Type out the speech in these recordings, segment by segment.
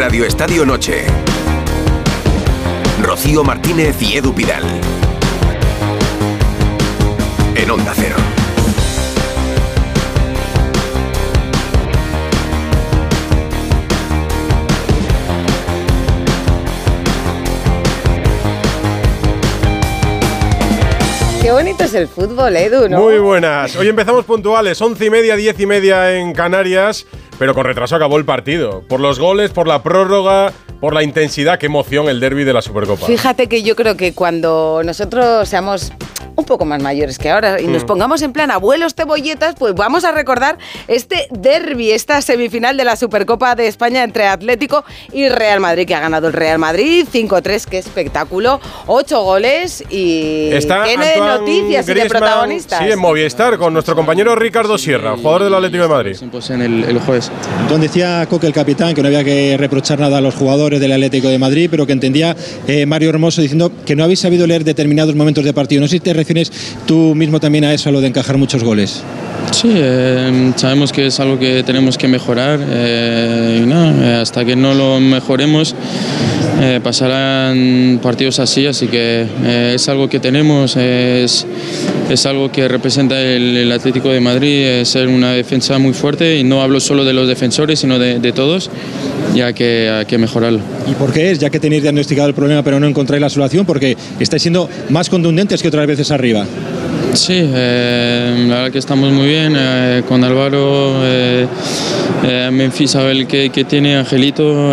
Radio Estadio Noche. Rocío Martínez y Edu Pidal. En Onda Cero. Qué bonito es el fútbol, Edu, ¿no? Muy buenas. Hoy empezamos puntuales, 11:30, 10:30 en Canarias, pero con retraso acabó el partido. Por los goles, por la prórroga, por la intensidad, qué emoción el derbi de la Supercopa. Fíjate que yo creo que cuando nosotros seamos un poco más mayores que ahora y nos pongamos en plan abuelos cebolletas, pues vamos a recordar este derbi, esta semifinal de la Supercopa de España entre Atlético y Real Madrid, que ha ganado el Real Madrid 5-3, qué espectáculo, 8 goles y tiene de noticias y de protagonistas. Sí, en Movistar, con nuestro compañero Ricardo Sierra, jugador del Atlético de Madrid. En el jueves. Entonces decía Coque, el capitán, que no había que reprochar nada a los jugadores del Atlético de Madrid, pero que entendía Mario Hermoso diciendo que no habéis sabido leer determinados momentos de partido. No sé si te refieres tú mismo también a eso, a lo de encajar muchos goles. Sí, sabemos que es algo que tenemos que mejorar y hasta que no lo mejoremos pasarán partidos así que es algo que tenemos, es algo que representa el Atlético de Madrid, ser una defensa muy fuerte, y no hablo solo de los defensores sino de todos, ya que hay que mejorarlo. ¿Y por qué es? Ya que tenéis diagnosticado el problema pero no encontráis la solución, porque estáis siendo más contundentes que otras veces arriba. Sí, la verdad que estamos muy bien con Álvaro, Memphis sabe el que tiene, Angelito,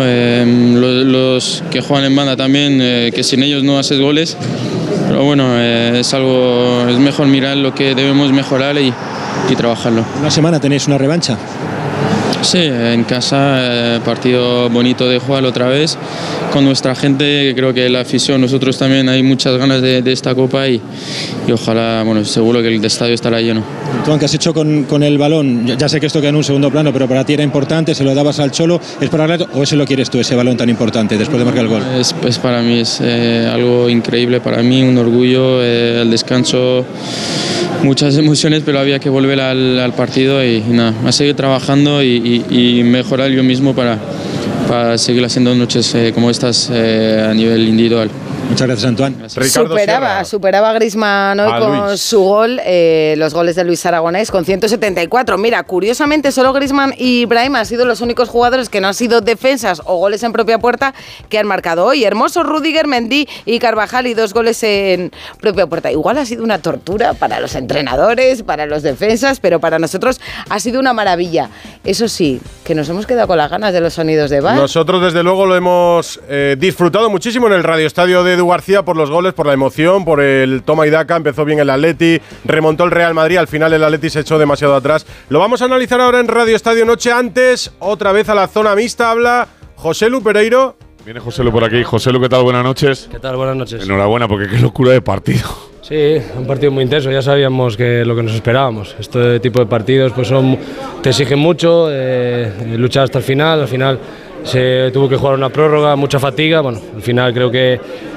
los que juegan en banda también, que sin ellos no haces goles, pero bueno, es mejor mirar lo que debemos mejorar y trabajarlo. Una semana tenéis una revancha. Sí, en casa, partido bonito de jugar otra vez con nuestra gente. Creo que la afición, nosotros también hay muchas ganas de esta copa y ojalá, bueno, seguro que el estadio estará lleno. Tú, ¿qué has hecho con el balón? Ya sé que esto queda en un segundo plano, pero para ti era importante, se lo dabas al Cholo, ¿es para hablar o ese lo quieres tú, ese balón tan importante después de marcar el gol? Es para mí, es algo increíble para mí, un orgullo, el descanso, muchas emociones, pero había que volver al partido y nada, a seguir trabajando y mejorar yo mismo para seguir haciendo noches como estas a nivel individual. Muchas gracias, Antoine. Superaba a Griezmann hoy con Luis. Su gol, los goles de Luis Aragonés con 174. Mira, curiosamente solo Griezmann y Brahim han sido los únicos jugadores que no han sido defensas o goles en propia puerta que han marcado hoy. Hermoso, Rüdiger, Mendy y Carvajal, y 2 goles en propia puerta. Igual ha sido una tortura para los entrenadores, para los defensas, pero para nosotros ha sido una maravilla. Eso sí, que nos hemos quedado con las ganas de los sonidos de VAR. Nosotros desde luego lo hemos disfrutado muchísimo en el Radio Estadio de Edu García, por los goles, por la emoción, por el toma y daca. Empezó bien el Atleti, remontó el Real Madrid, al final el Atleti se echó demasiado atrás. Lo vamos a analizar ahora en Radio Estadio Noche. Antes, otra vez a la zona mixta, habla Joselu Pereiro. Viene Joselu por aquí. Joselu, ¿qué tal? Buenas noches. ¿Qué tal? Buenas noches. Enhorabuena, porque qué locura de partido. Sí, un partido muy intenso, ya sabíamos lo que nos esperábamos. Este tipo de partidos pues te exigen mucho, luchar hasta el final. Al final se tuvo que jugar una prórroga, mucha fatiga. Bueno, al final creo que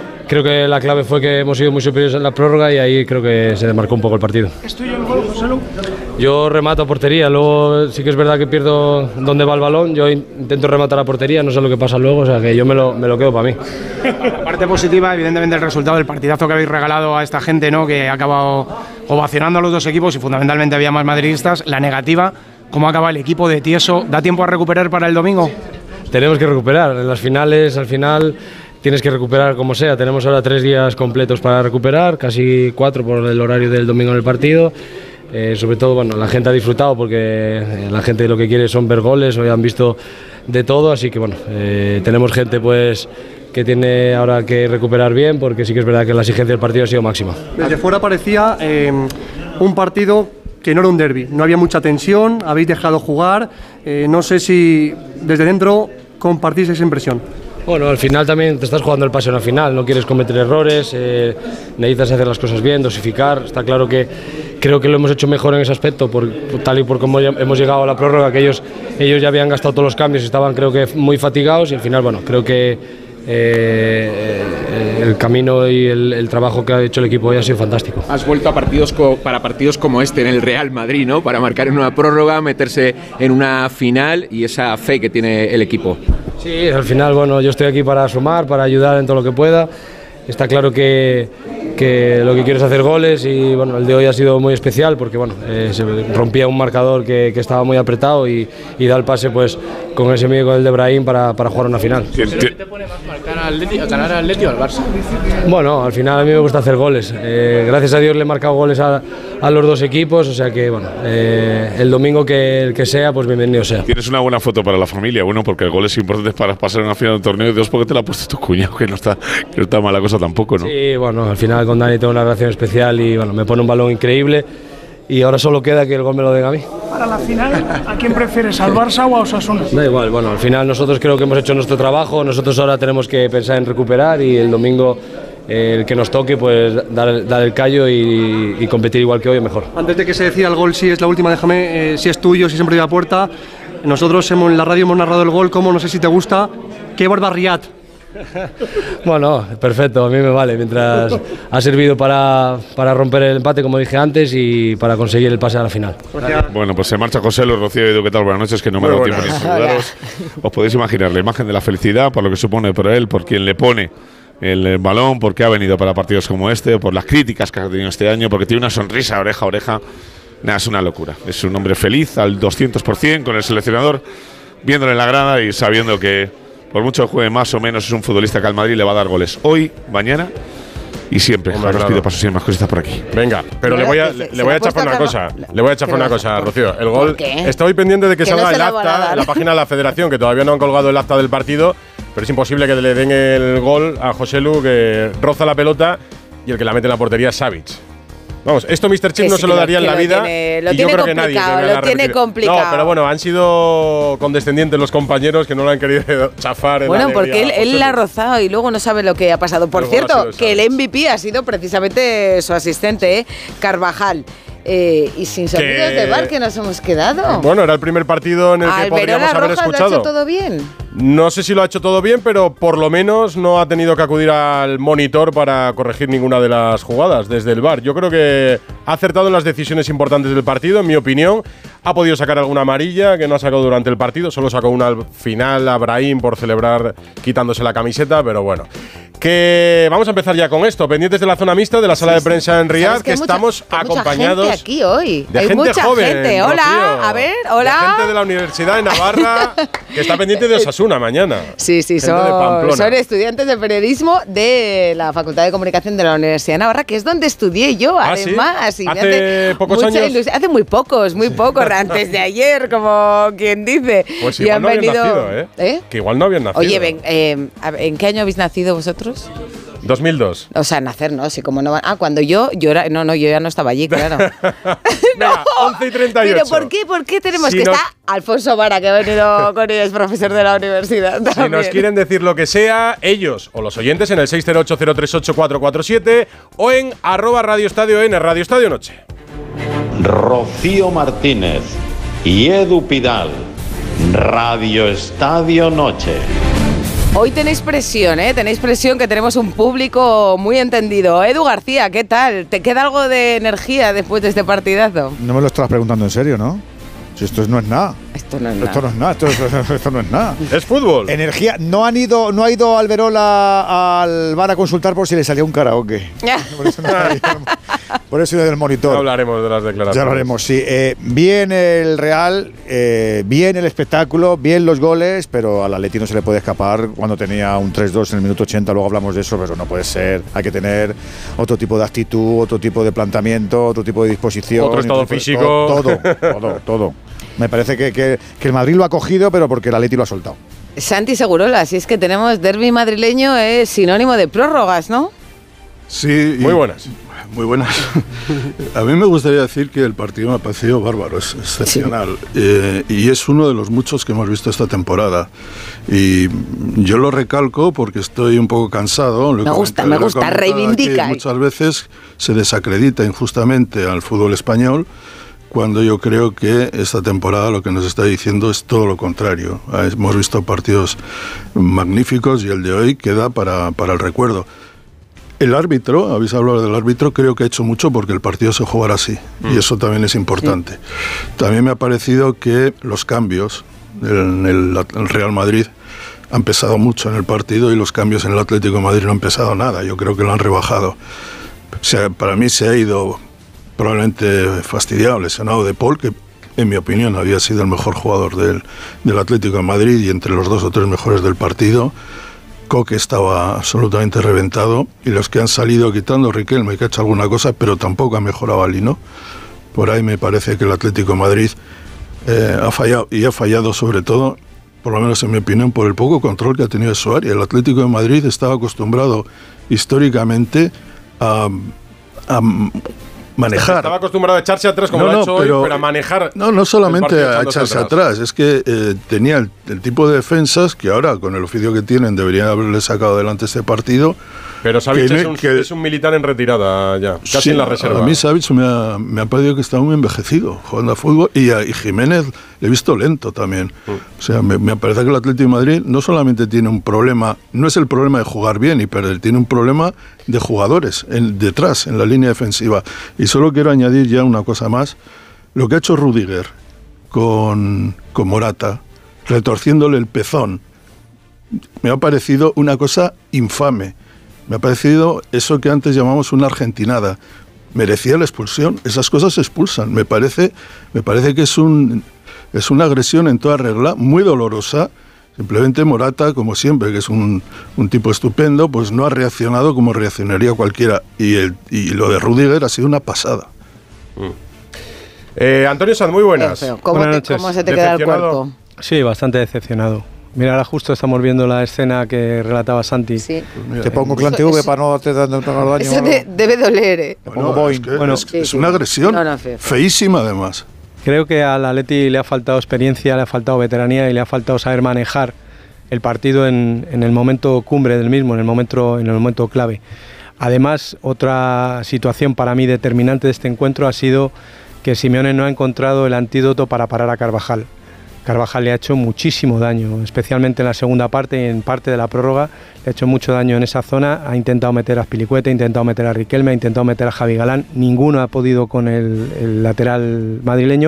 la clave fue que hemos sido muy superiores en la prórroga y ahí creo que se demarcó un poco el partido. ¿Es tuyo el gol, Joselu? Yo remato a portería, luego sí que es verdad que pierdo dónde va el balón. Yo intento rematar a portería, no sé lo que pasa luego, o sea que yo me lo quedo para mí. La parte positiva, evidentemente, el resultado del partidazo que habéis regalado a esta gente, ¿no?, que ha acabado ovacionando a los dos equipos y fundamentalmente había más madridistas. La negativa, ¿cómo acaba el equipo de Tieso? ¿Da tiempo a recuperar para el domingo? Tenemos que recuperar, en las finales, al final tienes que recuperar como sea. Tenemos ahora 3 días completos para recuperar, casi 4 por el horario del domingo en el partido. Sobre todo, bueno, la gente ha disfrutado porque la gente lo que quiere son ver goles, hoy han visto de todo, así que bueno, tenemos gente pues que tiene ahora que recuperar bien, porque sí que es verdad que la exigencia del partido ha sido máxima. Desde fuera parecía un partido que no era un derbi, no había mucha tensión, habéis dejado jugar, no sé si desde dentro compartís esa impresión. Bueno, al final también te estás jugando el pase al final, no quieres cometer errores, necesitas hacer las cosas bien, dosificar. Está claro que creo que lo hemos hecho mejor en ese aspecto, tal y por cómo hemos llegado a la prórroga, que ellos ya habían gastado todos los cambios y estaban, creo que, muy fatigados, y al final, bueno, creo que el camino y el trabajo que ha hecho el equipo hoy ha sido fantástico. Has vuelto a para partidos como este en el Real Madrid, ¿no?, para marcar en una prórroga, meterse en una final y esa fe que tiene el equipo. Sí, al final, bueno, yo estoy aquí para sumar, para ayudar en todo lo que pueda. Está claro que lo que quiero es hacer goles y bueno, el de hoy ha sido muy especial porque bueno, se rompía un marcador que estaba muy apretado y da el pase pues con ese medio con el de Brahim para jugar una final. ¿Qué te pone más marcar al Atleti o al Barça? Bueno, al final a mí me gusta hacer goles. Gracias a Dios le he marcado goles a los dos equipos, o sea que bueno, el domingo que sea, pues bienvenido sea. Tienes una buena foto para la familia, bueno, porque el gol es importante para pasar una final de un torneo y dos porque te la ha puesto tu cuñado, que no está mala cosa tampoco, ¿no? Sí, bueno, al final con Dani tengo una relación especial y bueno, me pone un balón increíble y ahora solo queda que el gol me lo den a mí. Para la final, ¿a quién prefieres, al Barça o a Osasuna? Da igual, bueno, al final nosotros creo que hemos hecho nuestro trabajo, nosotros ahora tenemos que pensar en recuperar y el domingo el que nos toque pues dar el callo y competir igual que hoy o mejor. Antes de que se decida el gol, si es la última, déjame, si es tuyo, si siempre iba a puerta. Nosotros en la radio hemos narrado el gol, como no sé si te gusta, qué barbaridad. Bueno, perfecto, a mí me vale, mientras ha servido para romper el empate, como dije antes, y para conseguir el pase a la final. Bueno, pues se marcha José Lu, Rocío y Edu, ¿qué tal? Buenas noches, que no me ha dado tiempo ni saludaros. Os podéis imaginar la imagen de la felicidad, por lo que supone por él, por quien le pone el balón, porque ha venido para partidos como este, por las críticas que ha tenido este año, porque tiene una sonrisa oreja a oreja. Nada, es una locura. Es un hombre feliz al 200% con el seleccionador, viéndole en la grada y sabiendo que por mucho que juegue más o menos, es un futbolista que al Madrid le va a dar goles hoy, mañana y siempre. Hombre, claro. Os pido paso, si hay más cositas por aquí. Venga, pero le voy a echar por una cosa. Le voy a echar por una cosa, Rocío. El gol. Estoy pendiente de que salga el acta en la página de la Federación, que todavía no han colgado el acta del partido, pero es imposible que le den el gol a José Lu, que roza la pelota y el que la mete en la portería es Savic. Vamos, esto Mr. Chip no se lo daría en la vida. Lo tiene complicado, lo tiene complicado. No, pero bueno, han sido condescendientes los compañeros que no lo han querido chafar. Bueno, porque él la ha rozado y luego no sabe lo que ha pasado. Por cierto, que el MVP ha sido precisamente su asistente, Carvajal. Y sin sonidos de VAR que nos hemos quedado. Bueno, era el primer partido en el que podríamos haber escuchado. ¿Lo ha hecho todo bien? No sé si lo ha hecho todo bien, pero por lo menos no ha tenido que acudir al monitor para corregir ninguna de las jugadas desde el VAR. Yo creo que ha acertado en las decisiones importantes del partido, en mi opinión. Ha podido sacar alguna amarilla que no ha sacado durante el partido, solo sacó una al final a Brahim por celebrar quitándose la camiseta, pero bueno. Que vamos a empezar ya con esto, pendientes de la zona mixta de la sala de prensa en Riyadh, que estamos acompañados mucha gente aquí hoy. De hay gente mucha joven, gente. Hola, Rocío, a ver, hola. De gente de la Universidad de Navarra que está pendiente de Osasuna mañana. Sí, son estudiantes de periodismo de la Facultad de Comunicación de la Universidad de Navarra, que es donde estudié yo, además. ¿Sí? ¿Hace pocos años? Hace muy pocos, antes de ayer, como quien dice. Pues igual no habían nacido, ¿eh? Que igual no habían nacido. Oye, ¿en qué año habéis nacido vosotros? 2002. O sea, nacer, ¿no? Sí, como no. Cuando yo era. No, yo ya no estaba allí, claro. No, 11:38. Pero ¿por qué tenemos que estar Alfonso Vara, que ha venido con ellos, profesor de la universidad? Si nos quieren decir lo que sea, ellos o los oyentes en el 608-038-447 o en @radioestadio en Radio Estadio Noche. Rocío Martínez y Edu Pidal, Radio Estadio Noche. Hoy tenéis presión, Tenéis presión, que tenemos un público muy entendido. Edu García, ¿qué tal? ¿Te queda algo de energía después de este partidazo? No me lo estás preguntando en serio, ¿no? Si esto no es nada. Esto no es nada. Esto no es nada. Es fútbol. Energía. No ha ido Alberola al bar a consultar por si le salía un karaoke. Por eso del monitor. Ya hablaremos de las declaraciones. Ya hablaremos, sí. Bien el Real, bien el espectáculo, bien los goles, pero al Atleti no se le puede escapar cuando tenía un 3-2 en el minuto 80. Luego hablamos de eso, pero no puede ser. Hay que tener otro tipo de actitud, otro tipo de planteamiento, otro tipo de disposición. Otro estado físico. Todo. Me parece que el Madrid lo ha cogido, pero porque el Atleti lo ha soltado. Santi Segurola, si es que tenemos derbi madrileño, es sinónimo de prórrogas, ¿no? Sí. Muy buenas. Muy buenas. A mí me gustaría decir que el partido me ha parecido bárbaro, es excepcional. Sí. Y es uno de los muchos que hemos visto esta temporada. Y yo lo recalco porque estoy un poco cansado. Me gusta, reivindica. Muchas veces se desacredita injustamente al fútbol español, cuando yo creo que esta temporada lo que nos está diciendo es todo lo contrario. Hemos visto partidos magníficos y el de hoy queda para el recuerdo. El árbitro, habéis hablado del árbitro, creo que ha hecho mucho porque el partido se jugara así, y eso también es importante. Sí. También me ha parecido que los cambios en el Real Madrid han pesado mucho en el partido y los cambios en el Atlético de Madrid no han pesado nada. Yo creo que lo han rebajado. O sea, para mí se ha ido probablemente fastidiado, lesionado De Paul, que en mi opinión había sido el mejor jugador del Atlético de Madrid y entre los 2 o 3 mejores del partido. Coque estaba absolutamente reventado y los que han salido, quitando Riquelme, que ha hecho alguna cosa, pero tampoco ha mejorado a Lino. Por ahí me parece que el Atlético de Madrid ha fallado, y ha fallado sobre todo, por lo menos en mi opinión, por el poco control que ha tenido de su área. El Atlético de Madrid estaba acostumbrado históricamente a manejar. Estaba acostumbrado a echarse atrás como lo ha hecho hoy, pero a manejar. No solamente a echarse atrás, es que tenía el tipo de defensas que ahora, con el oficio que tienen, deberían haberle sacado adelante este partido. Pero Savic es un militar en retirada ya, casi sí, en la reserva. A mí Savic me ha parecido que está muy envejecido jugando a fútbol y Jiménez le he visto lento también. O sea, me parece que el Atlético de Madrid no solamente tiene un problema, no es el problema de jugar bien y perder, tiene un problema de jugadores detrás, en la línea defensiva. Y solo quiero añadir ya una cosa más. Lo que ha hecho Rüdiger con Morata, retorciéndole el pezón, me ha parecido una cosa infame. Me ha parecido eso que antes llamamos una argentinada. Merecía la expulsión. Esas cosas se expulsan. Me parece que es una agresión en toda regla, muy dolorosa. Simplemente Morata, como siempre, que es un tipo estupendo, pues no ha reaccionado como reaccionaría cualquiera. Y lo de Rüdiger ha sido una pasada. Antonio Sanz, muy buenas. ¿Cómo se te queda el cuerpo? Sí, bastante decepcionado. Mira, ahora justo estamos viendo la escena que relataba Santi. Sí. Te pongo Clan TV para no te dar daño. Eso debe doler, ¿eh? Es una agresión feísima, además. Creo que al Atleti le ha faltado experiencia, le ha faltado veteranía y le ha faltado saber manejar el partido en el momento cumbre del mismo, en el momento clave. Además, otra situación para mí determinante de este encuentro ha sido que Simeone no ha encontrado el antídoto para parar a Carvajal. Carvajal le ha hecho muchísimo daño, especialmente en la segunda parte y en parte de la prórroga. Le ha hecho mucho daño en esa zona. Ha intentado meter a Azpilicueta, ha intentado meter a Riquelme, ha intentado meter a Javi Galán. Ninguno ha podido con el lateral madrileño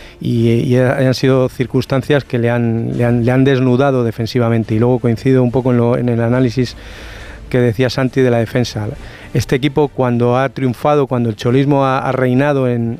y han sido circunstancias que le han desnudado defensivamente. Y luego coincido un poco en el análisis que decía Santi de la defensa. Este equipo, cuando ha triunfado, cuando el cholismo ha reinado en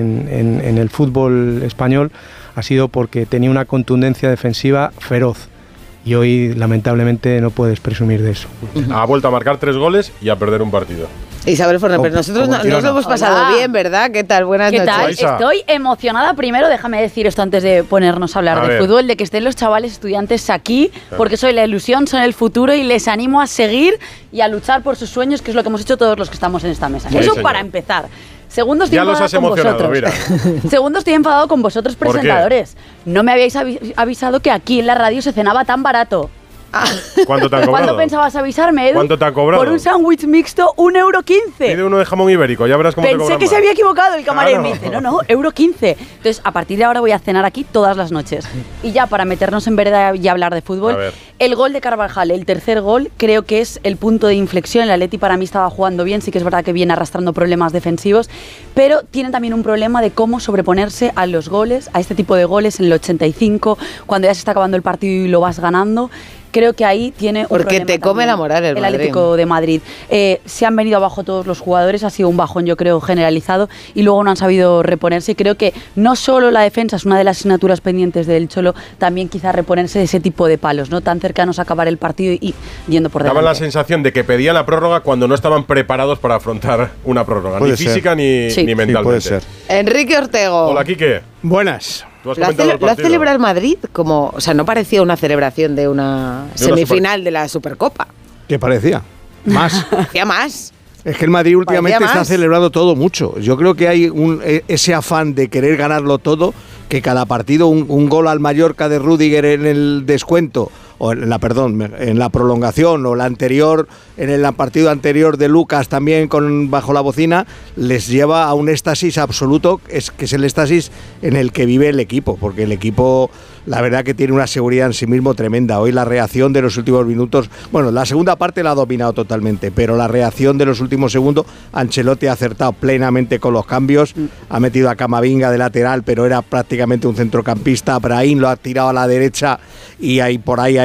el fútbol español, ha sido porque tenía una contundencia defensiva feroz. Y hoy, lamentablemente, no puedes presumir de eso. Ha vuelto a marcar 3 goles y a perder un partido. Isabel Forner, pero nosotros nos lo hemos pasado bien, ¿verdad? ¿Qué tal? Buenas noches. ¿Qué tal? Estoy emocionada. Primero, déjame decir esto antes de ponernos a hablar de fútbol, de que estén los chavales estudiantes aquí, porque soy la ilusión, son el futuro y les animo a seguir y a luchar por sus sueños, que es lo que hemos hecho todos los que estamos en esta mesa. Sí, eso señor. Para empezar. Segundo, estoy enfadado con vosotros. Mira. Segundo, estoy enfadado con vosotros, presentadores. No me habíais avisado que aquí en la radio se cenaba tan barato. ¿Cuánto te han cobrado? ¿Cuánto pensabas avisarme, Edu? ¿Cuánto te han cobrado? Por un sándwich mixto, 1,15 €. Pide uno de jamón ibérico, ya verás cómo te cobran Pensé que se había equivocado el camarero. Me dice, no, 1,15 €. Entonces, a partir de ahora voy a cenar aquí todas las noches. Y ya para meternos en vereda y hablar de fútbol, el gol de Carvajal, el tercer gol, creo que es el punto de inflexión. El Atleti para mí estaba jugando bien, sí que es verdad que viene arrastrando problemas defensivos, pero tiene también un problema de cómo sobreponerse a los goles, a este tipo de goles en el 85, cuando ya se está acabando el partido y lo vas ganando. Creo que ahí tiene un porque problema te come la moral el Atlético de Madrid. Se han venido abajo todos los jugadores, ha sido un bajón, yo creo, generalizado, y luego no han sabido reponerse. Y creo que no solo la defensa es una de las asignaturas pendientes del Cholo, también quizá reponerse de ese tipo de palos, no tan cercanos a acabar el partido y yendo por delante. Daba la sensación de que pedían la prórroga cuando no estaban preparados para afrontar una prórroga, ni física ni mentalmente. Sí, puede ser. Enrique Ortego. Hola, Quique. Buenas. ¿Lo ha celebrado el Madrid? O sea, no parecía una celebración de una semifinal de la Supercopa. ¿Qué parecía? Más. Parecía más. Es que el Madrid últimamente está celebrando todo mucho. Yo creo que hay ese afán de querer ganarlo todo, que cada partido un gol al Mallorca de Rüdiger en el descuento, o en la prolongación, o la anterior, en el partido anterior de Lucas también bajo la bocina, les lleva a un éxtasis absoluto, que es el éxtasis en el que vive el equipo, porque el equipo, la verdad que tiene una seguridad en sí mismo tremenda. Hoy la reacción de los últimos minutos, bueno, la segunda parte la ha dominado totalmente, pero la reacción de los últimos segundos, Ancelotti ha acertado plenamente con los cambios, ha metido a Camavinga de lateral, pero era prácticamente un centrocampista. Brahim lo ha tirado a la derecha y ahí por ahí ha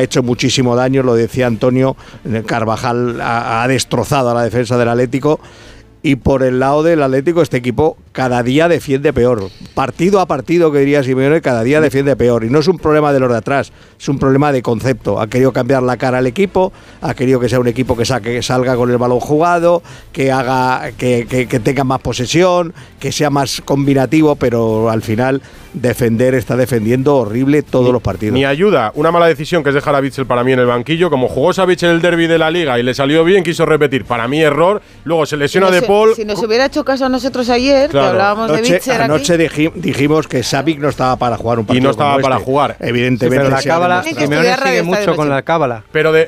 hecho muchísimo daño, lo decía Antonio, Carvajal ha destrozado a la defensa del Atlético. Y por el lado del Atlético, este equipo cada día defiende peor. Partido a partido, que diría Simeone, cada día defiende peor. Y no es un problema de los de atrás, es un problema de concepto. Ha querido cambiar la cara al equipo, ha querido que sea un equipo que salga con el balón jugado, que haga que tenga más posesión, que sea más combinativo, pero al final está defendiendo horrible todos los partidos. Ni ayuda, una mala decisión que es dejar a Witsel para mí en el banquillo. Como jugó Savic en el derbi de la Liga y le salió bien, quiso repetir. para mí error. Luego se lesiona De Paul. Si nos hubiera hecho caso a nosotros ayer, claro, que hablábamos de Witsel anoche dijimos que Savic no estaba para jugar un partido. Y no estaba para jugar. Evidentemente. Pero la cábala, Simeone sigue mucho con la cábala.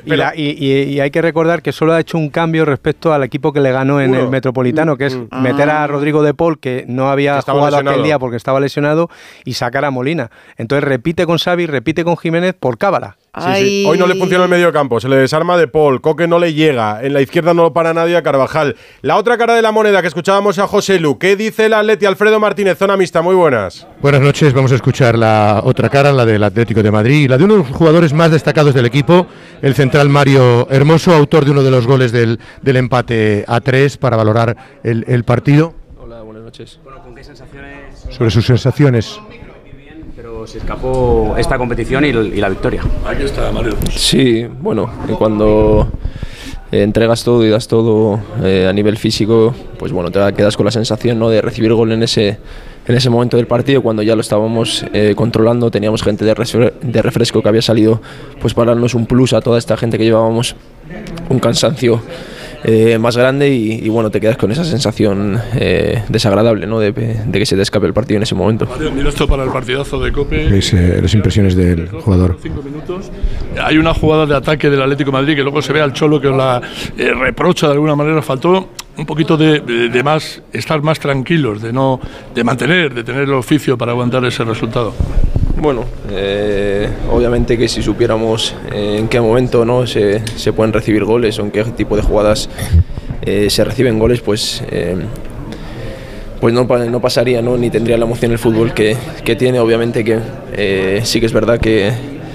Y hay que recordar que solo ha hecho un cambio respecto al equipo que le ganó en el Metropolitano, que es meter a Rodrigo De Paul, que no había jugado aquel día porque estaba lesionado, y sacar a Molina. Entonces repite con Xavi, repite con Jiménez por cábala. Sí. Hoy no le funciona el medio campo, se le desarma De Paul, Coque no le llega, en la izquierda no lo para nadie a Carvajal. La otra cara de la moneda que escuchábamos a José Lu, ¿qué dice el Atleti? Alfredo Martínez, zona mixta, muy buenas. Buenas noches, vamos a escuchar la otra cara, la del Atlético de Madrid, la de uno de los jugadores más destacados del equipo, el central Mario Hermoso, autor de uno de los goles del empate a 3 para valorar el partido. Hola, buenas noches. Bueno, ¿con qué sensaciones? Sobre sus sensaciones. Se escapó esta competición y la victoria. Aquí está Mario. Sí, bueno, cuando entregas todo y das todo a nivel físico, pues bueno, te quedas con la sensación, ¿no?, de recibir gol en ese momento del partido, cuando ya lo estábamos controlando. Teníamos gente de refresco que había salido pues para darnos un plus a toda esta gente que llevábamos un cansancio más grande y bueno, te quedas con esa sensación desagradable, ¿no?, de que se te escape el partido en ese momento. Mario, mira esto para el partidazo de COPE. Las impresiones del jugador. 5 minutos. Hay una jugada de ataque del Atlético de Madrid que luego se ve al Cholo que os la reprocha de alguna manera. Faltó un poquito de más, estar más tranquilos, de mantener, de tener el oficio para aguantar ese resultado. Bueno, obviamente que si supiéramos en qué momento, ¿no?, se pueden recibir goles o en qué tipo de jugadas se reciben goles, pues no pasaría, ¿no?, ni tendría la emoción el fútbol que tiene. Obviamente que sí que es verdad que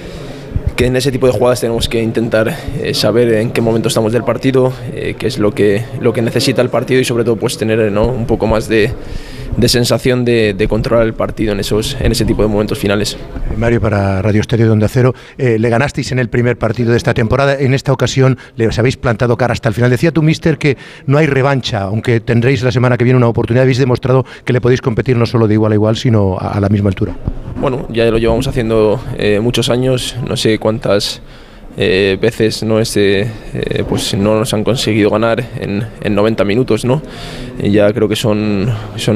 en ese tipo de jugadas tenemos que intentar saber en qué momento estamos del partido, qué es lo que necesita el partido y sobre todo pues tener, ¿no?, un poco más de sensación de controlar el partido en ese tipo de momentos finales. Mario, para Radio Estadio de Onda Cero, le ganasteis en el primer partido de esta temporada. En esta ocasión les habéis plantado cara hasta el final. Decía tu míster que no hay revancha, aunque tendréis la semana que viene una oportunidad. Habéis demostrado que le podéis competir no solo de igual a igual, sino a la misma altura. Bueno, ya lo llevamos haciendo muchos años, no sé cuántas veces, ¿no?, pues no nos han conseguido ganar en 90 minutos, ¿no? Ya creo que son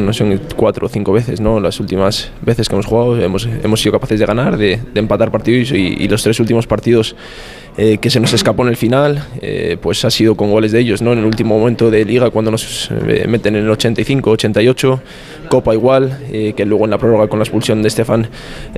4 o 5 veces, ¿no? Las últimas veces que hemos jugado hemos sido capaces de ganar, de empatar partidos y los 3 últimos partidos que se nos escapó en el final, pues ha sido con goles de ellos, ¿no? En el último momento de Liga, cuando nos meten en el 85, 88, Copa igual, que luego en la prórroga con la expulsión de Estefan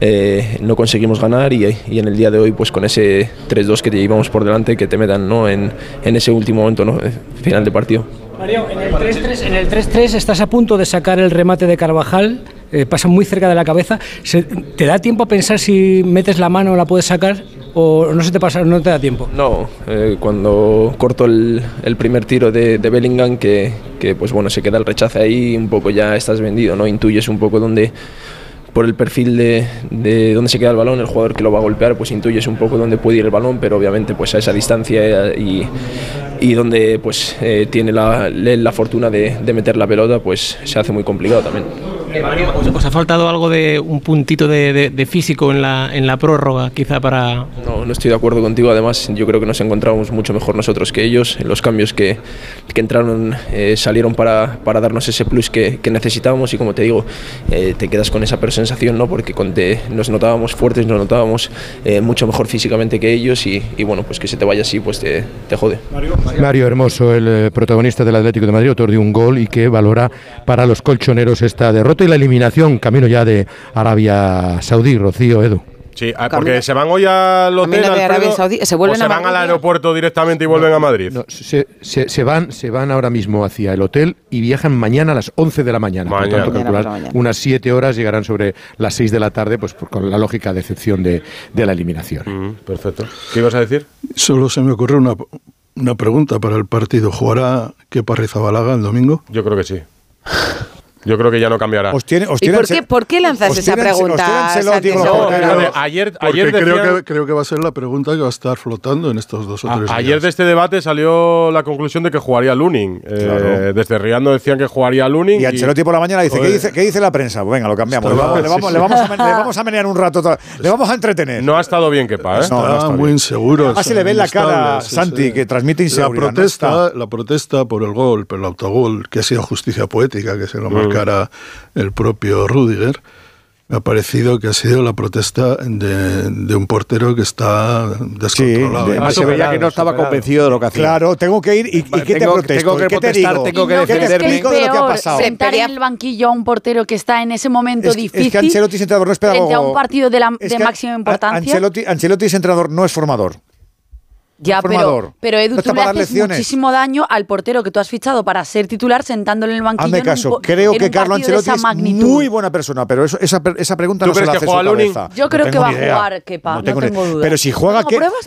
no conseguimos ganar y en el día de hoy pues con ese 3-2 que te llevamos por delante, que te metan, ¿no?, en ese último momento, ¿no?, final de partido. Mario, en el 3-3 estás a punto de sacar el remate de Carvajal, pasa muy cerca de la cabeza. ¿Te da tiempo a pensar si metes la mano o la puedes sacar? ¿O no no te da tiempo? No, cuando corto el primer tiro de Bellingham, que pues bueno, se queda el rechace ahí, un poco ya estás vendido, ¿no? Intuyes un poco dónde, por el perfil de dónde se queda el balón, el jugador que lo va a golpear, pues intuyes un poco dónde puede ir el balón, pero obviamente pues a esa distancia y donde pues tiene la fortuna de meter la pelota, pues se hace muy complicado también. Mario, ¿os ha faltado algo de un puntito de físico en la prórroga, quizá para...? No estoy de acuerdo contigo. Además, yo creo que nos encontramos mucho mejor nosotros que ellos. Los cambios que entraron salieron para darnos ese plus que necesitábamos y, como te digo, te quedas con esa sensación, ¿no? Porque nos notábamos fuertes, nos notábamos mucho mejor físicamente que ellos y bueno, pues que se te vaya así, pues te jode. Mario Hermoso, el protagonista del Atlético de Madrid, autor de un gol y que valora para los colchoneros esta derrota y la eliminación, camino ya de Arabia Saudí. Rocío, Edu. Sí, porque se van hoy al hotel, de Arabia Saudí, se vuelven o se van al aeropuerto directamente y vuelven a Madrid. No, se van ahora mismo hacia el hotel y viajan mañana a las 11 de la mañana. Por tanto, calcular unas 7 horas, llegarán sobre las 6 de la tarde, pues con la lógica de excepción de la eliminación. Perfecto. ¿Qué ibas a decir? Solo se me ocurre una pregunta para el partido. ¿Jugará Kepa Arrizabalaga el domingo? Yo creo que sí. Yo creo que ya no cambiará. ¿Y por qué lanzas esa pregunta? Ayer creo que va a ser la pregunta que va a estar flotando en estos 2 o 3 días. Ayer de este debate salió la conclusión de que jugaría Lunin. Desde Riando decían que jugaría Lunin. Y Ancelotti por la mañana dice, ¿qué dice la prensa? Pues venga, lo cambiamos. Le vamos a menear un rato. Le vamos a entretener. No ha estado bien Kepa, ¿eh? Está muy inseguro. Se le ve en la cara, Santi, que transmite inseguridad. La protesta por el gol, por el autogol, que ha sido justicia poética, que se lo marcara el propio Rüdiger, me ha parecido que ha sido la protesta de un portero que está descontrolado. Sí, además se veía que no estaba convencido de lo que hacía. Claro, tengo que ir y ¿qué te protesto? Tengo que protestar, tengo que defenderme. Es de lo que ha pasado. Sentar en el banquillo a un portero que está en ese momento difícil. Es que Ancelotti es entrenador, no es pedagogo. Frente a un partido de máxima importancia. Ancelotti es entrenador, no es formador. Ya, pero Edu, tú le haces muchísimo daño al portero que tú has fichado para ser titular sentándolo en el banquillo. Hazme caso, creo que Carlo Ancelotti es muy buena persona, pero esa pregunta no se la hace su cabeza. Yo creo que va a jugar Kepa, no tengo duda. Pero si juega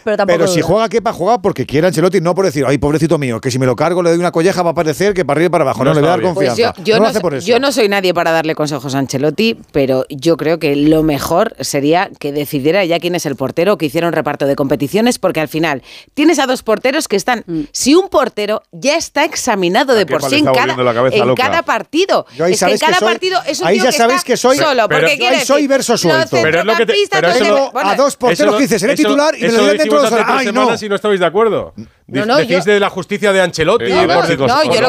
Kepa, juega porque quiere Ancelotti, no por decir, ay, pobrecito mío, que si me lo cargo le doy una colleja va a parecer que para arriba y para abajo. No le voy a dar confianza. Yo no soy nadie para darle consejos a Ancelotti, pero yo creo que lo mejor sería que decidiera ya quién es el portero, que hiciera un reparto de competiciones, porque al final tienes a 2 porteros que están. Si un portero ya está examinado de por sí en cada partido, es que en cada partido es un tío que está solo, porque quiere decir, soy verso suelto. Pero es lo que a 2 porteros que dices, seré titular y me lo dirán dentro de 2 horas. Ay, no. Si no estabais de acuerdo. Decís de la justicia de Ancelotti. Yo lo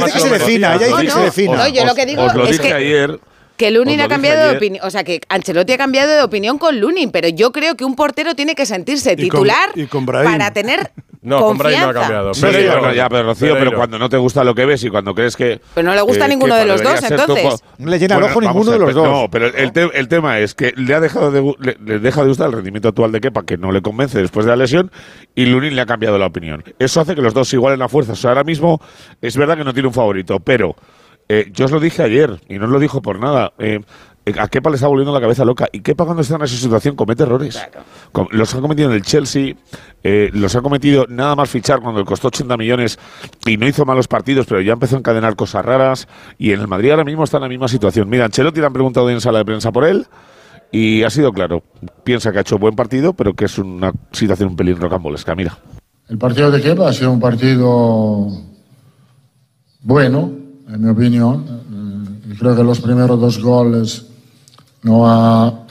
que digo es que Lunin ha cambiado de opinión, o sea, que Ancelotti ha cambiado de opinión con Lunin, pero yo creo que un portero tiene que sentirse titular para tener confianza. Con Brahim no ha cambiado. Pero Rocío, pero cuando no te gusta lo que ves y cuando crees que... Pero no le gusta ninguno de los dos, entonces. No le llena el ojo ninguno de los dos. No, pero el tema es que le deja de gustar el rendimiento actual de Kepa, que no le convence después de la lesión, y Lunin le ha cambiado la opinión. Eso hace que los dos se igualen a fuerzas. O sea, ahora mismo es verdad que no tiene un favorito, pero... yo os lo dije ayer, y no os lo dijo por nada. A Kepa le está volviendo la cabeza loca. Y Kepa, cuando está en esa situación, comete errores. Claro. Los ha cometido en el Chelsea, los ha cometido nada más fichar cuando le costó 80 millones y no hizo malos partidos, pero ya empezó a encadenar cosas raras. Y en el Madrid ahora mismo está en la misma situación. Mira, Ancelotti le han preguntado en sala de prensa por él y ha sido claro. Piensa que ha hecho buen partido, pero que es una situación un pelín rocambolesca. Mira. El partido de Kepa ha sido un partido bueno, en mi opinión. Creo que los primeros 2 goles no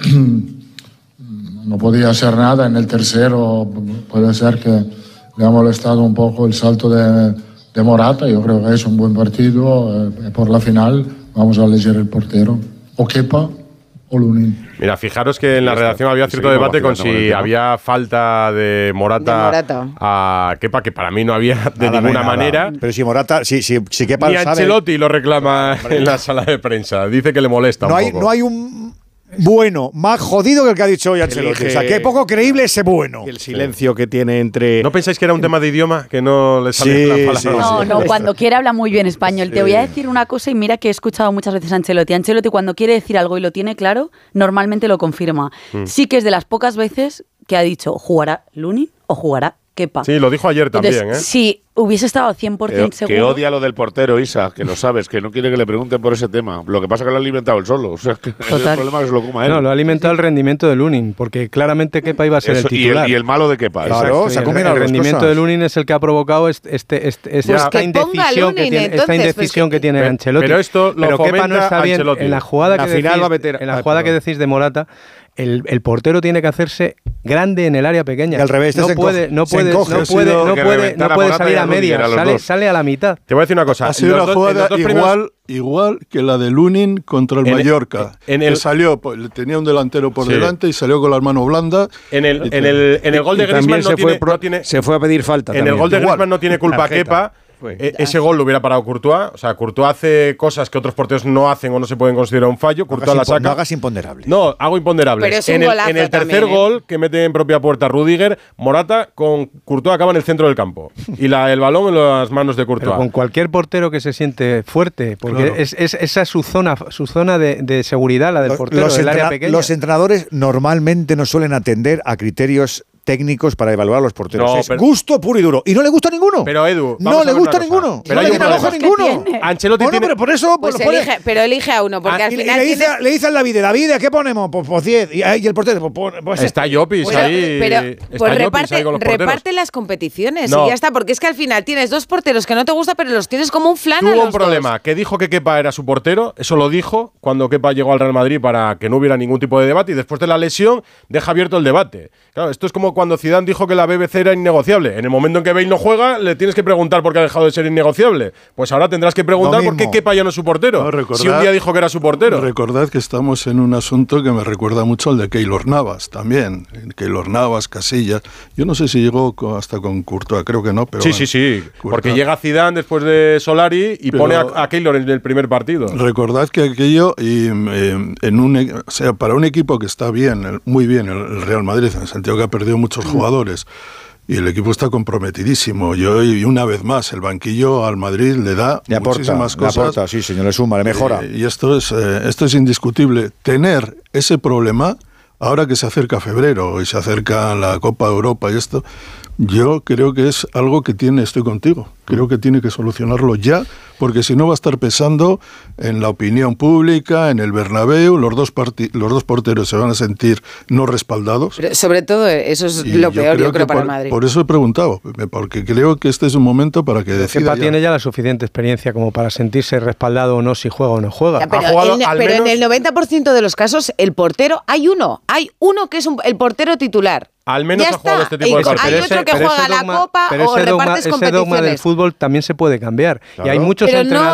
podía hacer nada. En el tercero puede ser que le ha molestado un poco el salto de Morata. Yo creo que es un buen partido. Por la final vamos a elegir el portero. O Kepa o Lunin. Mira, fijaros que en la redacción había cierto debate con si había falta de Morata a Kepa, que para mí no había de ninguna manera. Pero si Morata, si Kepa ni Ancelotti lo reclama en la sala de prensa. Dice que le molesta un poco. No hay un bueno más jodido que el que ha dicho hoy Ancelotti. O sea, qué poco creíble ese bueno. Y el silencio que tiene entre... ¿No pensáis que era un tema de idioma? Que no le sale la palabra. No, cuando quiere habla muy bien español. Te voy a decir una cosa y mira que he escuchado muchas veces a Ancelotti. Ancelotti cuando quiere decir algo y lo tiene claro, normalmente lo confirma. Sí que es de las pocas veces que ha dicho, ¿jugará Lunin o jugará Kepa? Sí, lo dijo ayer también. Entonces, si hubiese estado 100% seguro... Que odia lo del portero, Isa, que lo sabes, que no quiere que le pregunten por ese tema. Lo que pasa es que lo ha alimentado él solo. O sea, que el problema es que se lo coma él. No, lo ha alimentado el rendimiento de Lunin, porque claramente Kepa iba a ser el titular. Y el malo de Kepa. Claro, el rendimiento de Lunin es el que ha provocado esta indecisión que tiene Ancelotti. Pero esto lo fomenta Kepa no está bien. Ancelotti. En la jugada que decís de Morata, el portero tiene que hacerse grande en el área pequeña. Y al revés, no puede salir a media, sale a la mitad. Te voy a decir una cosa. Ha sido una jugada igual que la de Lunin contra el Mallorca. Que salió, tenía un delantero por delante y salió con la mano blanda. En el gol de Griezmann se fue a pedir falta. En el gol de Griezmann no tiene culpa Kepa. ese gol lo hubiera parado Courtois. O sea, Courtois hace cosas que otros porteros no hacen o no se pueden considerar un fallo. Courtois la saca. No hagas imponderable. No, hago imponderable. Pero es un golazo en el tercer gol que mete en propia puerta Rüdiger, Morata con Courtois acaba en el centro del campo. Y el balón en las manos de Courtois. Pero con cualquier portero que se siente fuerte, porque esa es su zona de seguridad, la del portero, del área pequeña. Los entrenadores normalmente no suelen atender a criterios técnicos para evaluar a los porteros. No, es gusto puro y duro. Y no le gusta a ninguno. Pero Edu, no le gusta a ninguno. Pero no le gusta a ninguno. Ancelotti tiene... pero por eso pues elige a uno, porque al final le dice al David, ¿qué ponemos? Pues 10. Y el portero, pues está Llopis ahí. Pero pues reparte las competiciones y ya está, porque es que al final tienes dos porteros que no te gusta, pero los tienes como un flan. Tuvo un problema, que dijo que Kepa era su portero, eso lo dijo cuando Kepa llegó al Real Madrid para que no hubiera ningún tipo de debate, y después de la lesión deja abierto el debate. Claro, esto es como cuando Zidane dijo que la BBC era innegociable. En el momento en que Bale no juega, le tienes que preguntar por qué ha dejado de ser innegociable. Pues ahora tendrás que preguntar por qué Kepa ya no es su portero. Si un día dijo que era su portero. Recordad que estamos en un asunto que me recuerda mucho al de Keylor Navas también. Keylor Navas, Casillas. Yo no sé si llegó hasta con Courtois, creo que no. Pero sí. Courtois. Porque llega Zidane después de Solari y pone a Keylor en el primer partido. Recordad que aquello, para un equipo que está bien, muy bien, el Real Madrid, en el sentido que ha perdido muchos jugadores, y el equipo está comprometidísimo. Y una vez más, el banquillo al Madrid le da muchísimas cosas. Le aporta, sí, señor, le suma, le mejora. Y esto es indiscutible. Tener ese problema, ahora que se acerca febrero y se acerca la Copa de Europa y esto, yo creo que es algo que estoy contigo, creo que tiene que solucionarlo ya, porque si no va a estar pesando en la opinión pública, en el Bernabéu, los dos porteros se van a sentir no respaldados. Pero sobre todo, eso es lo peor, yo creo, para el Madrid. Por eso he preguntado, porque creo que este es un momento para que decida. Kepa tiene ya la suficiente experiencia como para sentirse respaldado o no si juega o no juega. Ya, pero en el 90% de los casos, el portero, hay uno que es el portero titular. Al menos ha jugado este tipo de partidos. Hay otro que juega la Copa o repartes competiciones. Ese dogma del fútbol también se puede cambiar. Claro. Y hay muchos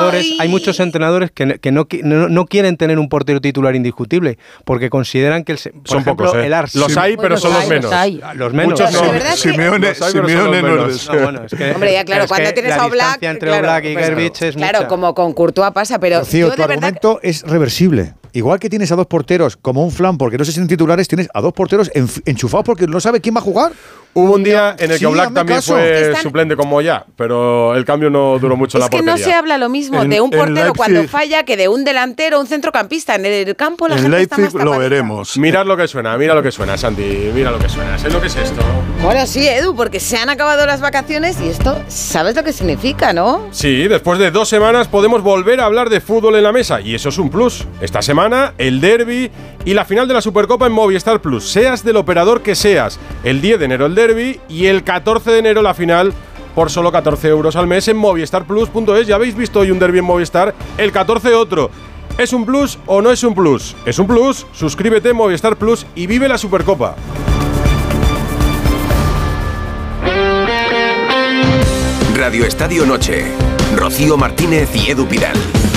entrenadores que no quieren tener un portero titular indiscutible porque consideran que son pocos. El Arsenal. Los hay, pero son los menos. Los menos. Muchos no. Simeone no es. Hombre, ya claro, cuando tienes a Oblak, entre Oblak y Gervich es mucha. Claro, como con Courtois pasa, pero Rocío, tu argumento es reversible. Igual que tienes a dos porteros como un flan porque no se sienten titulares, tienes a dos porteros enchufados porque no sabe quién va a jugar. Hubo un día en el que Oblak también fue suplente con Moyá, pero el cambio no duró mucho en la portería. Es que no se habla lo mismo de un portero cuando falla que de un delantero o un centrocampista. En el campo la gente está más lo veremos. Mirad lo que suena, Santi, mira lo que suena. ¿Sabes lo que es esto? Bueno, sí, Edu, porque se han acabado las vacaciones y esto, ¿sabes lo que significa, no? Sí, después de 2 semanas podemos volver a hablar de fútbol en la mesa y eso es un plus. Esta semana, el derbi y la final de la Supercopa en Movistar Plus. Seas del operador que seas, el 10 de enero el derbi y el 14 de enero la final por solo 14 euros al mes en movistarplus.es. Ya habéis visto hoy un derbi en Movistar, el 14 otro. ¿Es un plus o no es un plus? Es un plus. Suscríbete en Movistar Plus y vive la Supercopa. Radio Estadio Noche. Rocío Martínez y Edu Pidal.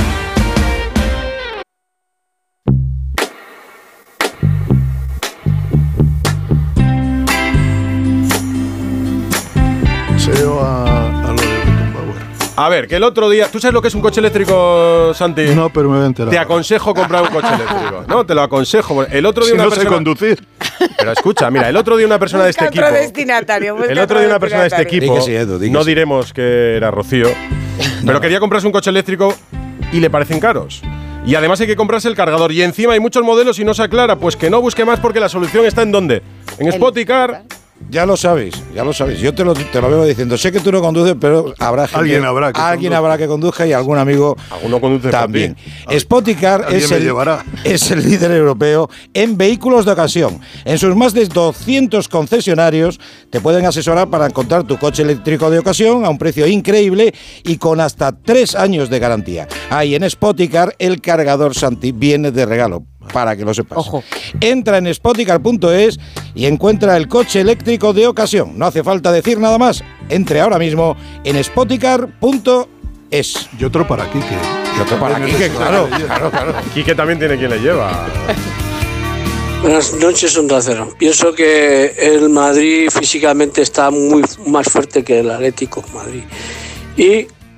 A ver, que el otro día… ¿Tú sabes lo que es un coche eléctrico, Santi? No, pero me voy a enterar. Te aconsejo comprar un coche eléctrico. No, te lo aconsejo. El otro día si no sé conducir. Pero escucha, mira, el otro día una persona de este equipo… El otro día una persona de este equipo… No diremos que era Rocío, pero quería comprarse un coche eléctrico y le parecen caros. Y además hay que comprarse el cargador. Y encima hay muchos modelos y no se aclara. Pues que no busque más porque la solución está ¿en dónde? En Spoticar. Ya lo sabéis. Yo te lo vengo diciendo. Sé que tú no conduces, pero habrá gente, alguien habrá que conduzca y algún amigo también. Spoticar es el líder europeo en vehículos de ocasión. En sus más de 200 concesionarios te pueden asesorar para encontrar tu coche eléctrico de ocasión a un precio increíble y con hasta 3 años de garantía. Ahí en Spoticar el cargador Santi viene de regalo. Para que lo sepas. Ojo. Entra en spoticar.es y encuentra el coche eléctrico de ocasión. No hace falta decir nada más. Entre ahora mismo en spoticar.es. Y otro para Quique. Claro. Quique también tiene quien le lleva. Buenas noches, Onda Cero. Pienso que el Madrid físicamente está muy más fuerte que el Atlético de Madrid. Y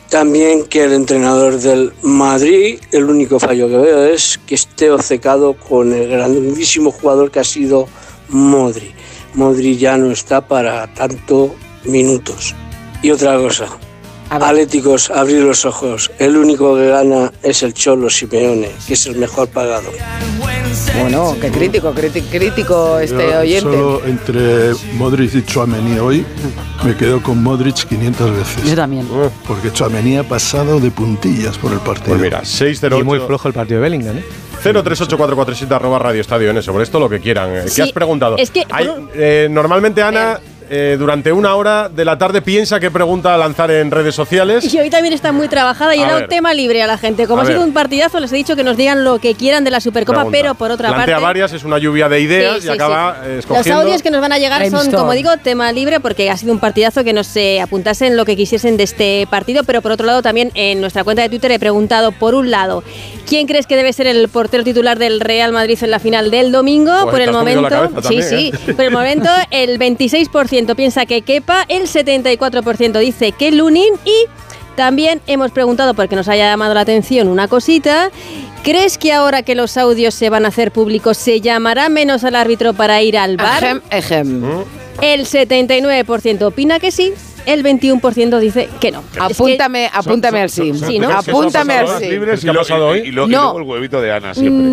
También que el entrenador del Madrid, el único fallo que veo es que esté obcecado con el grandísimo jugador que ha sido Modric. Modric ya no está para tanto minutos. Y otra cosa, Atléticos, abrir los ojos. El único que gana es el Cholo Simeone, que es el mejor pagado. Bueno, qué crítico este oyente. Solo entre Modric y Tchouaméni hoy me quedo con Modric 500 veces. Yo también. Porque Tchouaméni ha pasado de puntillas por el partido. Pues mira, 6-0. Y muy flojo el partido de Bellingham, ¿eh? 0384447 @Radio Estadio N. Sobre esto lo que quieran. Sí, ¿Qué has preguntado? Es que normalmente Ana durante una hora de la tarde piensa qué pregunta lanzar en redes sociales. Y hoy también está muy trabajada y he dado tema libre a la gente. Como ha sido un partidazo, les he dicho que nos digan lo que quieran de la Supercopa, pero por otra Plantea parte… varias, es una lluvia de ideas y acaba escogiendo… Los audios que nos van a llegar son, como digo, tema libre, porque ha sido un partidazo, que nos apuntasen lo que quisiesen de este partido, pero por otro lado también en nuestra cuenta de Twitter he preguntado, por un lado, ¿quién crees que debe ser el portero titular del Real Madrid en la final del domingo? Pues por el momento, también, por el momento el 26% piensa que Kepa, el 74% dice que Lunin, y también hemos preguntado, porque nos haya llamado la atención una cosita, ¿crees que ahora que los audios se van a hacer públicos se llamará menos al árbitro para ir al VAR? El 79% opina que sí. El 21% dice que no. Apúntame al sí. Sí, ¿no? Apúntame al sí. Y luego el huevito de Ana siempre.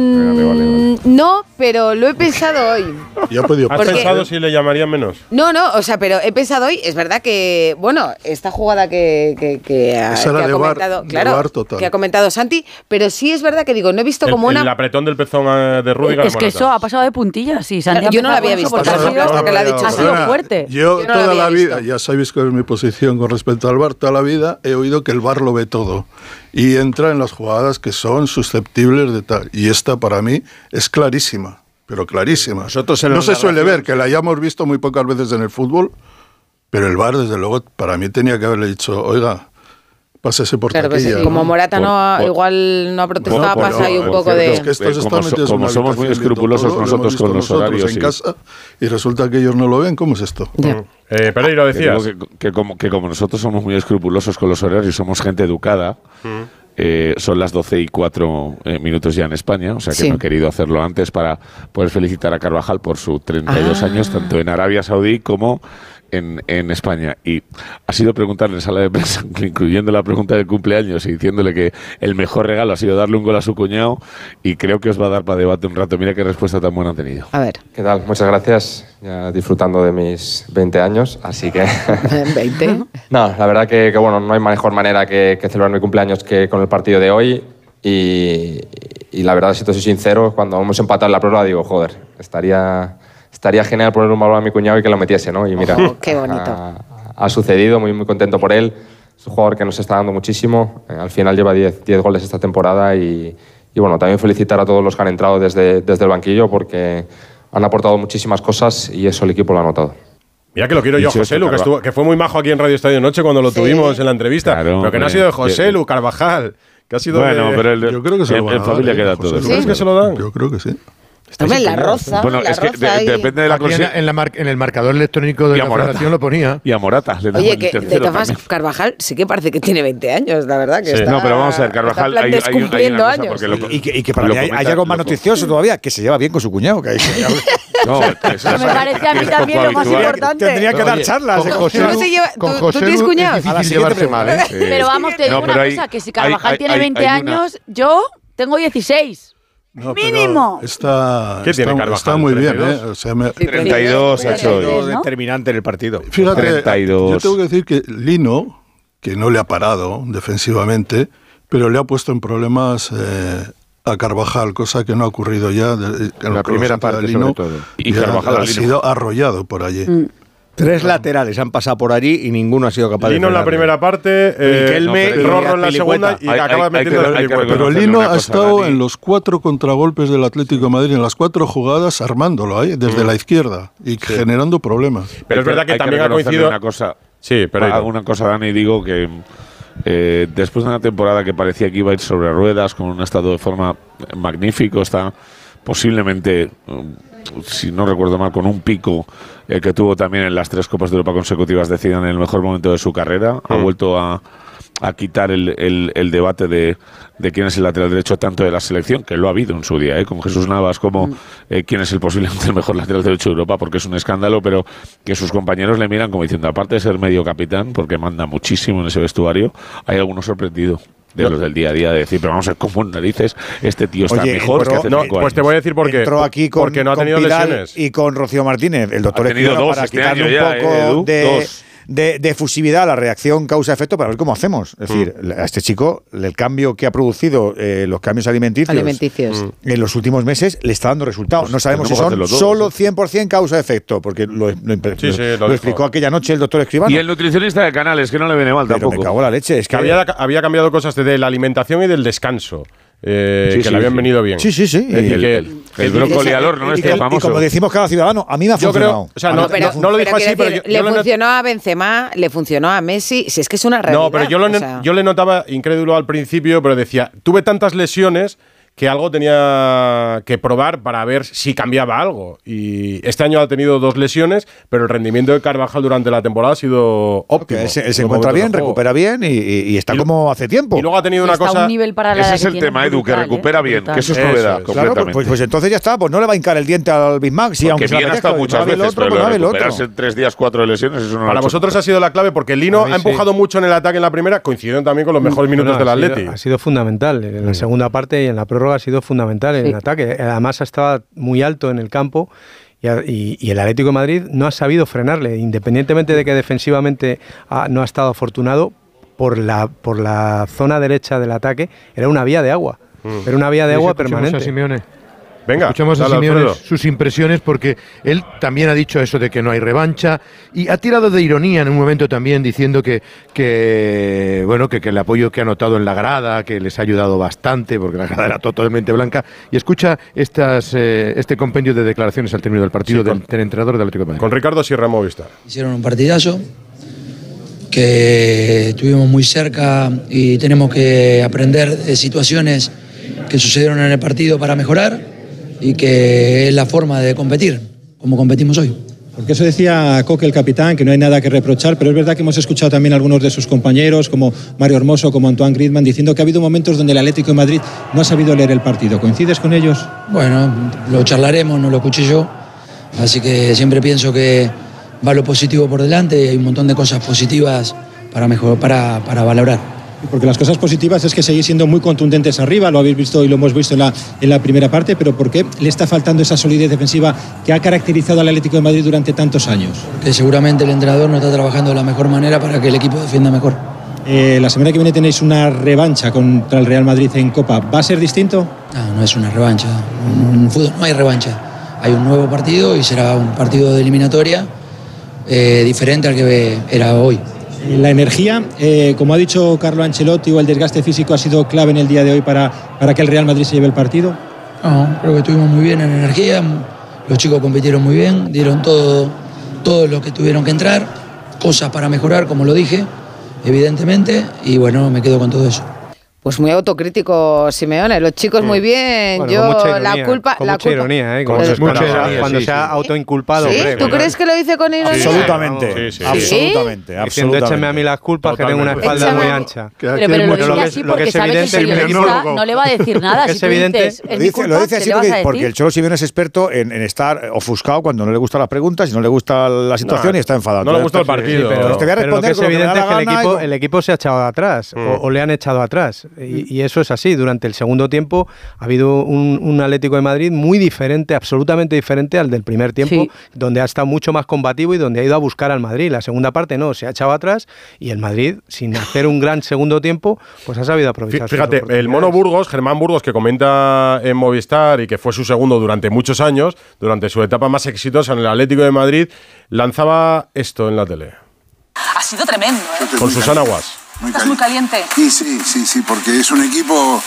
No, pero lo he pensado hoy. ¿Has pensado si le llamarían menos? No, o sea, pero he pensado hoy, es verdad que, bueno, esta jugada que ha comentado, que ha comentado Santi, pero sí es verdad que digo, no he visto como una… El apretón del pezón de Rudiger. Es que eso ha pasado de puntillas, sí. Santi, yo no lo había visto. Ha sido fuerte. Yo toda la vida, ya sabéis que es mi posición con respecto al VAR, toda la vida he oído que el VAR lo ve todo y entra en las jugadas que son susceptibles de tal, y esta para mí es clarísima, pero clarísima. No se suele ver, que la hayamos visto muy pocas veces en el fútbol, pero el VAR desde luego para mí tenía que haberle dicho, oiga, pásese por taquilla. Como Morata igual no ha protestado, pasa ahí un poco de… Es que estos están metidos como somos muy escrupulosos nosotros con los horarios en casa, y resulta que ellos no lo ven, ¿cómo es esto? Pereira, decías que como nosotros somos muy escrupulosos con los horarios y somos gente educada, son las 12:04 ya en España, o sea que no he querido hacerlo antes para poder felicitar a Carvajal por sus 32 años, tanto en Arabia Saudí como en España. Y ha sido preguntarle en sala de prensa, incluyendo la pregunta del cumpleaños y diciéndole que el mejor regalo ha sido darle un gol a su cuñado, y creo que os va a dar para debate un rato. Mira qué respuesta tan buena han tenido. A ver. ¿Qué tal? Muchas gracias. Ya disfrutando de mis 20 años, así que… ¿20? No, la verdad que bueno, no hay mejor manera que celebrar mi cumpleaños que con el partido de hoy, y la verdad, si te soy sincero, cuando hemos empatado en la prórroga digo, joder, estaría genial poner un balón a mi cuñado y que lo metiese, ¿no? Y mira, qué bonito. Ha sucedido, muy contento por él. Es un jugador que nos está dando muchísimo. Al final lleva 10 goles esta temporada, y bueno, también felicitar a todos los que han entrado desde el banquillo, porque han aportado muchísimas cosas y eso el equipo lo ha notado. Mira que lo quiero yo a José Lu, que fue muy majo aquí en Radio Estadio Noche cuando lo tuvimos en la entrevista, pero que no ha sido de José Lu, Carvajal, que ha sido pero yo creo que se lo van a dar, familia queda todo. ¿Tú crees que se lo dan? Yo creo que sí. Hombre, la roza. Bueno, es que depende de la cosa. En el marcador electrónico de la Federación lo ponía. Y a Morata. Oye, que de todas formas, Carvajal sí que parece que tiene 20 años, la verdad. Que está, no, pero vamos a ver, Carvajal hay una cosa, y que para mí hay algo más noticioso todavía, que se lleva bien con su cuñado. Que no, me parece a mí también lo más importante. Tendría que dar charlas. ¿Tú tienes cuñado? Es difícil llevarse mal, ¿eh? Pero vamos, te digo una cosa, que si Carvajal tiene 20 años, yo tengo 16. No, ¡mínimo! Está ¿32? muy bien, ¿eh? O sea, 32 ha hecho hoy. Determinante en el partido. Fíjate, 32. Yo tengo que decir que Lino, que no le ha parado defensivamente, pero le ha puesto en problemas a Carvajal, cosa que no ha ocurrido ya en la primera parte, de Lino, sobre todo. Y Carvajal ha sido arrollado por allí. 3 laterales han pasado por allí y ninguno ha sido capaz Lino de… en la primera parte, Rorro en la segunda, y acaba metiendo el Pero Lino ha estado en los 4 contragolpes del Atlético de Madrid, en las 4 jugadas, armándolo desde la izquierda y generando problemas. Pero es verdad que también ha coincidido… Una cosa, una cosa, Dani, digo que después de una temporada que parecía que iba a ir sobre ruedas, con un estado de forma magnífico, está posiblemente… si no recuerdo mal, con un pico que tuvo también en las 3 Copas de Europa consecutivas, decidido en el mejor momento de su carrera. Ha vuelto a a quitar el debate de quién es el lateral derecho tanto de la selección, que lo ha habido en su día, con Jesús Navas como quién es posiblemente el mejor lateral derecho de Europa, porque es un escándalo, pero que sus compañeros le miran como diciendo, aparte de ser medio capitán, porque manda muchísimo en ese vestuario, hay alguno sorprendido de los del día a día de decir, pero vamos a ver cómo narices este tío está mejor que hace 5 años. Pues te voy a decir por qué. Entró aquí porque no ha tenido lesiones. Y con Rocío Martínez, el doctor Escribano, para quitarle un poco de efusividad a la reacción causa-efecto para ver cómo hacemos. Es decir, a este chico, el cambio que ha producido, los cambios alimenticios en los últimos meses, le está dando resultados. Pues no sabemos si son solo 100% causa-efecto, porque lo explicó aquella noche el doctor Escribano. Y el nutricionista de Canales, que no le viene mal tampoco. Me cago en la leche. Es que había cambiado cosas de la alimentación y del descanso. Que le habían venido bien. Sí. El brócoli al horno, famoso. Y como decimos cada ciudadano, a mí me ha funcionado. No lo dijo así, pero le funcionó a Benzema, le funcionó a Messi. Si es que es una realidad. No, pero yo le notaba incrédulo al principio, pero decía, tuve tantas lesiones que algo tenía que probar para ver si cambiaba algo. Y este año ha tenido 2 lesiones, pero el rendimiento de Carvajal durante la temporada ha sido óptimo. Él se encuentra bien, recupera bien y está como hace tiempo. Y luego ha tenido una cosa... Un nivel para ese es el tema, Edu, que recupera bien, que eso es novedad. Claro, pues entonces ya está, pues no le va a hincar el diente al Big Mac. Sí, aunque bien ha estado muchas veces, pero recuperarse en 3 días 4 de lesiones, eso no. Para vosotros ha sido la clave, porque Lino ha empujado mucho en el ataque en la primera, coincidiendo también con los mejores minutos del Atleti. Ha sido fundamental, en la segunda parte y en la prórroga ha sido fundamental en el ataque. Además estaba muy alto en el campo y el Atlético de Madrid no ha sabido frenarle, independientemente de que defensivamente no ha estado afortunado. Por la zona derecha del ataque era una vía de agua, era una vía de agua permanente. A Simeone. Venga, escuchamos a Simeone sus impresiones, porque él también ha dicho eso de que no hay revancha y ha tirado de ironía en un momento también diciendo que el apoyo que ha notado en la grada, que les ha ayudado bastante, porque la grada era totalmente blanca. Y escucha este compendio de declaraciones al término del partido del entrenador del Atlético de Madrid. Con Ricardo Sierra Movistar. Hicieron un partidazo que estuvimos muy cerca y tenemos que aprender de situaciones que sucedieron en el partido para mejorar, y que es la forma de competir, como competimos hoy. Porque eso decía Coque, el capitán, que no hay nada que reprochar, pero es verdad que hemos escuchado también a algunos de sus compañeros, como Mario Hermoso, como Antoine Griezmann, diciendo que ha habido momentos donde el Atlético de Madrid no ha sabido leer el partido. ¿Coincides con ellos? Bueno, lo charlaremos, no lo escuché yo, así que siempre pienso que va lo positivo por delante y hay un montón de cosas positivas para mejorar, para valorar. Porque las cosas positivas es que seguís siendo muy contundentes arriba, lo habéis visto y lo hemos visto en la primera parte, pero ¿por qué le está faltando esa solidez defensiva que ha caracterizado al Atlético de Madrid durante tantos años? Que seguramente el entrenador no está trabajando de la mejor manera para que el equipo defienda mejor. La semana que viene tenéis una revancha contra el Real Madrid en Copa. ¿Va a ser distinto? No es una revancha. En fútbol no hay revancha. Hay un nuevo partido y será un partido de eliminatoria diferente al que era hoy. La energía, como ha dicho Carlo Ancelotti, o el desgaste físico ha sido clave en el día de hoy para que el Real Madrid se lleve el partido. No, creo que estuvimos muy bien en energía, los chicos compitieron muy bien, dieron todo lo que tuvieron que entrar, cosas para mejorar, como lo dije, evidentemente, y bueno, me quedo con todo eso. Pues muy autocrítico Simeone, los chicos muy bien, bueno, yo ironía, la culpa... Con mucha ironía, cuando se ha autoinculpado. ¿Sí? ¿Tú crees que lo dice con ironía? Absolutamente, absolutamente. Diciendo, échame a mí las culpas, totalmente, que tengo una espalda muy ancha. Pero lo dice así porque sabe que el periodista no le va a decir nada. Es evidente. Lo dice así porque el Cholo Simeone es experto en estar ofuscado cuando no le gustan las preguntas y no le gusta la situación y está enfadado. No le gusta el partido. Pero te voy a responder. Es evidente que el equipo se ha echado atrás o le han echado atrás. Y eso es así. Durante el segundo tiempo ha habido un Atlético de Madrid muy diferente, absolutamente diferente al del primer tiempo, donde ha estado mucho más combativo y donde ha ido a buscar al Madrid. La segunda parte no, se ha echado atrás y el Madrid, sin hacer un gran segundo tiempo, pues ha sabido aprovechar. Fíjate, el Mono Burgos, Germán Burgos, que comenta en Movistar y que fue su segundo durante muchos años, durante su etapa más exitosa en el Atlético de Madrid, lanzaba esto en la tele. Ha sido tremendo, ¿eh? Con Susana Guas. ¿Estás muy caliente? Sí, porque es un equipo,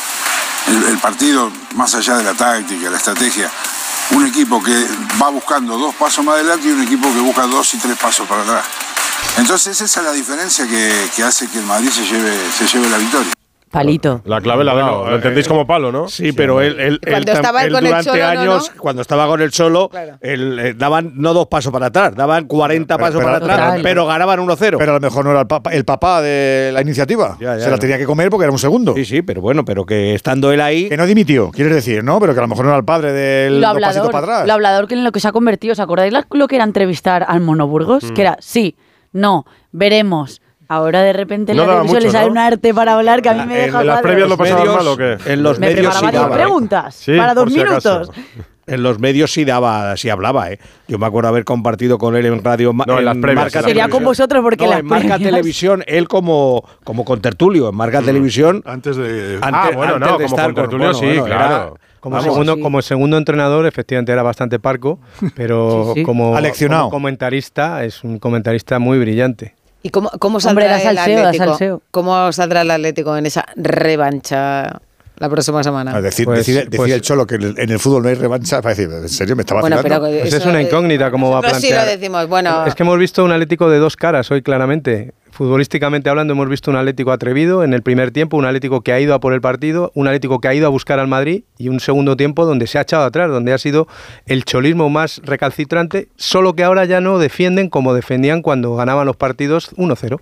el partido, más allá de la táctica, la estrategia, un equipo que va buscando 2 pasos más adelante y un equipo que busca 2 y 3 pasos para atrás. Entonces esa es la diferencia que hace que el Madrid se lleve la victoria. Palito. La clave la ha dado. Lo entendéis como palo, ¿no? Sí, pero él durante años, cuando estaba con el Cholo, daban no 2 pasos para atrás, daban 40 pasos para atrás, pero ganaban 1-0. Pero a lo mejor no era el papá de la iniciativa. Se la tenía que comer porque era un segundo. Sí, pero bueno, pero que estando él ahí... Que no dimitió, quieres decir, ¿no? Pero que a lo mejor no era el padre del dos pasitos para atrás. Lo hablador que en lo que se ha convertido. ¿Os acordáis lo que era entrevistar al Mono Burgos? Que era, sí, no, veremos... Ahora de repente la televisión le sale un arte para hablar que a mí me deja... ¿En las previas lo pasaban mal o qué? En los medios preparaba sí daba, preguntas para 2 minutos. En los medios sí hablaba, ¿eh? Yo me acuerdo haber compartido con él en radio... No, en las previas. Sería con vosotros porque en Marca Televisión, él como contertulio, en Marca Televisión... Antes de... como contertulio sí, claro. Como segundo entrenador, efectivamente era bastante parco, pero como comentarista, es un comentarista muy brillante. ¿Y cómo saldrá el Atlético? ¿Cómo saldrá el Atlético en esa revancha la próxima semana? Decide el Cholo que en el fútbol no hay revancha. Para decir, ¿en serio me está vacilando? Pues es una incógnita cómo va a plantear. Sí lo decimos, bueno. Es que hemos visto un Atlético de 2 caras hoy claramente. Futbolísticamente hablando, hemos visto un Atlético atrevido en el primer tiempo, un Atlético que ha ido a por el partido, un Atlético que ha ido a buscar al Madrid y un segundo tiempo donde se ha echado atrás, donde ha sido el cholismo más recalcitrante, solo que ahora ya no defienden como defendían cuando ganaban los partidos 1-0.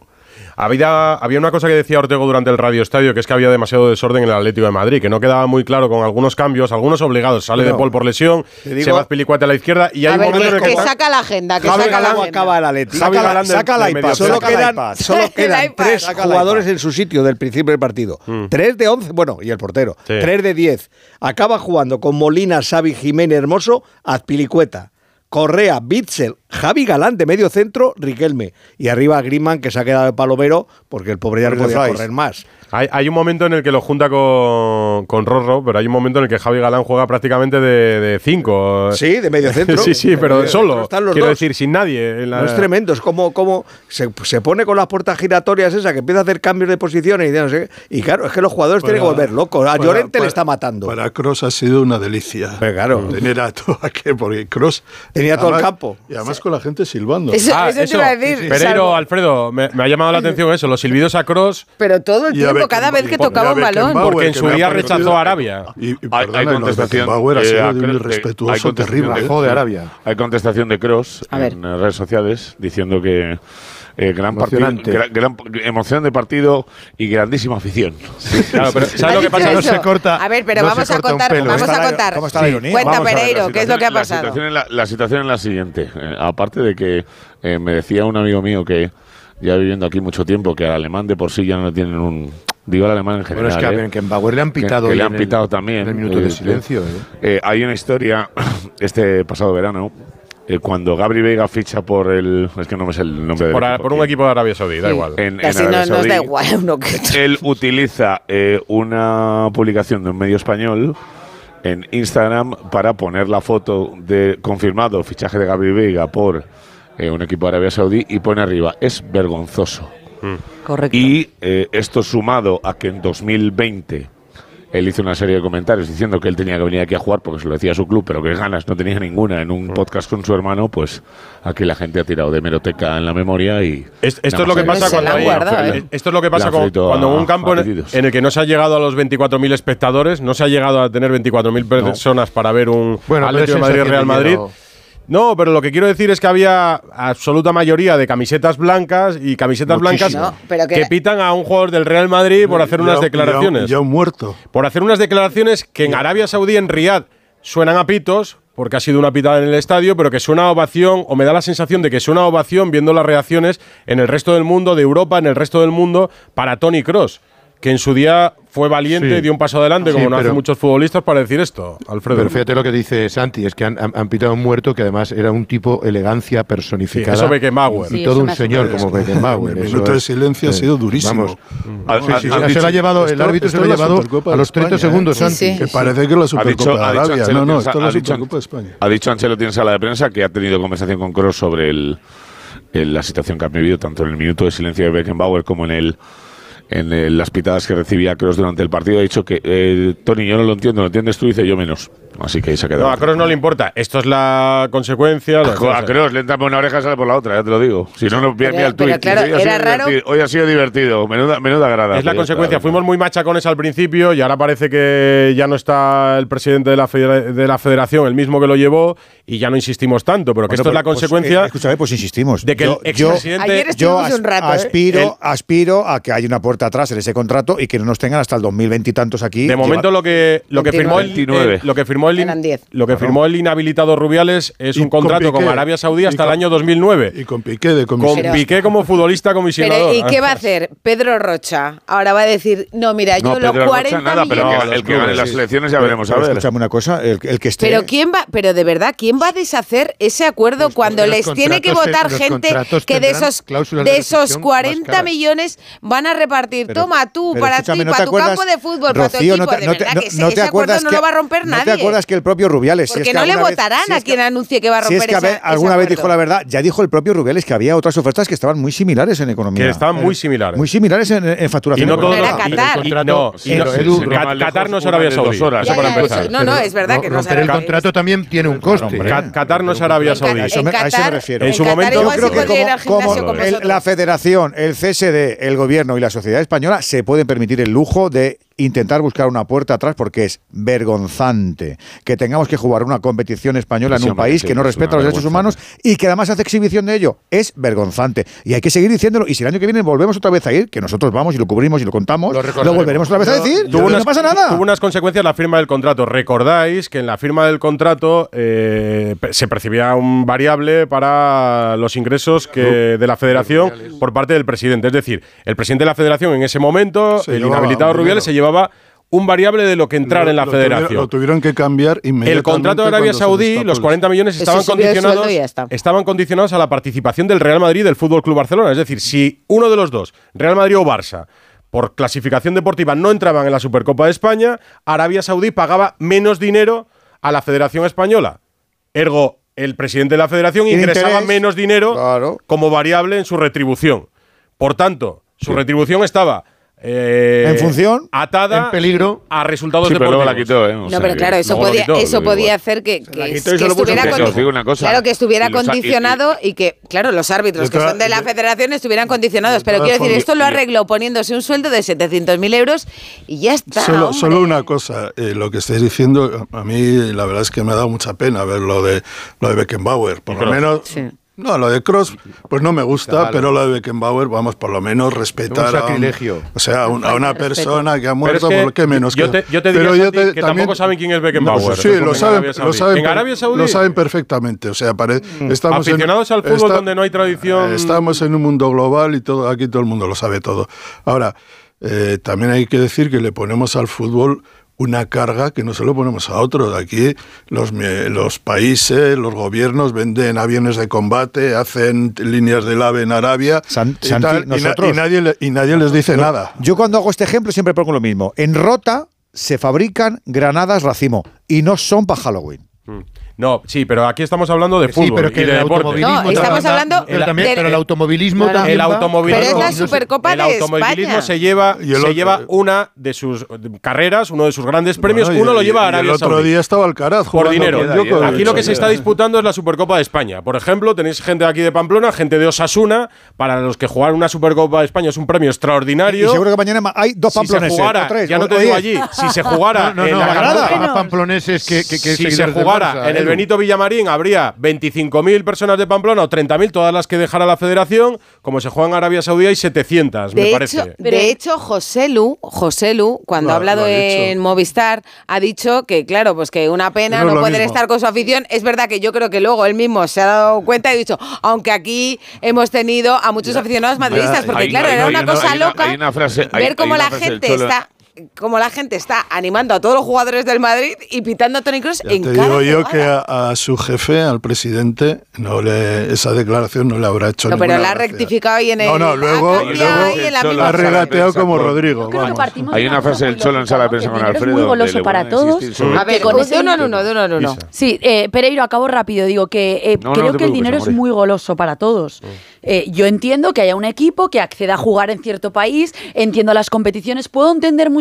Había una cosa que decía Ortego durante el Radio Estadio, que es que había demasiado desorden en el Atlético de Madrid, que no quedaba muy claro con algunos cambios, algunos obligados. Sale De Paul por lesión, se va Azpilicueta a la izquierda y hay un momento en el que saca la agenda, que saca la agenda. Acaba el Atlético. Saca la iPad. Solo quedan 3 jugadores en su sitio del principio del partido. 3 de 11, bueno, y el portero. 3 de 10. Acaba jugando con Molina, Xavi, Jiménez, Hermoso, Azpilicueta, Correa, Bitzel, Javi Galán de medio centro, Riquelme. Y arriba Griezmann, que se ha quedado de palomero porque el pobre ya no podía correr más. Hay un momento en el que lo junta con Rorro, pero hay un momento en el que Javi Galán juega prácticamente de 5. Sí, de medio centro. sí, pero solo. Quiero decir, sin nadie. No es tremendo, es como se pone con las puertas giratorias esa, que empieza a hacer cambios de posiciones y no sé. Y claro, es que los jugadores tienen que volver locos. A Llorente le está matando. Para Kroos ha sido una delicia. Pero claro. Tener a todo aquel, porque Kroos tenía todo el campo. Y además con la gente silbando. Eso te iba a decir. Pereiro, Alfredo, me ha llamado la atención eso, los silbidos a Kroos. Pero todo el tiempo, cada vez que tocaba un balón. Porque en su día rechazó a Arabia. Hay contestación. Ha sido de un irrespetuoso terrible. De Arabia. Hay contestación de Kroos en redes sociales diciendo que gran emoción de partido y grandísima afición. Claro, pero ¿sabes lo que pasa? No se corta. A ver, pero vamos a contar. ¿Cómo está la ironía? Cuenta, Pereiro, ¿qué es lo que ha pasado? La situación es la siguiente. Aparte de que me decía un amigo mío que ya viviendo aquí mucho tiempo, que al alemán de por sí ya no tienen un... Digo al alemán en general. Bueno, es que a Bauer le han pitado. Que le han pitado también. En el minuto de silencio. Hay una historia, este pasado verano, cuando Gabri Veiga ficha por el... Es que no me sé el nombre por un equipo de Arabia Saudí, da igual. Casi no nos da igual uno que otro. Él utiliza una publicación de un medio español en Instagram para poner la foto de confirmado fichaje de Gabri Veiga por un equipo de Arabia Saudí y pone arriba, es vergonzoso. Correcto. Y esto sumado a que en 2020 él hizo una serie de comentarios diciendo que él tenía que venir aquí a jugar porque se lo decía a su club, pero que ganas no tenía ninguna en un podcast con su hermano, pues aquí la gente ha tirado de hemeroteca en la memoria y... Esto es lo que pasa cuando un campo en el que no se ha llegado a los 24.000 espectadores, no se ha llegado a tener 24.000 personas para ver un Atlético de Madrid-Real Madrid. No, pero lo que quiero decir es que había absoluta mayoría de camisetas blancas y camisetas blancas que pitan a un jugador del Real Madrid por hacer unas declaraciones. Ya un muerto. Por hacer unas declaraciones que en Arabia Saudí, en Riyadh, suenan a pitos, porque ha sido una pitada en el estadio, pero que suena a ovación, o me da la sensación de que suena a ovación viendo las reacciones en el resto del mundo, de Europa, en el resto del mundo, para Toni Kroos, que en su día fue valiente, dio un paso adelante, como no hacen muchos futbolistas, para decir esto, Alfredo. Pero fíjate lo que dice Santi, es que han pitado a un muerto que además era un tipo elegancia personificada. Eso Beckenbauer. Y todo un señor como Beckenbauer. El minuto de silencio ha sido durísimo. Se lo ha llevado, el árbitro se lo ha llevado a los 30 segundos, Santi. Que parece que la Supercopa de Arabia. No, esto es la Supercopa de España. Ha dicho Ancelotti en sala de prensa que ha tenido conversación con Kroos sobre la situación que han vivido, tanto en el minuto de silencio de Beckenbauer como en las pitadas que recibía Kroos durante el partido. Ha dicho que Toni, yo no lo entiendo, ¿lo entiendes tú? Dice yo menos. Así que ahí se quedó. No, a Kroos no le importa. Esto es la consecuencia. A Kroos le entra por una oreja y sale por la otra, ya te lo digo. Si no, mira el tuit. Claro, era raro. Hoy ha sido divertido. Menuda grada. Es la consecuencia. Fuimos muy machacones al principio y ahora parece que ya no está el presidente de la federación, el mismo que lo llevó, y ya no insistimos tanto. Pero que esto es la consecuencia. Escúchame, pues insistimos. De que el expresidente. Yo aspiro a que haya una puerta atrás en ese contrato y que no nos tengan hasta el 2020 y tantos aquí. De momento lo que firmó el inhabilitado Rubiales es un contrato con Arabia Saudí hasta el año 2009. Y con Piqué de comisionado. Con Piqué como futbolista comisionador. ¿Y qué va a hacer Pedro No, ahora va a decir, no, mira, yo los 40 nada, pero el que gane las elecciones ya veremos, a ver. Escúchame una cosa, el que esté… Pero de verdad, ¿quién va a deshacer ese acuerdo cuando les tiene que votar gente que de esos 40 millones van a repartir? Toma tú, para ti, para tu campo de fútbol, para tu equipo, de verdad que ese acuerdo no lo va a romper nadie. ¿No te acuerdas que el propio Rubiales… Porque no le votarán a quien anuncie que va a romper ese acuerdo. Alguna vez dijo la verdad, ya dijo el propio Rubiales que había otras ofertas que estaban muy similares en economía. Que estaban muy similares. Muy similares en facturación. Y no todo era Qatar. Qatar no es Arabia Saudí. Eso para empezar. No, es verdad que no es Arabia Saudí. El contrato también tiene un coste. Qatar no es Arabia Saudí. A eso me refiero. En su momento, yo creo que como la Federación, el CSD, el Gobierno y la sociedad española se pueden permitir el lujo de intentar buscar una puerta atrás, porque es vergonzante que tengamos que jugar una competición española en un país que no respeta los derechos humanos y que además hace exhibición de ello. Es vergonzante. Y hay que seguir diciéndolo. Y si el año que viene volvemos otra vez a ir, que nosotros vamos y lo cubrimos y lo contamos, lo volveremos otra vez a decir. No pasa nada. Tuvo unas consecuencias la firma del contrato. Recordáis que en la firma del contrato se percibía un variable para los ingresos de la federación por parte del presidente. Es decir, el presidente de la federación en ese momento, el inhabilitado Rubiales, se llevaba un variable de lo que entrara en la federación. Lo tuvieron que cambiar inmediatamente. El contrato de Arabia Saudí, los 40 millones estaban condicionados a la participación del Real Madrid y del Fútbol Club Barcelona. Es decir, si uno de los dos, Real Madrid o Barça, por clasificación deportiva no entraban en la Supercopa de España, Arabia Saudí pagaba menos dinero a la Federación Española. Ergo, el presidente de la Federación ingresaba menos dinero como variable en su retribución. Por tanto, su retribución estaba en función, atada, en peligro, a resultados deportivos. Pero la quitó, no, pero claro, eso podía hacer que estuviera condicionado y que, claro, los árbitros que son de la federación estuvieran condicionados. Pero quiero decir, esto lo arregló poniéndose un sueldo de 700.000 euros y ya está. Solo una cosa, lo que estáis diciendo, a mí la verdad es que me ha dado mucha pena ver lo de Beckenbauer. Por lo menos… Sí. No, lo de Kroos, pues no me gusta, pero lo de Beckenbauer, vamos, por lo menos respetar a una persona que ha muerto, por lo que menos. Yo te diría que tampoco saben quién es Beckenbauer. No, sí, lo saben. En Arabia Saudí lo saben perfectamente. O sea, estamos aficionados al fútbol donde no hay tradición. Estamos en un mundo global y aquí todo el mundo lo sabe todo. Ahora, también hay que decir que le ponemos al fútbol una carga que no se lo ponemos a otros. Aquí los países, los gobiernos venden aviones de combate, hacen líneas del AVE en Arabia y nadie les dice nada. Yo cuando hago este ejemplo siempre pongo lo mismo. En Rota se fabrican granadas racimo y no son para Halloween. No, sí, pero aquí estamos hablando de fútbol y de deporte. No, estamos hablando pero el automovilismo también. Pero es la Supercopa de España. El automovilismo se lleva una de sus carreras, uno de sus grandes premios, uno lo lleva a Arabia Saudí. El otro día estaba Alcaraz por dinero. Aquí lo que se está disputando es la Supercopa de España. Por ejemplo, tenéis gente aquí de Pamplona, gente de Osasuna, para los que jugar una Supercopa de España es un premio extraordinario. Y seguro que mañana hay dos pamploneses. Si se jugara, ya no te digo allí, si se jugara en la grada, pamploneses que si se jugara en el Benito Villamarín habría 25.000 personas de Pamplona o 30.000, todas las que dejara la federación. Como se juega en Arabia Saudí hay 700, me parece. De hecho, José Lu, cuando ha hablado en Movistar, ha dicho que, claro, pues que una pena no poder estar con su afición. Es verdad que yo creo que luego él mismo se ha dado cuenta y ha dicho, aunque aquí hemos tenido a muchos aficionados madridistas, porque claro, era una cosa loca ver cómo la gente está… Como la gente está animando a todos los jugadores del Madrid y pitando a Toni Kroos en cada jugada. Te digo yo que a su jefe, al presidente, esa declaración no le habrá hecho ninguna pero la ha rectificado y en el… luego ha regateado como Rodrigo. Hay una frase del Cholo en sala de prensa con Alfredo. Es muy goloso para todos. A ver, de uno en uno. Sí, Pereiro, acabo rápido. Digo que creo que el dinero es muy goloso para todos. Yo entiendo que haya un equipo que acceda a jugar en cierto país, entiendo las competiciones, puedo entender muchas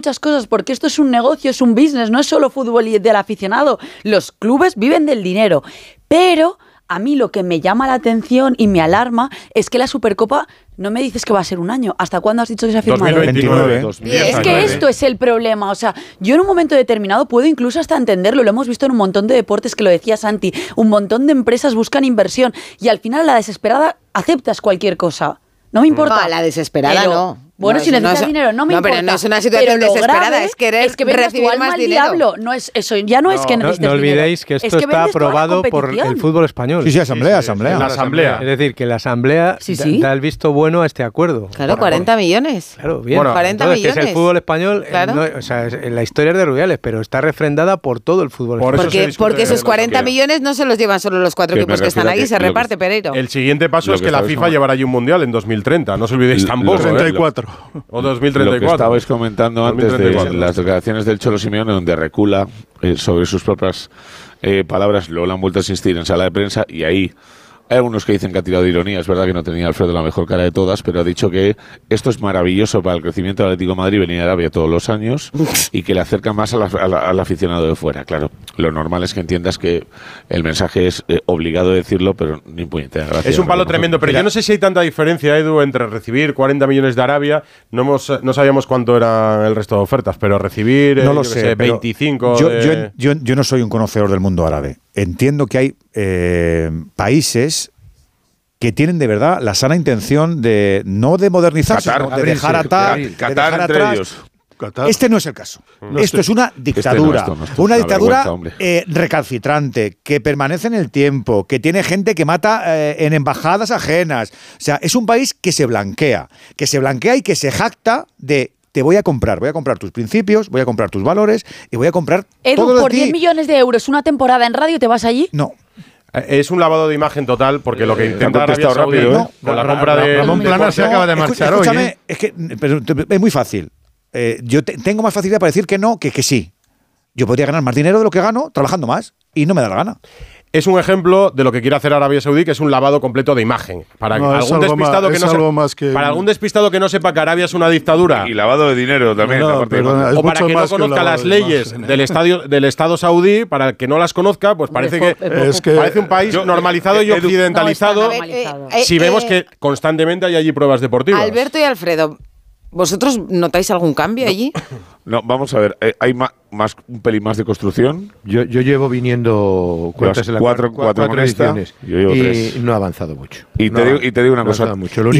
muchas cosas, porque esto es un negocio, es un business, no es solo fútbol y del aficionado. Los clubes viven del dinero. Pero a mí lo que me llama la atención y me alarma es que la Supercopa no me dices que va a ser un año. ¿Hasta cuándo has dicho que se ha firmado? 2029. Es que esto es el problema. O sea, yo en un momento determinado puedo incluso hasta entenderlo. Lo hemos visto en un montón de deportes, que lo decía Santi. Un montón de empresas buscan inversión y al final a la desesperada aceptas cualquier cosa. No me importa. No, la desesperada pero, no. Bueno, si necesitas dinero, no me importa. Pero no es una situación desesperada, es querer recibir más dinero. Diablo. No es eso, ya no es que necesites dinero. No olvidéis que esto está aprobado por el fútbol español. Sí, asamblea. La asamblea. Es decir, que la asamblea da el visto bueno a este acuerdo. Claro, 40 millones. Claro, bien. Bueno, 40 entonces, millones. Que es el fútbol español, claro. O sea, la historia es de Rubiales, pero está refrendada por todo el fútbol español. Porque esos 40 millones no se los llevan solo los 4 equipos que están ahí, se reparte Pereiro. El siguiente paso es que la FIFA llevará allí un mundial en 2030, no os olvidéis tampoco. 34. O 2034. Lo que estabais comentando antes de las declaraciones del Cholo Simeone, donde recula sobre sus propias palabras, luego le han vuelto a insistir en sala de prensa y ahí hay algunos que dicen que ha tirado de ironía. Es verdad que no tenía Alfredo la mejor cara de todas, pero ha dicho que esto es maravilloso para el crecimiento del Atlético de Madrid, venir a Arabia todos los años y que le acerca más al aficionado de fuera. Claro, lo normal es que entiendas que el mensaje es obligado a decirlo, pero ni puñetera gracia. Es un palo tremendo, pero yo no sé si hay tanta diferencia, Edu, entre recibir 40 millones de Arabia, no sabíamos cuánto era el resto de ofertas, pero recibir no lo sé, 25... Yo no soy un conocedor del mundo árabe. Entiendo que hay países que tienen de verdad la sana intención de no de modernizarse, sino de dejar atrás. Este no es el caso. Esto es una dictadura. Una dictadura recalcitrante, que permanece en el tiempo, que tiene gente que mata en embajadas ajenas. O sea, es un país que se blanquea y que se jacta de: te voy a comprar tus principios, voy a comprar tus valores y voy a comprar todo de por ti. 10 millones de euros una temporada en radio, ¿te vas allí? No. Es un lavado de imagen total, porque lo que intenta Arabia Saudí con la compra de Ramón Plana se acaba de marchar hoy. Escúchame, es que es muy fácil. Yo tengo más facilidad para decir que no que sí. Yo podría ganar más dinero de lo que gano trabajando más y no me da la gana. Es un ejemplo de lo que quiere hacer Arabia Saudí, que es un lavado completo de imagen. Para algún despistado que no sepa que Arabia es una dictadura. Y lavado de dinero también. O para que no conozca las leyes del Estado saudí, para el que no las conozca, pues parece parece un país normalizado y occidentalizado. Si vemos que constantemente hay allí pruebas deportivas. Alberto y Alfredo, ¿vosotros notáis algún cambio allí? No, vamos a ver, hay un pelín más de construcción. Yo llevo viniendo cuatro ediciones y no ha avanzado mucho. Y te digo una cosa. Y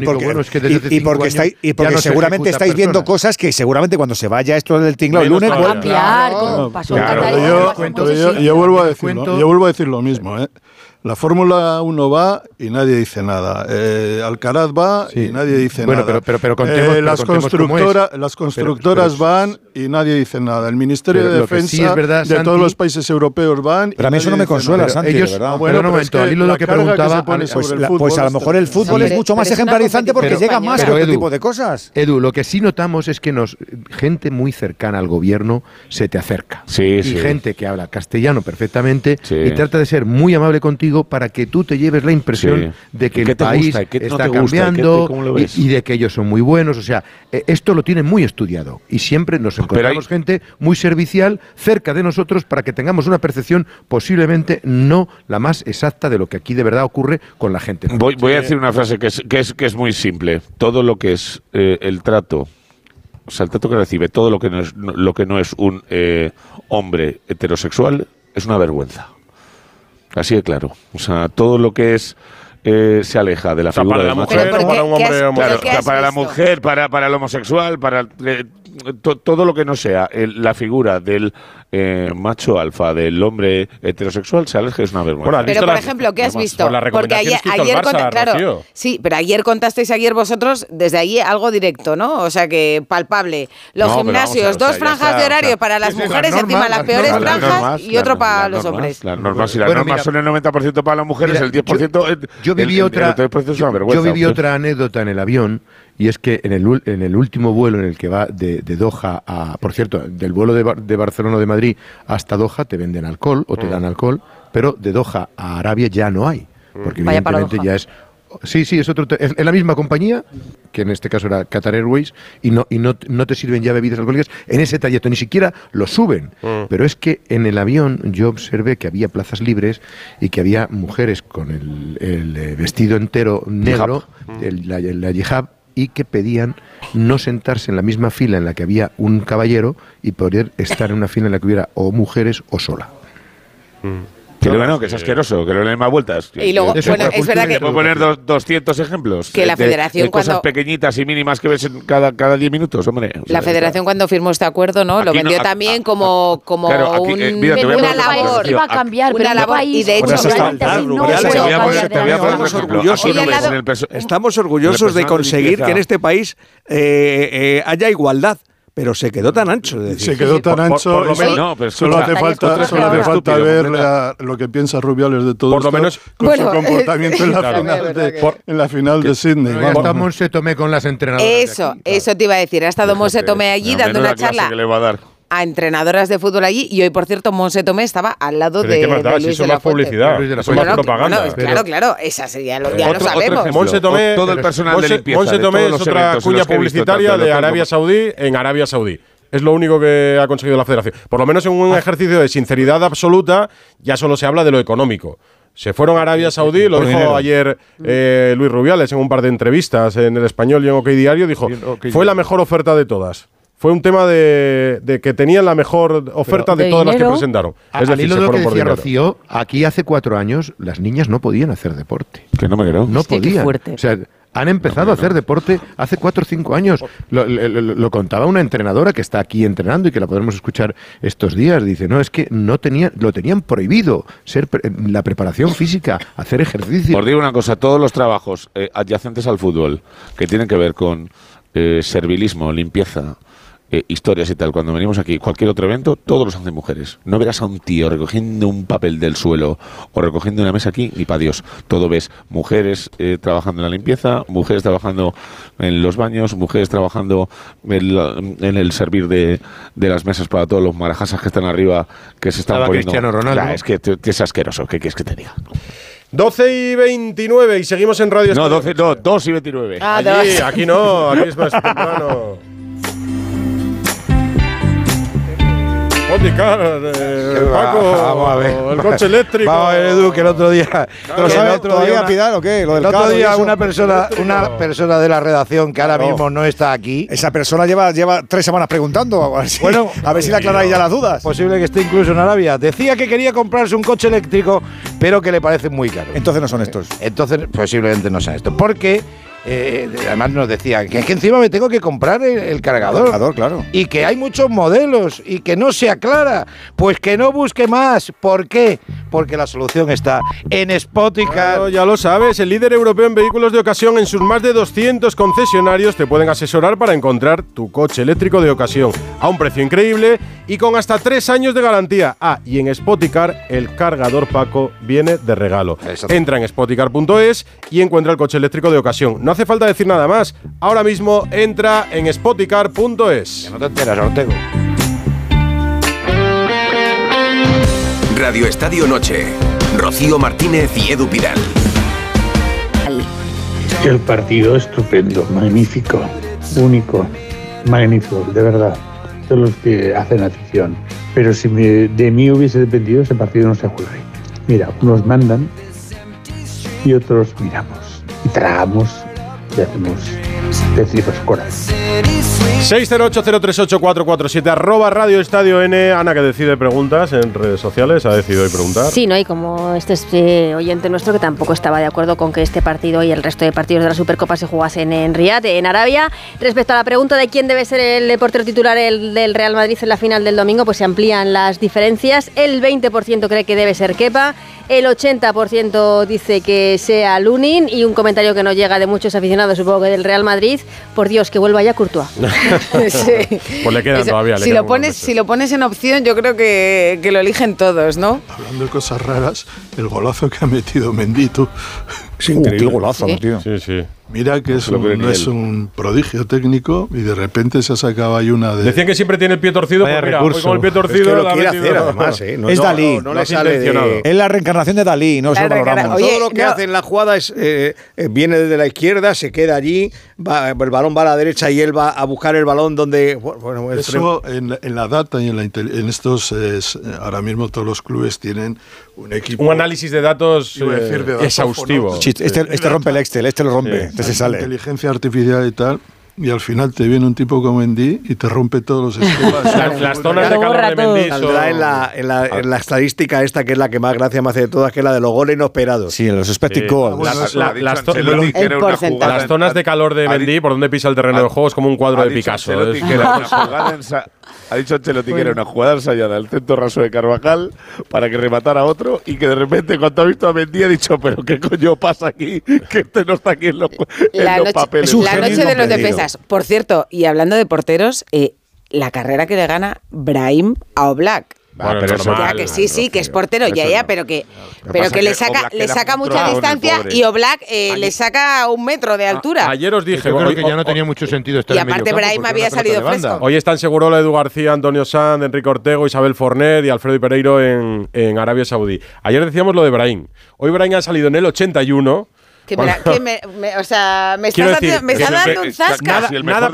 porque seguramente estáis viendo cosas que seguramente cuando se vaya esto del tinglado el lunes va a cambiar, como pasó en Cataluña. Yo vuelvo a decir lo mismo, La Fórmula 1 va y nadie dice nada. Alcaraz va y nadie dice nada. Pero contemos, las constructoras van y nadie dice nada. El Ministerio de Defensa de todos los países europeos van. Pero a mí eso no me consuela, Santi, de verdad. Bueno, un momento, al hilo de lo que preguntaba, pues a lo mejor el fútbol es mucho más ejemplarizante porque llega más a este tipo de cosas. Edu, lo que sí notamos es que gente muy cercana al gobierno se te acerca. Y gente que habla castellano perfectamente y trata de ser muy amable contigo para que tú te lleves la impresión de que el país está cambiando y de que ellos son muy buenos. O sea, esto lo tienen muy estudiado y siempre nos encontramos gente muy servicial cerca de nosotros para que tengamos una percepción posiblemente no la más exacta de lo que aquí de verdad ocurre con la gente. Voy a decir una frase que es muy simple. Todo lo que es el trato, o sea, el trato que recibe, todo lo que no es un hombre heterosexual es una vergüenza. Así de claro. O sea, todo lo que es se aleja de la figura de la mujer, para un hombre homosexual. Para la mujer, para el homosexual, para todo lo que no sea la figura del macho alfa, del hombre heterosexual, se aleja, es una vergüenza. Pero, por ejemplo, ¿qué has visto? Porque ayer claro, sí, pero ayer contasteis vosotros desde allí algo directo, ¿no? O sea, que palpable. Los gimnasios, dos franjas de horario para las mujeres, encima las peores franjas y otro para los hombres. Las normas son el 90% para las mujeres, el 10%... Yo viví otra anécdota en el avión, y es que en el último vuelo en el que va de Doha a... Por cierto, del vuelo de Barcelona o de Madrid hasta Doha te venden alcohol o te dan alcohol, pero de Doha a Arabia ya no hay, porque evidentemente ya es Sí, es otro. Es la misma compañía, que en este caso era Qatar Airways, y no te sirven ya bebidas alcohólicas en ese trayecto, ni siquiera lo suben. Pero es que en el avión yo observé que había plazas libres y que había mujeres con el vestido entero negro, la hijab, y que pedían no sentarse en la misma fila en la que había un caballero y poder estar en una fila en la que hubiera o mujeres o sola. Que bueno, que es asqueroso, que no le den más vueltas. Y luego, bueno, es verdad que... ¿Puedo poner 200 ejemplos? Que la Federación de cosas pequeñitas y mínimas que ves cada 10 minutos, hombre. La Federación cuando firmó este acuerdo, ¿no? Lo vendió también como una labor. Iba a cambiar, una labor. Y de hecho... Estamos orgullosos de conseguir que en este país haya igualdad. Pero se quedó tan ancho. Se quedó tan ancho. Por lo menos, solo hace falta ver lo que piensa Rubiales de todo por esto, lo menos, con su comportamiento en la final de Sydney. Ya está Monse Tomé con las entrenadoras. Eso te iba a decir. Ha estado Monse Tomé allí dando una charla a entrenadoras de fútbol allí, y hoy, por cierto, Monse Tomé estaba al lado de Luis de la Fuente. Eso es más propaganda. Claro, esa sería ya lo sabemos. Monse Tomé, todo el personal de limpieza. Monse Tomé es otra cuña publicitaria de Arabia Saudí en Arabia Saudí. Es lo único que ha conseguido la Federación. Por lo menos en un ejercicio de sinceridad absoluta, ya solo se habla de lo económico. Se fueron a Arabia Saudí, lo dijo ayer Luis Rubiales en un par de entrevistas en El Español y en OK Diario, dijo, fue la mejor oferta de todas. Fue un tema de que tenían la mejor oferta de todas las que presentaron. Es decir, lo que decía Rocío, aquí hace 4 años las niñas no podían hacer deporte. Que no me creo. No podían. O sea, han empezado a hacer deporte hace 4 o 5 años. Lo contaba una entrenadora que está aquí entrenando y que la podremos escuchar estos días. Dice, no, es que lo tenían prohibido, la preparación física, hacer ejercicio. Os digo una cosa, todos los trabajos adyacentes al fútbol que tienen que ver con servilismo, limpieza, historias y tal, cuando venimos aquí, cualquier otro evento, todos los hacen mujeres. No verás a un tío recogiendo un papel del suelo o recogiendo una mesa aquí, ni para Dios. Todo ves mujeres trabajando en la limpieza, mujeres trabajando en los baños, mujeres trabajando en el servir de las mesas para todos los marajasas que están arriba, que se están poniendo. Cristiano Ronaldo. Claro, es que es asqueroso, ¿qué quieres que te diga? 12:29 y seguimos en Radio No, 2:29. Aquí no, aquí es más temprano. Paco, vamos a ver. El coche eléctrico. Vamos a ver, Edu, que el otro día. Pilar, ¿o qué? Lo del otro día una persona de la redacción que ahora mismo no está aquí. Esa persona lleva 3 semanas preguntando. Bueno, a ver si le aclaráis ya las dudas. Posible que esté incluso en Arabia. Decía que quería comprarse un coche eléctrico, pero que le parece muy caro. Entonces no son estos. Entonces, posiblemente no sean estos. Porque además nos decía que es que encima me tengo que comprar el cargador. El cargador, claro. Y que hay muchos modelos y que no se aclara. Pues que no busque más. ¿Por qué? Porque la solución está en Spoticar. Claro, ya lo sabes, el líder europeo en vehículos de ocasión. En sus más de 200 concesionarios te pueden asesorar para encontrar tu coche eléctrico de ocasión a un precio increíble y con hasta 3 años de garantía. Y en Spoticar el cargador Paco viene de regalo. Entra en spoticar.es y encuentra el coche eléctrico de ocasión. No hace falta decir nada más. Ahora mismo entra en spoticar.es. Que no te enteras, Ortego. Radio Estadio Noche. Rocío Martínez y Edu Pidal. El partido estupendo, magnífico, único, magnífico, de verdad. Todos los que hacen afición. Pero si de mí hubiese dependido, ese partido no se jugaría. Mira, unos mandan y otros miramos y tragamos y hacemos decimos corazón. 608-038-447 @Radio Estadio N. Ana, que decide preguntas en redes sociales, ha decidido hoy preguntar. Sí, ¿no? Y como este oyente nuestro que tampoco estaba de acuerdo con que este partido y el resto de partidos de la Supercopa se jugasen en Riad, en Arabia. Respecto a la pregunta de quién debe ser el portero titular del Real Madrid en la final del domingo, pues se amplían las diferencias. El 20% cree que debe ser Kepa, el 80% dice que sea Lunin, y un comentario que nos llega de muchos aficionados, supongo que del Real Madrid: por Dios, que vuelva ya Courtois. Sí. Pues le quedan todavía. Si lo pones en opción, yo creo que lo eligen todos, ¿no? Hablando de cosas raras, el golazo que ha metido Mendito Es increíble. Qué golazo, tío. Sí. Mira que no es un prodigio técnico y de repente se ha sacado ahí una de... Decían que siempre tiene el pie torcido, pues mira, hoy con el pie torcido... Es que lo quiere hacer, además, ¿eh? Es Dalí. No le sale es la reencarnación de Dalí, no se lo valoramos. Todo lo que hace en la jugada viene desde la izquierda, se queda allí, el balón va a la derecha y él va a buscar el balón donde... Bueno, eso en la data y en estos... ahora mismo todos los clubes tienen un equipo... Un análisis de datos exhaustivo. Este rompe el Excel, este lo rompe. Se sale. Inteligencia artificial y tal, y al final te viene un tipo como Mendy y te rompe todos los esquemas. Las zonas de calor de Mendy saldrá en la estadística esta, que es la que más gracia me hace de todas, que es la de los goles inesperados. Sí, en los expected goals. Las zonas de calor de Mendy, por donde pisa el terreno del juego, es como un cuadro de Picasso. Ha dicho Ancelotti que era una jugada ensayada al centro raso de Carvajal para que rematara a otro, y que de repente, cuando ha visto a Mendy, ha dicho, pero ¿qué coño pasa aquí? Que este no está aquí en los papeles. La noche de los defensas. Por cierto, y hablando de porteros, la carrera que le gana Brahim a Oblak. Bueno, pero ya que sí, que es portero, pero que le saca mucha distancia y Oblak le saca 1 metro de altura. Ayer os dije, yo creo que ya no tenía mucho sentido estar en medio campo. Y aparte Brahim había salido fresco. Hoy están Segurola, Edu García, Antonio Sanz, Enrique Ortego, Isabel Fornet y Alfredo Pereiro en Arabia Saudí. Ayer decíamos lo de Brahim. Hoy Brahim ha salido en el 81. Me está dando un zasca.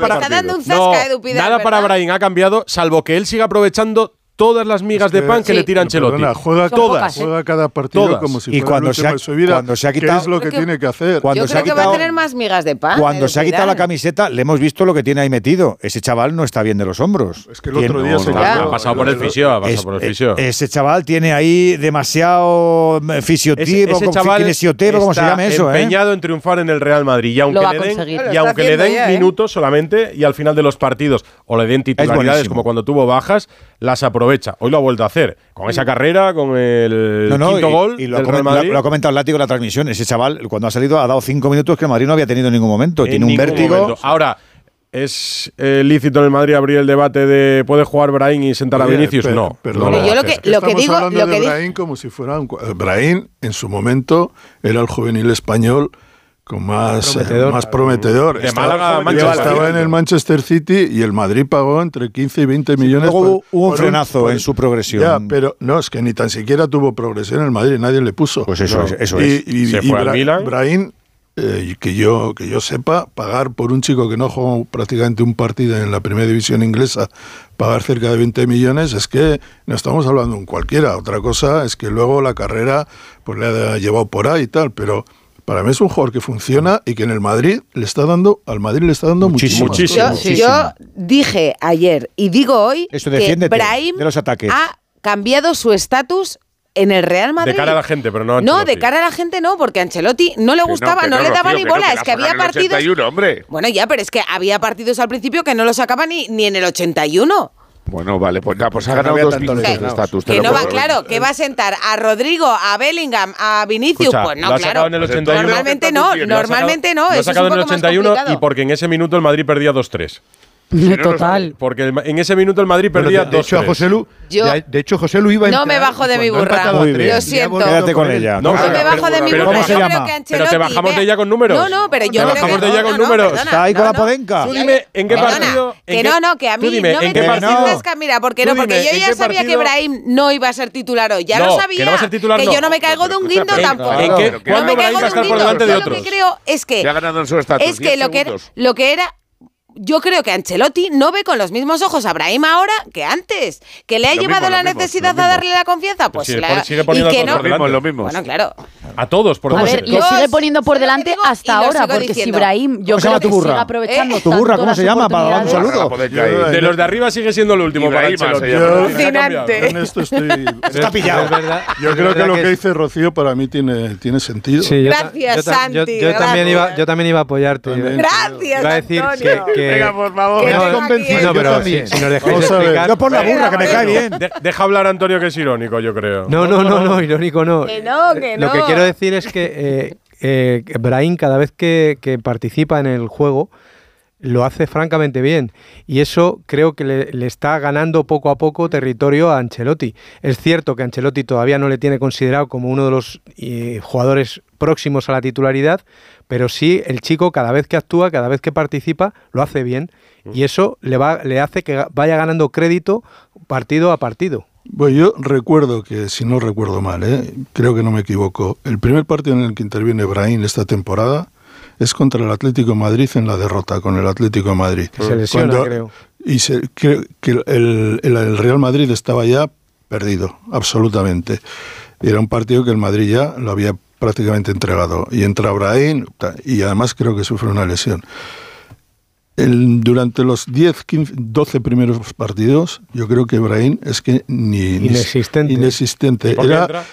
Nada para Brahim ha cambiado, salvo que él siga aprovechando todas las migas de pan que le tira Ancelotti. Juega cada partido como si fuera el último de su vida. ¿Qué es lo que tiene que hacer? Yo creo que va a tener más migas de pan. Cuando se ha quitado la camiseta, le hemos visto lo que tiene ahí metido. Ese chaval no está bien de los hombros. Es que el otro día ha pasado por el fisio. Ese chaval tiene ahí demasiado fisiotipo, como se llame eso. Empeñado en triunfar en el Real Madrid. Y aunque le den minutos solamente, y al final de los partidos, o le den titularidades como cuando tuvo bajas, las aprovecha. Hoy lo ha vuelto a hacer, con esa carrera, con el quinto gol. Y lo ha comentado el Látigo en la transmisión. Ese chaval, cuando ha salido, ha dado 5 minutos que el Madrid no había tenido en ningún momento. Tiene un vértigo. Ahora, ¿es lícito en el Madrid abrir el debate de ¿puede jugar Brahim y sentar a Vinicius? No. Yo lo que digo, hablando de Brahim como si fuera Brahim, en su momento, era el juvenil español más prometedor. De Málaga a Manchester. Estaba en el Manchester City y el Madrid pagó entre 15 y 20 millones. Luego hubo un frenazo en su progresión. Ya, pero no, es que ni tan siquiera tuvo progresión en el Madrid, nadie le puso. Pues eso es. Y se fue al Milan. Brahim, que yo sepa, pagar por un chico que no jugó prácticamente un partido en la primera división inglesa, pagar cerca de 20 millones, es que no estamos hablando de un cualquiera. Otra cosa es que luego la carrera pues le ha llevado por ahí y tal, pero para mí es un jugador que funciona y que en el Madrid le está dando muchísimo. Yo dije ayer y digo hoy que Brahim de los ataques. Ha cambiado su estatus en el Real Madrid. De cara a la gente, pero no a Ancelotti. No, de cara a la gente no, porque a Ancelotti no le gustaba, no le daba ni bola. Es que había partidos... 81, hombre. Bueno, ya, pero es que había partidos al principio que no lo sacaba ni en el 81. Bueno, vale, pues ha ganado 2 minutos de estatus. Que no va, claro, que va a sentar a Rodrigo, a Bellingham, a Vinicius. Pues no, claro. En el 81, normalmente no. Lo ha sacado en el 81 y porque en ese minuto el Madrid perdía 2-3. Total. Porque en ese minuto el Madrid perdía 2-3. De hecho, José Lu iba no me bajo de mi burra. Lo siento. Quédate con ella. No me bajo de mi burra. ¿Cómo se llama? Pero te bajamos de ella con números. No, pero yo te bajamos de ella con números. Está ahí con la podenca. Tú dime en qué partido. Que a mí no me presentas mira, porque yo ya sabía que Brahim no iba a ser titular hoy. Ya lo sabía. Que yo no me caigo de un guindo tampoco. ¿Cuándo Brahim va a estar por delante de otros? Yo lo que creo es que lo que era... Yo creo que Ancelotti no ve con los mismos ojos a Brahim ahora que antes. ¿Que le ha llevado la necesidad a darle la confianza? Pues sigue poniendo y que no. Lo mismo. Bueno, claro. A todos, por A ver, lo sigue poniendo por delante hasta ahora, porque si Brahim, yo creo que sigue aprovechando ¿Tu burra cómo se llama? Para dar un saludo. De los de arriba sigue siendo el último para Ancelotti. Alucinante. En esto estoy... Está pillado. Yo creo que lo que dice Rocío para mí tiene sentido. Gracias, Santi. Yo también iba a apoyarte. Gracias, iba a decir que venga, por favor. No, pero si nos dejáis explicar... Yo por la burra, que me cae bien. Deja hablar a Antonio, que es irónico, yo creo. No, irónico no. Que no. Lo que quiero decir es que Brahim, cada vez que participa en el juego, lo hace francamente bien. Y eso creo que le está ganando poco a poco territorio a Ancelotti. Es cierto que Ancelotti todavía no le tiene considerado como uno de los jugadores próximos a la titularidad, pero sí el chico cada vez que actúa, cada vez que participa, lo hace bien y eso le hace que vaya ganando crédito partido a partido. Bueno, yo recuerdo que, si no recuerdo mal, creo que no me equivoco, el primer partido en el que interviene Brahim esta temporada es contra el Atlético de Madrid en la derrota con el Atlético de Madrid. Se lesiona, creo. Y creo que el Real Madrid estaba ya perdido, absolutamente. Era un partido que el Madrid ya lo había prácticamente entregado. Y entra Brahim y además creo que sufre una lesión. Durante los 10, 15, 12 primeros partidos, yo creo que Brahim es que inexistente.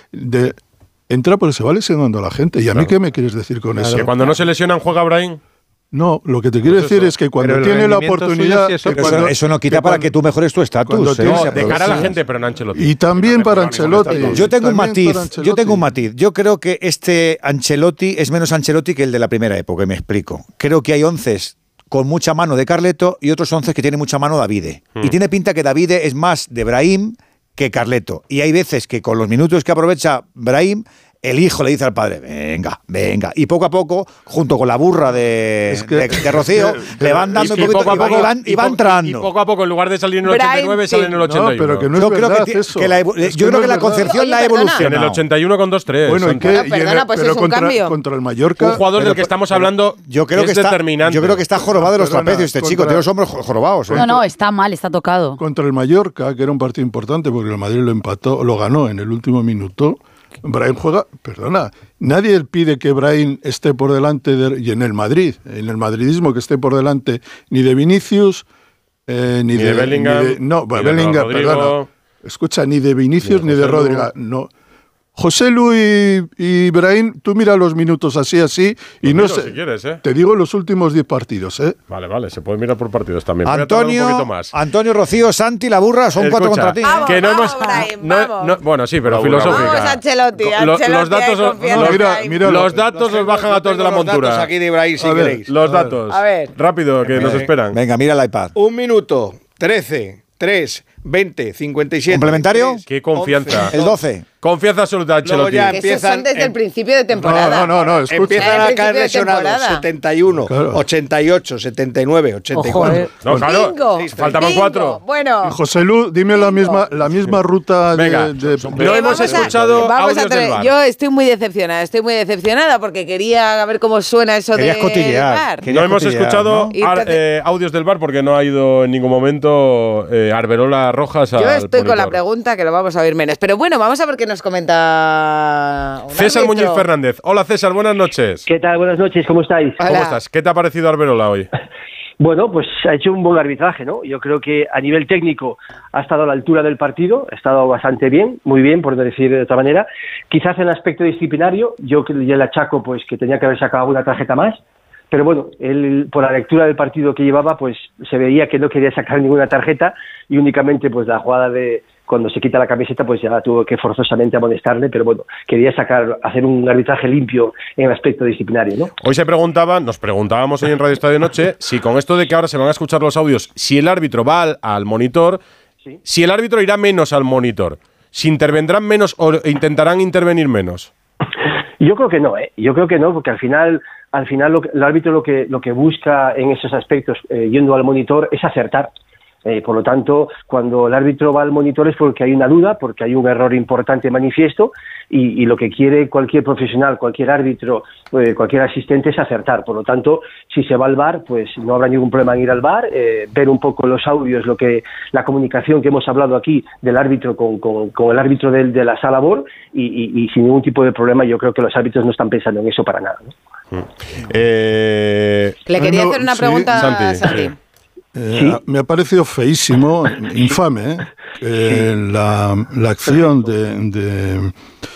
Entra porque se va lesionando a la gente. ¿Y a mí qué me quieres decir con eso? ¿Que cuando no se lesionan juega Brahim? No, lo que te quiero decir es que cuando tiene la oportunidad... Eso no quita para que tú mejores tu estatus. No, de cara a la gente, pero en Ancelotti. Y también para Ancelotti. Yo tengo un matiz. Yo creo que este Ancelotti es menos Ancelotti que el de la primera época, y me explico. Creo que hay 11 con mucha mano de Carleto y otros 11 que tienen mucha mano Davide. Y tiene pinta que Davide es más de Brahim que Carleto. Y hay veces que con los minutos que aprovecha Brahim, el hijo le dice al padre, venga, venga. Y poco a poco, junto con la burra de Rocío, le van dando un poquito y va entrando. Y poco a poco, en lugar de salir en el 89, sale en el 81. No, pero que no es verdad eso. Yo creo que la concepción la ha evolucionado. En el 81 con 2-3. Bueno, pues es un cambio. Contra el Mallorca. Un jugador del que estamos hablando es determinante. Yo creo que está jorobado de los trapecios este chico. Tiene los hombros jorobados. No, está mal, está tocado. Contra el Mallorca, que era un partido importante porque el Madrid lo ganó en el último minuto. Brahim juega, nadie pide que Brahim esté por delante y en el madridismo que esté por delante ni de Vinicius, ni de Bellingham, Bellingham, perdona. Escucha, ni de Vinicius ni de Rodríguez, no. Joselu y Brahim, tú mira los minutos así, y no sé. Si quieres, Te digo los últimos 10 partidos, Vale, se puede mirar por partidos también. Antonio, Rocío, Santi, la burra, son 4 contra ti. Vamos, que no vamos, hemos. Brahim, Bueno, sí, pero filosófica. Vamos, Ancelotti. Los datos os bajan a todos de la montura. Los datos aquí de Brahim, si queréis. Los datos. A ver. Rápido, que nos esperan. Venga, mira el iPad. 1 minuto, 13, 3, 20, 57. ¿Complementario? Qué confianza. 11, el 12. Confianza absoluta, Ancelotti. Esos son desde el principio de temporada. No, escucha. Empiezan a caer lesionados. 71, 88, 79, 84. No, claro. Faltaban 4. Bueno. José Lu, dime la misma ruta Venga, no hemos escuchado audios del VAR. Yo estoy muy decepcionada porque quería ver cómo suena eso del VAR. No hemos escuchado audios del VAR porque no ha ido en ningún momento Arbelola Rojas al Yo estoy monitor. con la pregunta que lo vamos a oír menos. Pero bueno, vamos a ver qué nos comenta César Muñoz Fernández. Hola César, buenas noches. ¿Qué tal? Buenas noches, ¿cómo estáis? ¿Cómo estás? ¿Qué te ha parecido Arbelola hoy? Bueno, pues ha hecho un buen arbitraje, ¿no? Yo creo que a nivel técnico ha estado a la altura del partido, ha estado bastante bien, muy bien, por decir de otra manera. Quizás en el aspecto disciplinario, yo le achaco pues que tenía que haber sacado una tarjeta más, pero bueno, él, por la lectura del partido que llevaba, pues se veía que no quería sacar ninguna tarjeta y únicamente pues la jugada de cuando se quita la camiseta pues ya tuvo que forzosamente amonestarle, pero bueno, quería hacer un arbitraje limpio en el aspecto disciplinario, ¿no? Hoy nos preguntábamos hoy en Radio Estadio Noche si con esto de que ahora se van a escuchar los audios, si el árbitro va al monitor, ¿sí? Si el árbitro irá menos al monitor, si intervendrán menos o intentarán intervenir menos. Yo creo que no, Yo creo que no, porque al final el árbitro lo que busca en esos aspectos, yendo al monitor, es acertar. Por lo tanto, cuando el árbitro va al monitor es porque hay una duda, porque hay un error importante manifiesto y lo que quiere cualquier profesional, cualquier árbitro, cualquier asistente es acertar. Por lo tanto, si se va al VAR, pues no habrá ningún problema en ir al VAR, ver un poco los audios, la comunicación que hemos hablado aquí del árbitro con el árbitro de la sala VAR y sin ningún tipo de problema. Yo creo que los árbitros no están pensando en eso para nada, ¿no? Le quería hacer una pregunta a Santi. Me ha parecido feísimo, infame, la acción de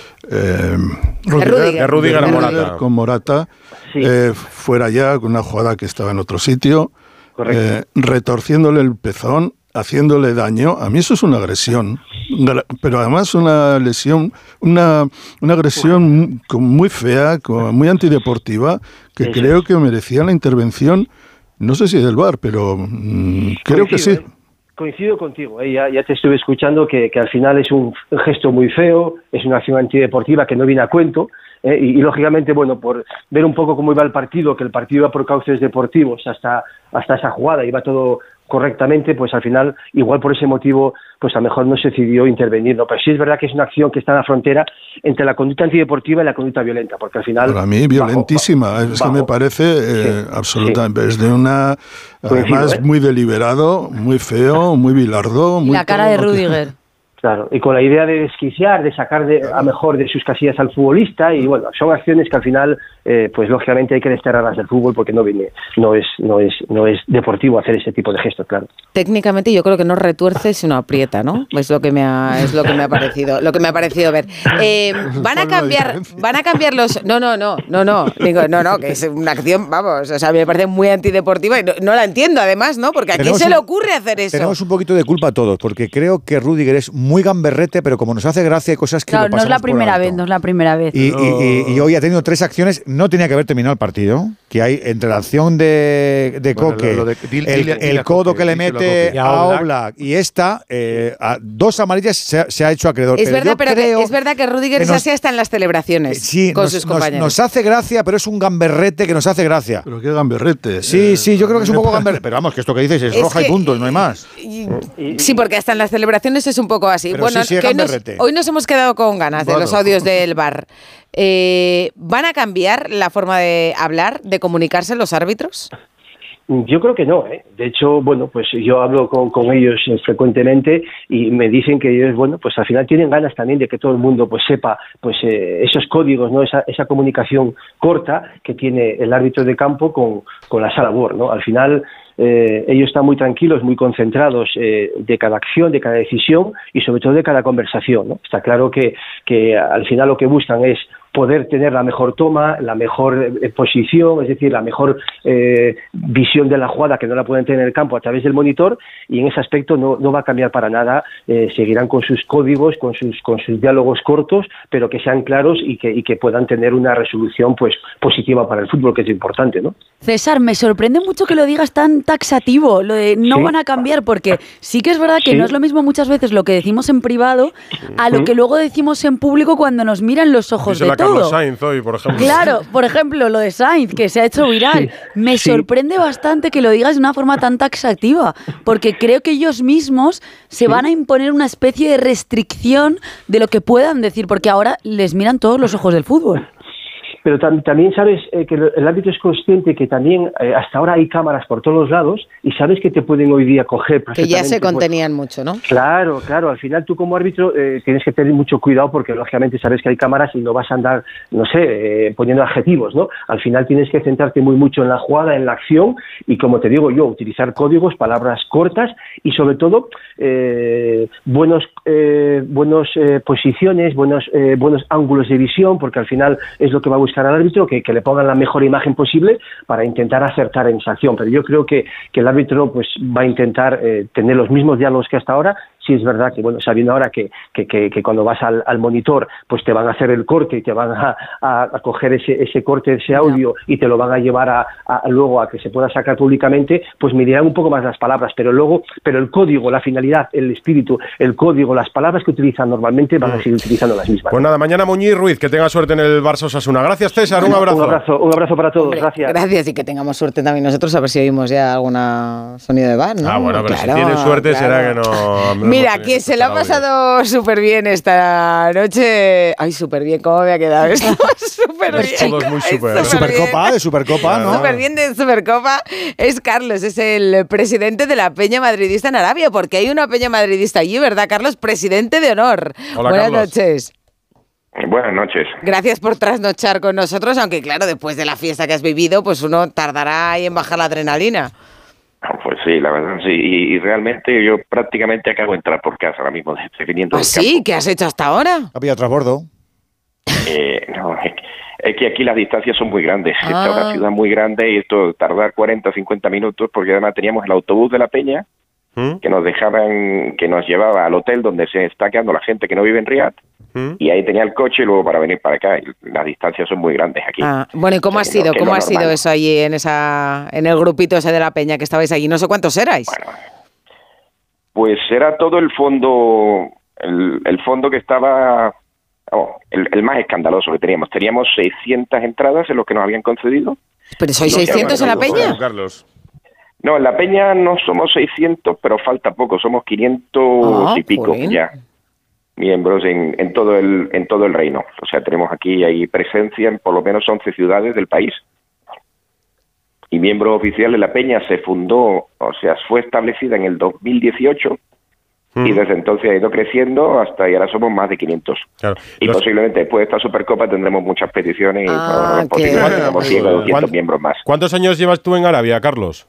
Rudiger Morata. Con Morata, fuera ya con una jugada que estaba en otro sitio, retorciéndole el pezón, haciéndole daño. A mí eso es una agresión, pero además una lesión, una agresión muy fea, muy antideportiva, que creo que merecía la intervención. No sé si del VAR, pero creo que sí. Coincido contigo, ya te estuve escuchando que al final es un gesto muy feo, es una acción antideportiva que no viene a cuento y lógicamente, bueno, por ver un poco cómo iba el partido, que el partido iba por cauces deportivos hasta esa jugada, iba todo correctamente, pues al final, igual por ese motivo, pues a lo mejor no se decidió intervenir, ¿no? Pero sí es verdad que es una acción que está en la frontera entre la conducta antideportiva y la conducta violenta, porque al final... Para mí, violentísima, que me parece absolutamente, es de una... Además, muy deliberado, muy feo, muy bilardo... Muy la cara de Rüdiger. Claro, y con la idea de desquiciar, de sacar a mejor de sus casillas al futbolista, y bueno, son acciones que al final, pues lógicamente hay que desterrarlas del fútbol porque no es deportivo hacer ese tipo de gestos, claro. Técnicamente yo creo que no retuerce sino aprieta, ¿no? Es lo que me ha parecido ver. Van a cambiar los no, que es una acción, vamos, o sea, me parece muy antideportiva y no la entiendo además, ¿no? Porque ¿a quién se le ocurre hacer eso? Tenemos un poquito de culpa todos, porque creo que Rüdiger es muy gamberrete, pero como nos hace gracia hay cosas que claro, lo pasamos no es la primera vez. Y hoy ha tenido 3 acciones, no tenía que haber terminado el partido, que hay entre la acción de Coque, el codo que le mete a Oblak y esta, a 2 amarillas se ha hecho acreedor. Es verdad, pero es verdad que Rüdiger es así hasta en las celebraciones con sus compañeros. Nos hace gracia, pero es un gamberrete que nos hace gracia. ¿Pero qué gamberrete? Sí, yo creo que es un poco gamberrete. Pero vamos, que esto que dices es roja y punto, no hay más. Sí, porque hasta en las celebraciones es un poco así. Pero bueno, sí, hoy nos hemos quedado con ganas de los audios del VAR. ¿Van a cambiar la forma de hablar, de comunicarse los árbitros? Yo creo que no, ¿eh? De hecho, bueno, pues yo hablo con ellos frecuentemente y me dicen que ellos, bueno, pues al final tienen ganas también de que todo el mundo pues sepa pues esos códigos, ¿no? Esa comunicación corta que tiene el árbitro de campo con la sala VAR, ¿no? Al final ellos están muy tranquilos, muy concentrados de cada acción, de cada decisión y sobre todo de cada conversación, ¿no? Está claro que al final lo que buscan es poder tener la mejor toma, la mejor posición, es decir, la mejor visión de la jugada que no la pueden tener en el campo a través del monitor, y en ese aspecto no va a cambiar para nada. Seguirán con sus códigos, con sus diálogos cortos, pero que sean claros y que puedan tener una resolución pues positiva para el fútbol, que es importante, ¿no? César, me sorprende mucho que lo digas tan taxativo, lo de no van a cambiar, porque sí que es verdad que no es lo mismo muchas veces lo que decimos en privado a lo que luego decimos en público cuando nos miran los ojos de todo. Carlos Sainz hoy, por ejemplo. Claro, por ejemplo, lo de Sainz, que se ha hecho viral. Me sorprende bastante que lo digas de una forma tan taxativa, porque creo que ellos mismos se van a imponer una especie de restricción de lo que puedan decir, porque ahora les miran todos los ojos del fútbol. Pero también sabes que el árbitro es consciente que también hasta ahora hay cámaras por todos los lados y sabes que te pueden hoy día coger que ya se contenían mucho, ¿no? Claro, al final tú como árbitro tienes que tener mucho cuidado porque lógicamente sabes que hay cámaras y no vas a andar, no sé, poniendo adjetivos, ¿no? Al final tienes que centrarte muy mucho en la jugada, en la acción y, como te digo yo, utilizar códigos, palabras cortas y sobre todo buenos posiciones, buenos ángulos de visión, porque al final es lo que va a buscar al árbitro, que le pongan la mejor imagen posible para intentar acertar en esa acción. Pero yo creo que el árbitro pues va a intentar tener los mismos diálogos que hasta ahora. Sí es verdad que, bueno, sabiendo ahora que cuando vas al monitor pues te van a hacer el corte y te van a coger ese corte, ese audio y te lo van a llevar luego a que se pueda sacar públicamente, pues medirán un poco más las palabras, pero el código, la finalidad, el espíritu, el código, las palabras que utilizan normalmente van a seguir utilizando las mismas. Pues nada, mañana Muñiz Ruiz, que tenga suerte en el Barça Osasuna. Gracias, César, un abrazo. Un abrazo para todos. Hombre, gracias. Gracias, y que tengamos suerte también nosotros, a ver si oímos ya alguna sonido de bar, ¿no? Ah, bueno, pero claro, si tienen suerte será que no... Mira, quien se lo ha pasado súper bien esta noche... Ay, súper bien, ¿cómo me ha quedado esto? Súper bien. Todos muy súper. De Supercopa, ¿no? Súper bien de Supercopa. Es Carlos, es el presidente de la Peña Madridista en Arabia, porque hay una Peña Madridista allí, ¿verdad, Carlos? Presidente de honor. Hola, Buenas Carlos. noches. Buenas noches. Gracias por trasnochar con nosotros, aunque claro, después de la fiesta que has vivido, pues uno tardará ahí en bajar la adrenalina. Pues sí, la verdad, sí. Y realmente yo prácticamente acabo de entrar por casa ahora mismo, estoy viniendo del sí? campo. ¿Qué has hecho hasta ahora? Había transbordo. No, es que aquí las distancias son muy grandes. Esta es una ciudad muy grande y esto tardar 40 o 50 minutos, porque además teníamos el autobús de la Peña que nos llevaba al hotel donde se está quedando la gente que no vive en Riad. Y ahí tenía el coche y luego para venir para acá. Las distancias son muy grandes aquí. Bueno, ¿y cómo ha sido? ¿Cómo ha sido eso allí en el grupito ese de la Peña que estabais allí? No sé cuántos erais. Bueno, pues era todo el fondo, el fondo que estaba el más escandaloso que teníamos. Teníamos 600 entradas en lo que nos habían concedido. ¿Pero sois 600 en la Peña? Carlos. No, en la Peña no somos 600, pero falta poco, somos 500 y pico ya miembros en todo el reino. O sea, tenemos aquí hay presencia en por lo menos 11 ciudades del país. Y miembro oficial de la Peña se fundó, o sea, fue establecida en el 2018 y desde entonces ha ido creciendo hasta y ahora somos más de 500. Claro. Y posiblemente después de esta Supercopa tendremos muchas peticiones y posiblemente tengamos 100 o 200 miembros más. ¿Cuántos años llevas tú en Arabia, Carlos?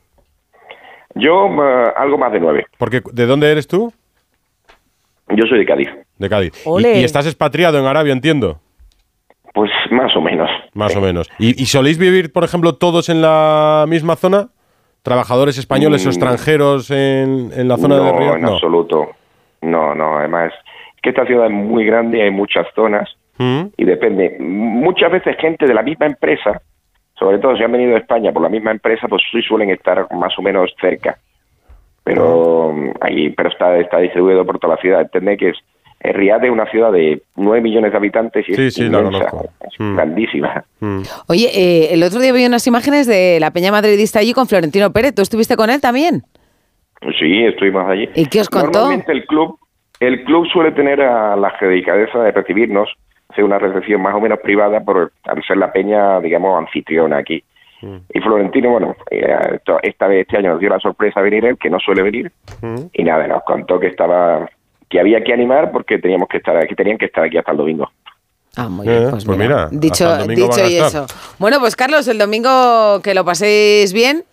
Yo algo más de 9. Porque, ¿de dónde eres tú? Yo soy de Cádiz. De Cádiz. ¿Y estás expatriado en Arabia, entiendo? Pues más o menos. Más o menos. ¿Y soléis vivir, por ejemplo, todos en la misma zona? ¿Trabajadores españoles o extranjeros en la zona de Riad? No, en absoluto. No, además es que esta ciudad es muy grande y hay muchas zonas y depende. Muchas veces gente de la misma empresa, sobre todo si han venido de España por la misma empresa, pues sí suelen estar más o menos cerca. Pero está distribuido por toda la ciudad. Entended que Riad es una ciudad de 9 millones de habitantes y es inmensa, es grandísima. Oye, el otro día vi unas imágenes de la Peña madridista allí con Florentino Pérez. ¿Tú estuviste con él también? Sí, estuvimos allí. ¿Y qué os contó? Normalmente el club suele tener a la delicadeza de recibirnos, hacer una recepción más o menos privada al ser la Peña, digamos, anfitriona aquí. Y Florentino, bueno, este año nos dio la sorpresa de venir él, que no suele venir, y nada, nos contó que había que animar porque tenían que estar aquí hasta el domingo. Ah, muy bien, pues mira. Dicho y eso. Bueno, pues Carlos, el domingo que lo paséis bien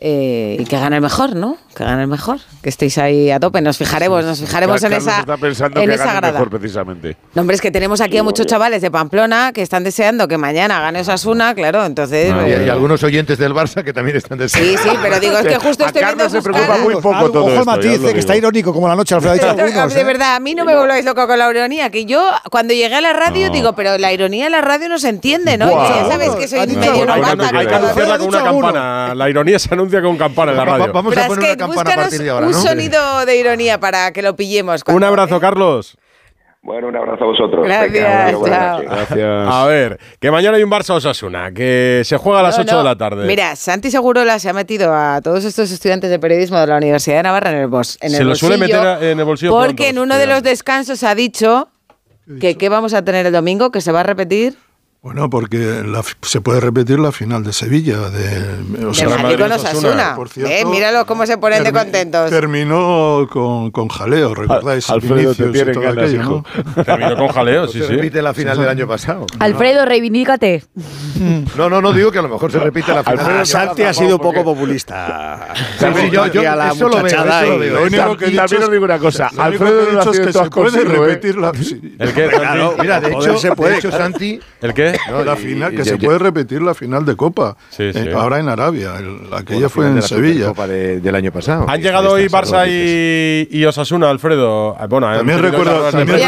y que gane el mejor, ¿no? Que gane el mejor, que estéis ahí a tope. Nos fijaremos en esa está pensando en esa grada. Mejor, precisamente. No, hombre, es que tenemos aquí a muchos chavales de Pamplona que están deseando que mañana gane Osasuna, claro, entonces... y algunos oyentes del Barça que también están deseando. Sí, pero digo, es que justo estoy viendo sus se preocupa caras. muy poco todo esto. Ojo al matiz, que está irónico, como la noche Alfredo ha dicho algunos. De verdad, a mí no me volváis loco con la ironía, que yo cuando llegué a la radio digo, pero la ironía en la radio no se entiende, ¿no? Ya sabes que soy medio novata. Hay que anunciarla con una campana. La ironía se anuncia con campana en la radio. Vamos a poner una campana a partir de ahora, ¿no? Un sonido de ironía para que lo pillemos. Un abrazo, Carlos. Bueno, un abrazo a vosotros. Gracias, chao. Gracias. A ver, que mañana hay un Barça Osasuna, que se juega a las 8 de la tarde. Mira, Santi Segurola se ha metido a todos estos estudiantes de periodismo de la Universidad de Navarra en el bolsillo. Se lo suele meter en el bolsillo. Porque en uno de los descansos ha dicho que ¿qué vamos a tener el domingo? Que se va a repetir. Bueno, porque se puede repetir la final de Sevilla. De Madrid con Osasuna. Míralo cómo se ponen de contentos. Terminó con jaleo, ¿recordáis? Alfredo, te tiene ganas, hijo. Terminó con jaleo, sí. Se repite la final del año pasado. Alfredo, reivindícate. No, digo que a lo mejor se repite la final. Santi ha sido un poco populista. Yo a la muchachada lo único que también os digo una cosa. Alfredo no ha sido que se puede repetir la... ¿El qué? Mira, de hecho, Santi... ¿El qué? No, la final, que se puede repetir la final de Copa. Sí. Ahora en Arabia. Aquella fue en Sevilla. Copa del año pasado. Han llegado hoy Barça y Osasuna, Alfredo. Bueno, también recuerdo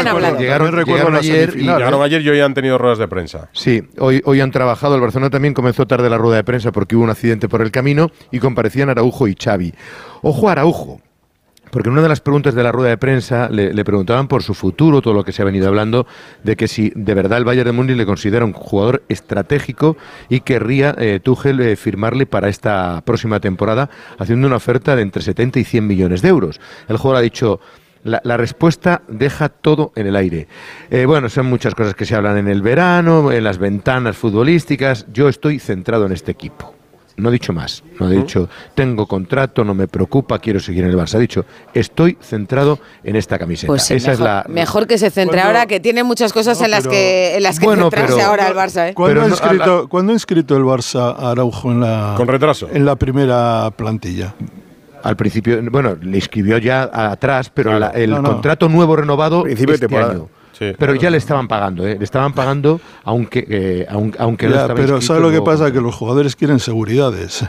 ayer y llegaron ayer y hoy han tenido ruedas de prensa. Sí, hoy han trabajado. El Barcelona también comenzó tarde la rueda de prensa porque hubo un accidente por el camino y comparecían Araujo y Xavi. Ojo a Araujo. Porque en una de las preguntas de la rueda de prensa le preguntaban por su futuro, todo lo que se ha venido hablando, de que si de verdad el Bayern de Múnich le considera un jugador estratégico y querría Tuchel firmarle para esta próxima temporada, haciendo una oferta de entre 70 y 100 millones de euros. El jugador ha dicho... La respuesta deja todo en el aire. Bueno, son muchas cosas que se hablan en el verano, en las ventanas futbolísticas. Yo estoy centrado en este equipo. No he dicho más, no he dicho tengo contrato, no me preocupa, quiero seguir en el Barça. He dicho estoy centrado en esta camiseta. Pues sí, esa mejor que se centre ahora, que tiene muchas cosas en las que centrarse ahora el Barça. ¿Cuándo ha inscrito el Barça a Araujo con retraso en la primera plantilla? Al principio, bueno, le inscribió ya atrás, pero el contrato nuevo renovado este año. Sí, pero ya le estaban pagando, le estaban pagando aunque no estaba pero ¿sabes lo que pasa? Que los jugadores quieren seguridades.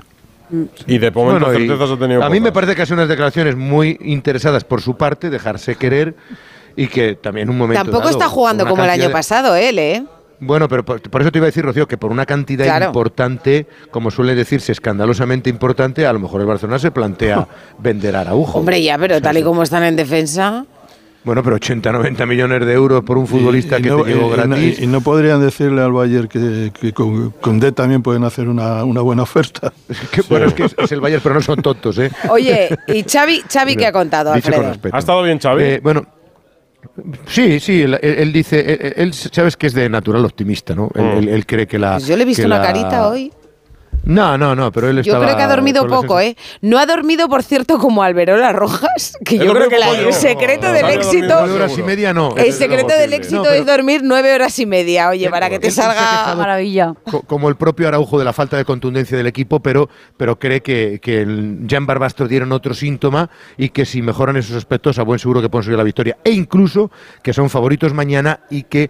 Y de momento certezas ha tenido a mí me parece que ha sido unas declaraciones muy interesadas por su parte, dejarse querer y que también un momento tampoco dado, está jugando como el año pasado él, Bueno, pero por eso te iba a decir, Rocío, que por una cantidad importante, como suele decirse, escandalosamente importante, a lo mejor el Barcelona se plantea vender a Araujo. Hombre, ya, pero tal y como están en defensa... Bueno, pero 80-90 millones de euros por un futbolista que te llegó gratis. Y no podrían decirle al Bayern que con D también pueden hacer una buena oferta. Bueno, es que es el Bayern, pero no son tontos, ¿eh? Oye, ¿y Xavi qué ha contado, Alfredo? ¿Ha estado bien Xavi? Bueno, sí, él dice, él sabes que es de natural optimista, ¿no? Él cree que la... Pues yo le he visto una carita hoy. No, pero él estaba... Yo creo que ha dormido poco, ¿eh? No ha dormido, por cierto, como Alberola Rojas, que yo creo que el secreto del éxito... 9 horas y media no. El secreto del éxito es dormir 9 horas y media, oye, para que te salga... Maravilla. Como el propio Araujo de la falta de contundencia del equipo, pero cree que ya en Barbastro dieron otro síntoma y que si mejoran esos aspectos, a buen seguro que pueden subir la victoria. E incluso que son favoritos mañana y que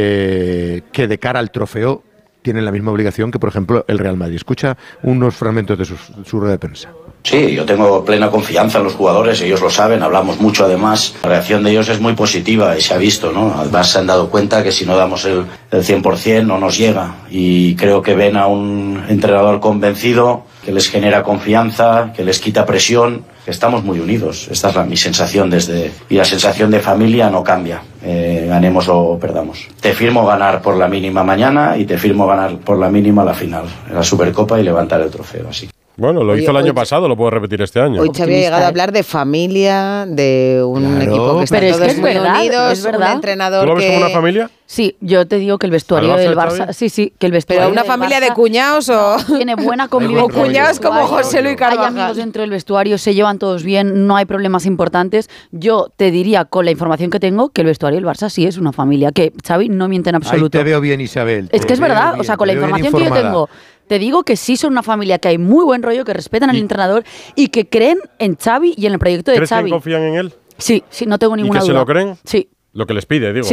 de cara al trofeo tienen la misma obligación que, por ejemplo, el Real Madrid. Escucha unos fragmentos de su rueda de prensa. Sí, yo tengo plena confianza en los jugadores, ellos lo saben, hablamos mucho además. La reacción de ellos es muy positiva y se ha visto, ¿no? Además se han dado cuenta que si no damos el 100% no nos llega. Y creo que ven a un entrenador convencido, que les genera confianza, que les quita presión, que estamos muy unidos. Esta es mi sensación y la sensación de familia no cambia, ganemos o perdamos. Te firmo ganar por la mínima mañana y te firmo ganar por la mínima la final, en la Supercopa y levantar el trofeo, así. Bueno, lo hizo el año pasado, lo puedo repetir este año. Hoy Xavi ha llegado a hablar de familia, de un equipo que está todos muy unidos, un entrenador. ¿Tú lo ves como una familia? Sí, yo te digo que el vestuario del Barça, sí, que el vestuario. ¿Pero una familia de cuñados o tiene buena convivencia? O cuñados como José Luis Carvajal. Hay amigos dentro del vestuario, se llevan todos bien, no hay problemas importantes. Yo te diría, con la información que tengo, que el vestuario del Barça sí es una familia, que Xavi no miente en absoluto. Ahí te veo bien, Isabel. Es que es verdad, o sea, con la información que yo tengo, te digo que sí son una familia, que hay muy buen rollo, que respetan al entrenador y que creen en Xavi y en el proyecto de Xavi. ¿Crees que confían en él? Sí, no tengo ninguna duda. ¿Y que se lo creen? Sí. Lo que les pide, digo. Sí,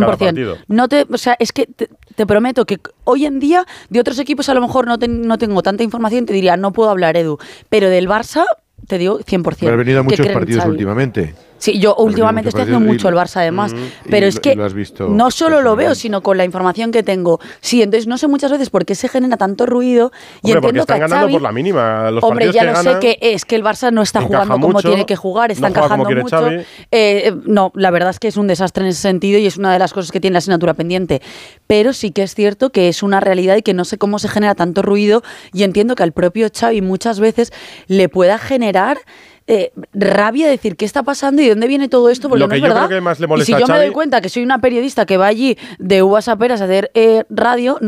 100%. O sea, es que te prometo que hoy en día de otros equipos a lo mejor no tengo tanta información, te diría, no puedo hablar, Edu, pero del Barça te digo 100%. Pero ha venido a muchos partidos últimamente. Sí, yo últimamente estoy haciendo mucho el Barça además, pero es que no solo lo veo, sino con la información que tengo. Sí, entonces no sé muchas veces por qué se genera tanto ruido y entiendo porque están que ganando por la mínima. Los hombre, ya lo sé que es que el Barça no está jugando como tiene que jugar, está encajando mucho. No, la verdad es que es un desastre en ese sentido y es una de las cosas que tiene la asignatura pendiente. Pero sí que es cierto que es una realidad y que no sé cómo se genera tanto ruido y entiendo que al propio Xavi muchas veces le pueda generar rabia, decir qué está pasando y de dónde viene todo esto, porque lo que no es yo verdad. Creo que más le molesta y si yo a Xavi, me doy cuenta que soy una periodista que va allí de uvas a peras a hacer radio,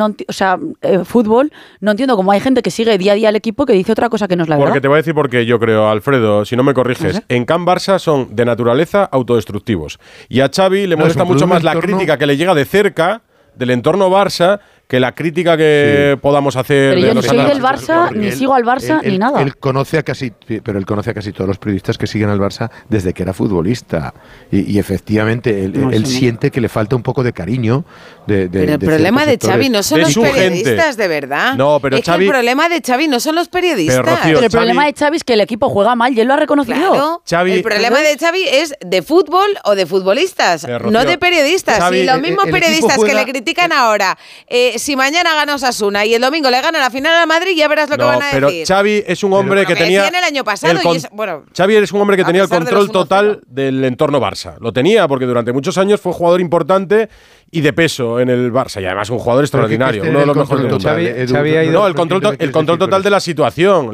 fútbol, no entiendo cómo hay gente que sigue día a día al equipo que dice otra cosa que no es la verdad. Porque te voy a decir por qué yo creo, Alfredo, si no me corriges, en Can Barça son de naturaleza autodestructivos. Y a Xavi le molesta mucho más la crítica que le llega de cerca del entorno Barça que la crítica que podamos hacer. Pero yo no soy del Barça, ni sigo al Barça, ni nada. Él conoce a casi todos los periodistas que siguen al Barça desde que era futbolista. Y efectivamente, él siente que le falta un poco de cariño. Pero el problema de Xavi no son los periodistas, de verdad. No, pero Xavi, el problema de Xavi no son los periodistas. Pero el problema de Xavi es que el equipo juega mal y él lo ha reconocido. Claro, el problema de Xavi es de fútbol o de futbolistas, no de periodistas. Xavi, los mismos periodistas que le critican ahora, si mañana gana Osasuna y el domingo le gana la final a Madrid, ya verás lo que van a decir. Pero Xavi es un hombre que tenía el año pasado Xavi es un hombre que tenía el control total del entorno Barça. Lo tenía porque durante muchos años fue jugador importante y de peso en el Barça y además un jugador extraordinario, uno de los mejores del mundo. El control total de la situación.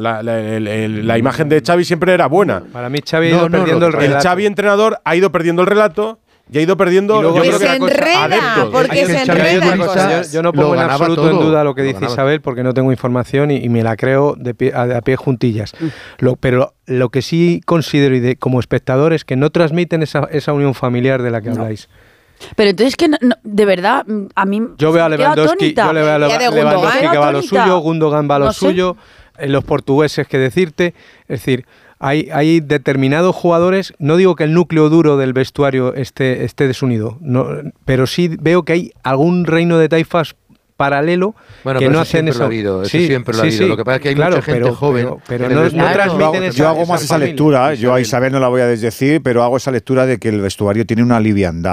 La imagen de Xavi siempre era buena. Para mí Xavi ha ido perdiendo el relato. El Xavi entrenador ha ido perdiendo el relato. Y ha ido perdiendo. Yo no pongo en absoluto en duda lo que dice Isabel porque no tengo información y me la creo a pie juntillas. Pero lo que sí considero como espectador es que no transmiten esa unión familiar de la que habláis. Pero entonces que de verdad a mí yo veo a Lewandowski, que va a lo suyo, Gundogan va a lo suyo, los portugueses que decirte, es decir, hay determinados jugadores, no digo que el núcleo duro del vestuario esté desunido, pero sí veo que hay algún reino de taifas paralelo que no hacen eso. Siempre lo ha habido. Lo que pasa es que hay mucha gente joven. Pero no transmiten esa. Yo hago más esa lectura. Yo a Isabel no la voy a desdecir, pero hago esa lectura de que el vestuario tiene una liviandad.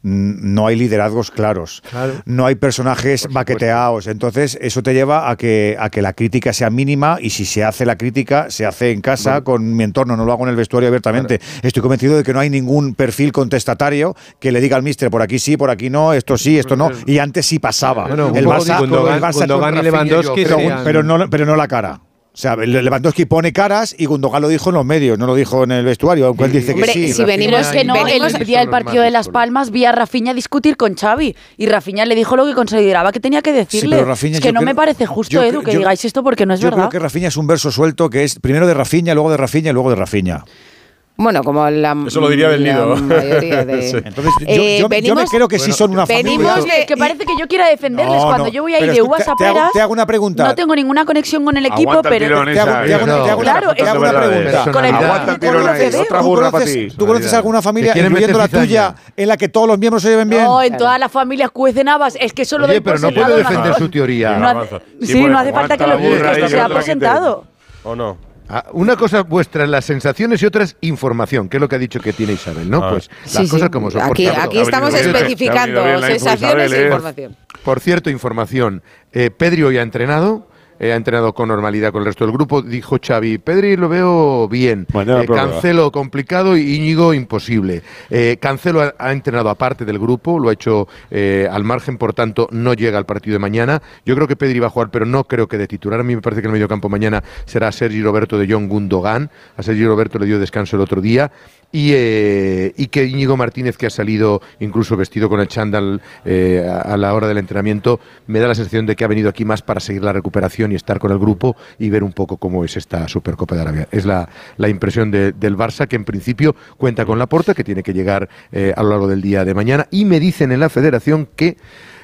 no hay liderazgos claros, no hay personajes baqueteados. Entonces, eso te lleva a que la crítica sea mínima, y si se hace la crítica, se hace en casa, con mi entorno, no lo hago en el vestuario abiertamente. Estoy convencido de que no hay ningún perfil contestatario que le diga al míster, por aquí sí, por aquí no, esto sí, esto no, y antes sí pasaba. El Barça y Lewandowski, pero no la cara. O sea, Lewandowski pone caras y Gundogan lo dijo en los medios, no lo dijo en el vestuario, aunque él dice que sí. Si venimos que no, el día del partido de Las Palmas vi a Rafinha discutir con Xavi y Rafinha le dijo lo que consideraba que tenía que decirle. Es que no me parece justo, Edu, que digáis esto porque no es verdad. Yo creo que Rafinha es un verso suelto que es primero de Rafinha, luego de Rafinha y luego de Rafinha. Bueno, como eso lo diría del Nido. Mayoría de... Sí. Entonces, yo me creo que sí son una familia. Que parece que yo quiera defenderles cuando yo voy a ir de uvas a peras. Te hago una pregunta. No tengo ninguna conexión con el equipo, pero te hago una pregunta. Con el otra burra para ti. ¿Tú conoces alguna familia, incluyendo la tuya, en la que todos los miembros se lleven bien? No, en todas las familias cuecen habas. Es que solo doy por sentado. Pero no puede defender su teoría. Sí, no hace falta que lo busque, esto se ha presentado. ¿O no? Una cosa vuestra, las sensaciones, y otra es información, que es lo que ha dicho que tiene Isabel, ¿no? Pues las cosas como son. Aquí estamos especificando sensaciones e información. Por cierto, información. Pedri hoy ha entrenado con normalidad con el resto del grupo. Dijo Xavi, Pedri lo veo bien. Cancelo complicado y Íñigo imposible. Cancelo ha entrenado aparte del grupo, lo ha hecho al margen, por tanto no llega al partido de mañana. Yo creo que Pedri va a jugar, pero no creo que de titular. A mí me parece que el mediocampo mañana será Sergi Roberto, De Jong, Gundogan. A Sergi Roberto le dio descanso el otro día. Y que Íñigo Martínez, que ha salido incluso vestido con el chándal a la hora del entrenamiento, me da la sensación de que ha venido aquí más para seguir la recuperación y estar con el grupo y ver un poco cómo es esta Supercopa de Arabia. Es la impresión del Barça, que en principio cuenta con Laporta, que tiene que llegar a lo largo del día de mañana, y me dicen en la federación que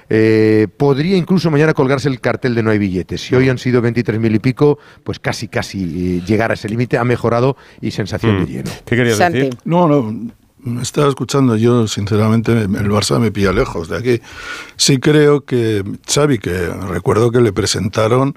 podría incluso mañana colgarse el cartel de no hay billetes. Si hoy han sido 23.000 y pico, pues casi llegar a ese límite. Ha mejorado y sensación de lleno. ¿Qué querías decir? No, me estaba escuchando. Yo, sinceramente, el Barça me pilla lejos de aquí. Sí creo que Xavi, que recuerdo que le presentaron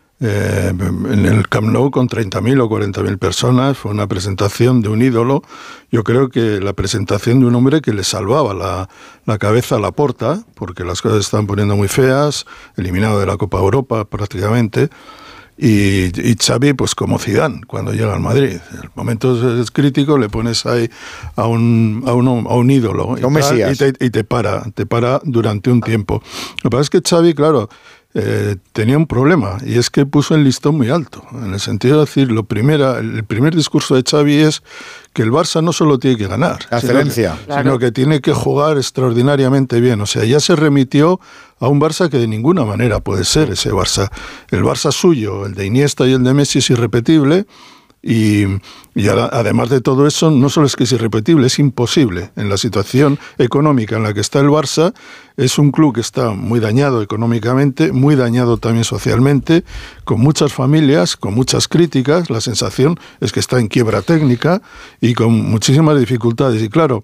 en el Camp Nou con 30.000 o 40.000 personas, fue una presentación de un ídolo. Yo creo que la presentación de un hombre que le salvaba la cabeza a Laporta, porque las cosas estaban poniendo muy feas, eliminado de la Copa Europa prácticamente, y Xavi pues como Zidane cuando llega al Madrid. El momento es crítico, le pones ahí a un ídolo y te para durante un tiempo. Lo que pasa es que Xavi, claro, tenía un problema, y es que puso el listón muy alto, en el sentido de decir, el primer discurso de Xavi es que el Barça no solo tiene que ganar, sino que tiene que jugar extraordinariamente bien. O sea, ya se remitió a un Barça que de ninguna manera puede ser ese Barça. El Barça suyo, el de Iniesta y el de Messi, es irrepetible. Y además de todo eso, no solo es que es irrepetible, es imposible. En la situación económica en la que está el Barça, es un club que está muy dañado económicamente, muy dañado también socialmente, con muchas familias, con muchas críticas. La sensación es que está en quiebra técnica y con muchísimas dificultades. Y claro,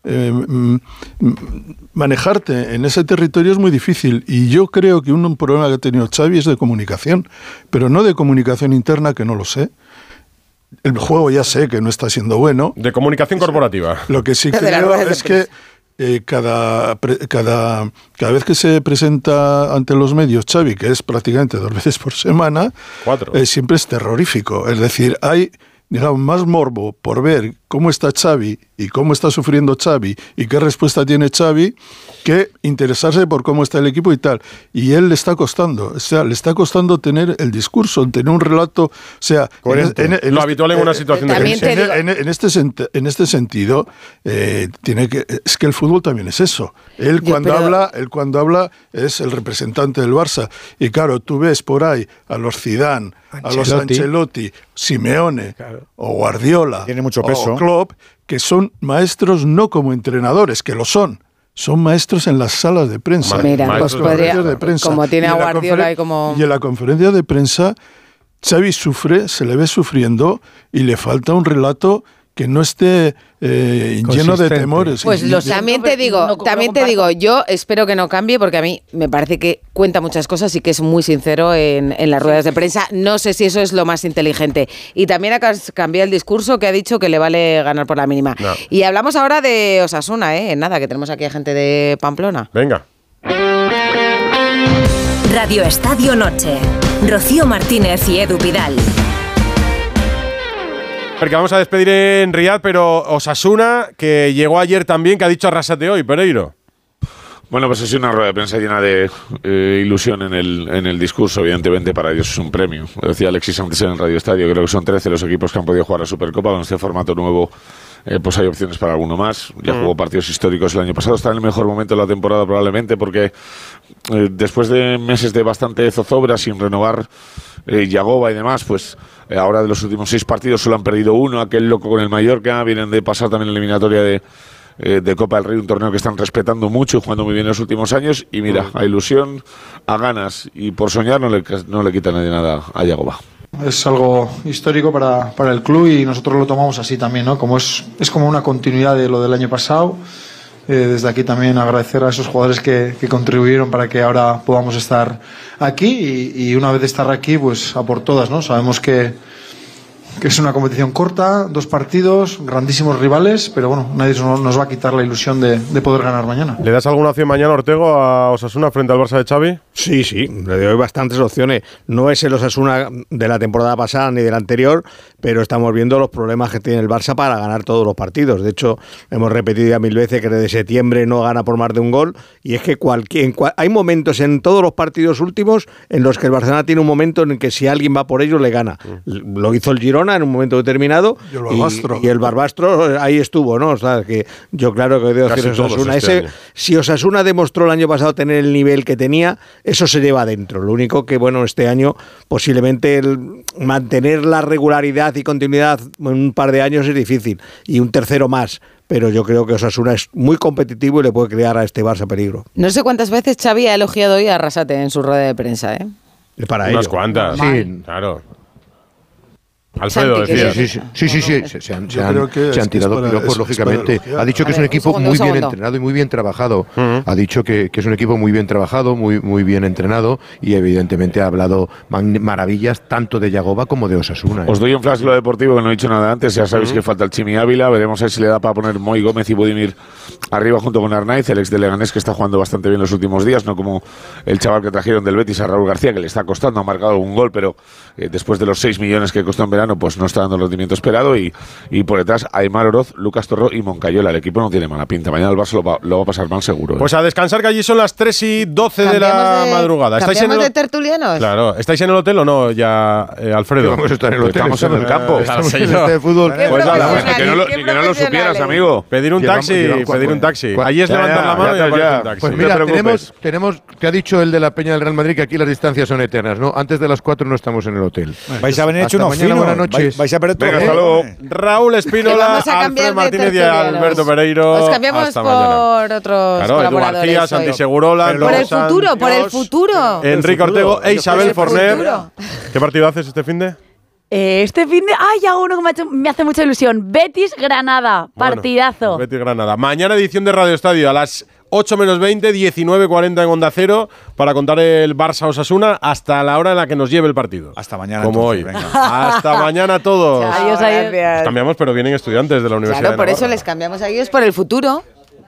manejarte en ese territorio es muy difícil, y yo creo que un problema que ha tenido Xavi es de comunicación, pero no de comunicación interna, que no lo sé. El juego ya sé que no está siendo bueno. De comunicación corporativa. Lo que sí creo es que cada vez que se presenta ante los medios Xavi, que es prácticamente 2 veces por semana, 4, siempre es terrorífico. Es decir, hay, digamos, más morbo por ver cómo está Xavi y cómo está sufriendo Xavi y qué respuesta tiene Xavi, que interesarse por cómo está el equipo y tal. Y él le está costando, o sea, le está costando tener el discurso, tener un relato, o sea, lo habitual en una situación de crisis. En este sentido, es que el fútbol también es eso. Él cuando habla es el representante del Barça. Y claro, tú ves por ahí a los Zidane, a los Ancelotti, Simeone, o Guardiola, tiene mucho peso, o Klopp, que son maestros no como entrenadores, que lo son maestros en las salas de prensa. Mira, de prensa. Como tiene a Guardiola y como... Y en la conferencia de prensa, Xavi se le ve sufriendo y le falta un relato que no esté lleno de temores. Pues también te digo, yo espero que no cambie, porque a mí me parece que cuenta muchas cosas y que es muy sincero en las ruedas de prensa. No sé si eso es lo más inteligente. Y también ha cambiado el discurso, que ha dicho que le vale ganar por la mínima. No. Y hablamos ahora de Osasuna, nada, que tenemos aquí a gente de Pamplona. Venga. Radio Estadio Noche. Rocío Martínez y Edu Pidal. Porque vamos a despedir en Riad, pero Osasuna, que llegó ayer también, que ha dicho arrasate hoy, Pereiro. Bueno, pues ha sido una rueda de prensa llena de ilusión en el discurso. Evidentemente para ellos es un premio. Lo decía Alexis antes en el Radio Estadio, creo que son 13 los equipos que han podido jugar la Supercopa. Con este formato nuevo pues hay opciones para alguno más. Ya jugó partidos históricos el año pasado, está en el mejor momento de la temporada probablemente, porque después de meses de bastante zozobra sin renovar Yagoba y demás, pues ahora de los últimos 6 partidos solo han perdido uno. Aquel loco con el Mallorca, vienen de pasar también la eliminatoria de Copa del Rey, un torneo que están respetando mucho y jugando muy bien en los últimos años. Y mira, a ilusión, a ganas y por soñar no le quita nadie nada a Yagoba. Es algo histórico para el club y nosotros lo tomamos así también, ¿no? Como es como una continuidad de lo del año pasado. Desde aquí también agradecer a esos jugadores que contribuyeron para que ahora podamos estar aquí y una vez de estar aquí, pues a por todas, ¿no? Sabemos que es una competición corta, 2 partidos, grandísimos rivales, pero bueno, nadie nos va a quitar la ilusión de poder ganar mañana. ¿Le das alguna opción mañana, Ortego, a Osasuna frente al Barça de Xavi? Sí, le doy bastantes opciones. No es el Osasuna de la temporada pasada ni de la anterior, pero estamos viendo los problemas que tiene el Barça para ganar todos los partidos. De hecho, hemos repetido ya 1000 veces que desde septiembre no gana por más de un gol, y es que hay momentos en todos los partidos últimos en los que el Barcelona tiene un momento en el que si alguien va por ellos le gana. Lo hizo el Girona en un momento determinado y el Barbastro ahí estuvo, ¿no? O sea, que yo claro que debo decir Osasuna. Si Osasuna demostró el año pasado tener el nivel que tenía, eso se lleva adentro. Lo único que, bueno, este año posiblemente mantener la regularidad y continuidad en un par de años es difícil, y un tercero más. Pero yo creo que Osasuna es muy competitivo y le puede crear a este Barça peligro. No sé cuántas veces Xavi ha elogiado hoy a Arrasate en su rueda de prensa, ¿eh? Para unas ello. Cuantas. Sí, claro. Alfredo decía. Sí, se han tirado piropos, lógicamente. Ha dicho que es un equipo muy bien entrenado y muy bien trabajado. Ha dicho que es un equipo muy bien trabajado, muy bien entrenado, y evidentemente ha hablado maravillas tanto de Yagoba como de Osasuna. Os doy un flash lo deportivo, que no he dicho nada antes. Ya sabéis que falta el Chimi Ávila. Veremos a ver si le da para poner Moy Gómez y Budimir arriba junto con Arnaiz, el ex de Leganés, que está jugando bastante bien los últimos días, no como el chaval que trajeron del Betis, a Raúl García, que le está costando, ha marcado algún gol, pero después de los 6 millones que costó en verano, pues no está dando el rendimiento esperado. Y por detrás Aimar Oroz, Lucas Torró y Moncayola. El equipo no tiene mala pinta. Mañana el Barça lo va a pasar mal seguro. Pues a descansar, que allí son las 3:12 de la madrugada. ¿Cambiamos de tertulianos? Claro. ¿Estáis en el hotel o no ya, Alfredo? Vamos a estar en el hotel. Estamos en el campo. De fútbol. Pues nada, que no lo supieras, amigo. Pedir un taxi. Allí es levantar la mano y aparece un taxi. Pues mira, tenemos que ha dicho el de la Peña del Real Madrid que aquí las distancias son eternas, ¿no? Antes de las 4 no estamos en el hotel. Vais a venir hecho unos finos. Buenas noches. Vais a perder todo. Venga, hasta luego. Raúl Espínola, Alfredo Martínez y Alberto Pereiro. Os cambiamos por otros colaboradores. Edu García, Santi Segurola. Por el futuro. Enrique Ortego e Isabel Forner. ¿Qué partido haces este finde? Este finde, hay uno que me hace mucha ilusión. Betis-Granada, partidazo. Betis-Granada. Mañana edición de Radio Estadio a las 8 menos 20, 19:40 en Onda Cero, para contar el Barça-Osasuna hasta la hora en la que nos lleve el partido. Hasta mañana. Como entonces, hoy. Venga. Hasta mañana a todos. Adiós. Nos cambiamos, pero vienen estudiantes de la Universidad Claro, de por Navarra. eso les cambiamos a ellos por el futuro.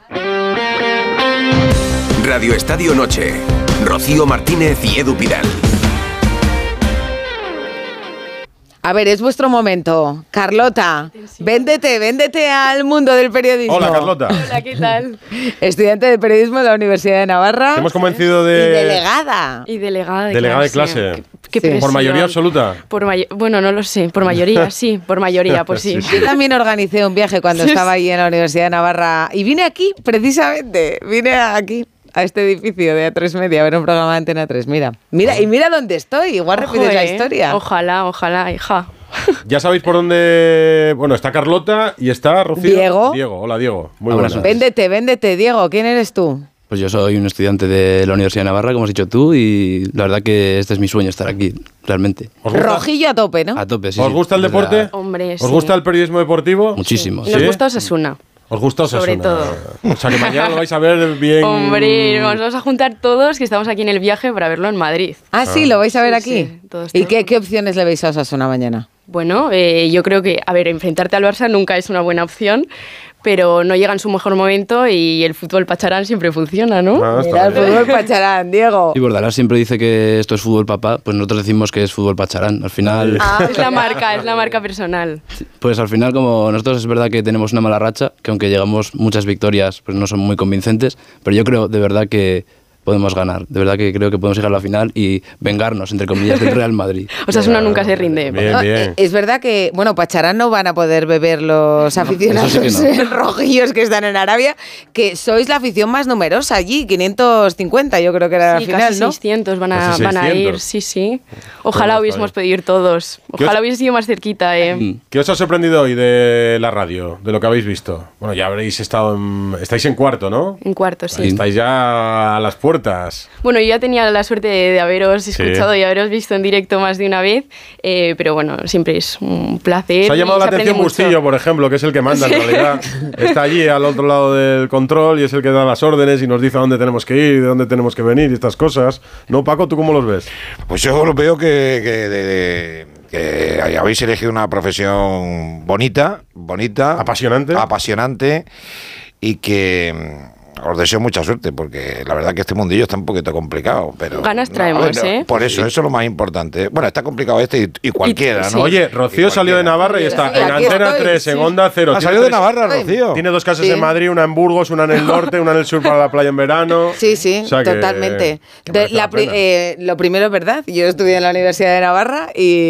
Radio Estadio Noche. Rocío Martínez y Edu Pidal. A ver, es vuestro momento. Carlota, véndete al mundo del periodismo. Hola, Carlota. Hola, ¿qué tal? Estudiante de periodismo de la Universidad de Navarra. Te hemos convencido de... Y Delegada delegada. de clase. Qué presión. Por mayoría absoluta. Bueno, no lo sé. Por mayoría, sí. Por mayoría, pues sí. Yo también organicé un viaje cuando estaba ahí en la Universidad de Navarra. Y vine aquí, precisamente. Vine aquí, a este edificio de A3 Media, a ver un programa de Antena 3. Mira, y mira dónde estoy. Igual repites la historia. Ojalá, hija. Ya sabéis por dónde... Bueno, está Carlota y está Rocío. Diego. Hola, Diego. Muy buenas. Véndete, Diego. ¿Quién eres tú? Pues yo soy un estudiante de la Universidad de Navarra, como has dicho tú, y la verdad que este es mi sueño, estar aquí, realmente. Rojillo a tope, ¿no? A tope, sí. ¿Os gusta el deporte? Hombre, ¿Os gusta el periodismo deportivo? Muchísimo. Nos gusta Osasuna. ¿Os gusta Osasuna? Sobre todo. O sea, que mañana lo vais a ver bien... Hombre, nos vamos a juntar todos, que estamos aquí en el viaje, para verlo en Madrid. Ah, sí, ¿lo vais a ver aquí? Sí, todos. ¿Y qué opciones le veis a Osasuna mañana? Bueno, yo creo que, a ver, enfrentarte al Barça nunca es una buena opción, pero no llega en su mejor momento y el fútbol pacharán siempre funciona, ¿no? Mira, el fútbol pacharán, Diego. Y Bordalás siempre dice que esto es fútbol papá, pues nosotros decimos que es fútbol pacharán. Al final... Es la marca personal. Pues al final, como nosotros es verdad que tenemos una mala racha, que aunque llegamos muchas victorias, pues no son muy convincentes, pero yo creo de verdad que podemos ganar. De verdad que creo que podemos llegar a la final y vengarnos, entre comillas, del Real Madrid. Osasuna nunca se rinde. Bien. Es verdad que, bueno, pacharán no van a poder beber los aficionados rojillos que están en Arabia, que sois la afición más numerosa allí, 550 yo creo que era la final, casi ¿no? 600 van a ir, sí. Ojalá hubiésemos podido ir todos. Ojalá hubiese sido más cerquita, ¿Qué os ha sorprendido hoy de la radio, de lo que habéis visto? Bueno, ya habréis estado estáis en cuarto, ¿no? En cuarto, sí. Estáis ya a las puertas. Bueno, yo ya tenía la suerte de haberos escuchado y haberos visto en directo más de una vez, pero bueno, siempre es un placer. Se ha llamado la atención Bustillo, por ejemplo, que es el que manda en realidad. Está allí al otro lado del control y es el que da las órdenes y nos dice a dónde tenemos que ir, de dónde tenemos que venir y estas cosas. ¿No, Paco? ¿Tú cómo los ves? Pues yo lo veo que habéis elegido una profesión bonita, apasionante y que os deseo mucha suerte, porque la verdad que este mundillo está un poquito complicado, pero ganas traemos, por eso es lo más importante. Bueno, está complicado y cualquiera, ¿no? Oye, Rocío salió de Navarra y está en Antena 3, en Onda 0. Salió de Navarra, Rocío. Tiene 2 casas en Madrid, una en Burgos, una en el norte, una en el sur para la playa en verano. Sí, o sea totalmente. Lo primero es verdad, yo estudié en la Universidad de Navarra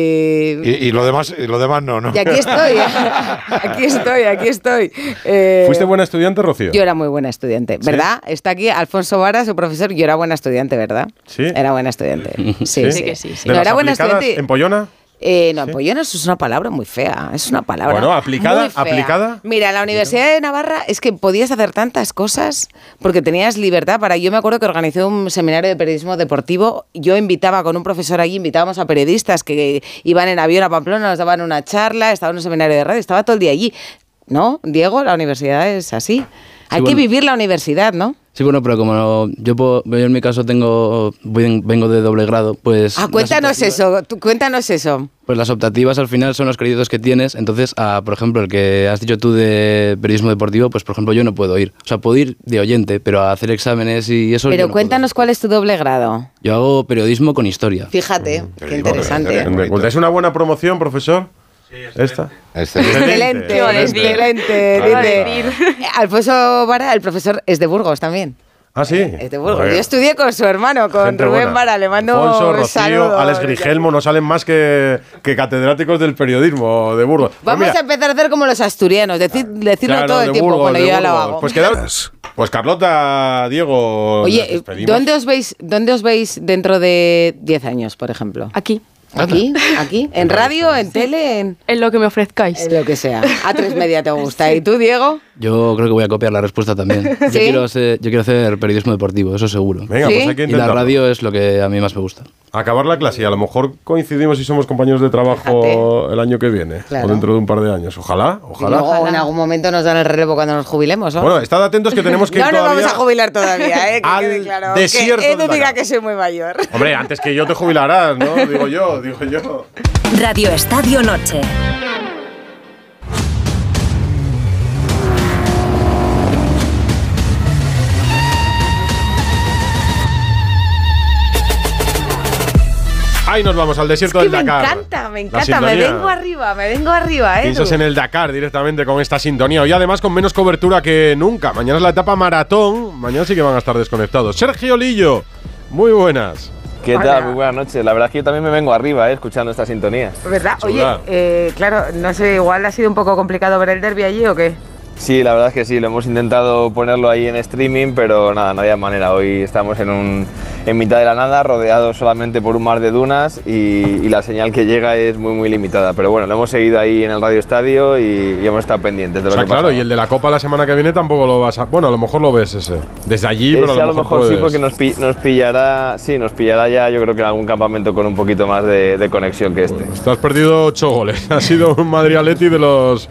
y lo demás no. Y aquí estoy. ¿Fuiste buena estudiante, Rocío? Yo era muy buena estudiante. ¿Verdad? ¿Sí? Está aquí Alfonso Vara, su profesor. Yo era buena estudiante, ¿verdad? Sí. Era buena estudiante. Sí. No, era buena estudiante. ¿En Pollona? No, en Pollona eso es una palabra muy fea. Es una palabra. Bueno, aplicada. Mira, en la Universidad de Navarra es que podías hacer tantas cosas porque tenías libertad para. Yo me acuerdo que organizé un seminario de periodismo deportivo. Yo invitaba con un profesor allí, invitábamos a periodistas que iban en avión a Pamplona, nos daban una charla, estaba en un seminario de radio, estaba todo el día allí. ¿No, Diego? La universidad es así. Hay que vivir la universidad, ¿no? Sí, bueno, pero como yo en mi caso vengo de doble grado, pues... Cuéntanos eso. Pues las optativas al final son los créditos que tienes, entonces, por ejemplo, el que has dicho tú de periodismo deportivo, pues por ejemplo yo no puedo ir. O sea, puedo ir de oyente, pero a hacer exámenes y eso... Pero cuéntanos cuál es tu doble grado. Yo hago periodismo con historia. Fíjate, qué interesante. ¿Es una buena promoción, profesor? ¿Esta? Excelente. Alfonso Vara, el profesor, es de Burgos también. Ah, sí. Es de Burgos. Yo estudié con su hermano, con Rubén Vara. Le mando Alfonso, un saludo. Rocío, Alex Grigelmo, no salen más que catedráticos del periodismo de Burgos. Vamos a empezar a hacer como los asturianos, decirlo todo el tiempo. Burgos, bueno, yo ya lo hago. Pues Carlota, Diego. Oye, ¿dónde os veis dentro de 10 años, por ejemplo? Aquí. ¿Aquí? ¿En radio? ¿En tele? En lo que me ofrezcáis. En lo que sea. A3 Media te gusta. ¿Y tú, Diego? Yo creo que voy a copiar la respuesta también. ¿Sí? Yo quiero hacer periodismo deportivo, eso seguro. Venga, pues hay que intentarlo. Y la radio es lo que a mí más me gusta. Acabar la clase y a lo mejor coincidimos y somos compañeros de trabajo el año que viene, o dentro de un par de años. Ojalá. O en algún momento nos dan el relevo cuando nos jubilemos, ¿no? Bueno, estad atentos que tenemos que ir todavía... No nos vamos a jubilar todavía, que quede claro. Desierto que Edu diga que soy muy mayor. Hombre, antes que yo te jubilarás, ¿no? Digo yo. Radio Estadio Noche. Ahí nos vamos al desierto del Dakar. Me encanta, me vengo arriba, Piensas en el Dakar directamente con esta sintonía. Hoy además con menos cobertura que nunca. Mañana es la etapa maratón. Mañana sí que van a estar desconectados. Sergio Lillo, muy buenas. ¿Qué tal? Muy buenas noches. La verdad es que yo también me vengo arriba, escuchando esta sintonía. ¿Verdad? Oye, claro, no sé, igual ha sido un poco complicado ver el derbi allí o qué. Sí, la verdad es que sí, lo hemos intentado ponerlo ahí en streaming, pero nada, no había manera. Hoy estamos en en mitad de la nada, rodeado solamente por un mar de dunas y la señal que llega es muy muy limitada. Pero bueno, lo hemos seguido ahí en el Radio Estadio y hemos estado pendientes de lo que pasa. Claro, y el de la Copa la semana que viene tampoco lo vas a... Bueno, a lo mejor lo ves ese. Desde allí, pero a lo mejor sí, porque nos pillará ya yo creo que en algún campamento con un poquito más de conexión que este. Te has perdido 8 goles. Ha sido un Madrid-Atleti de los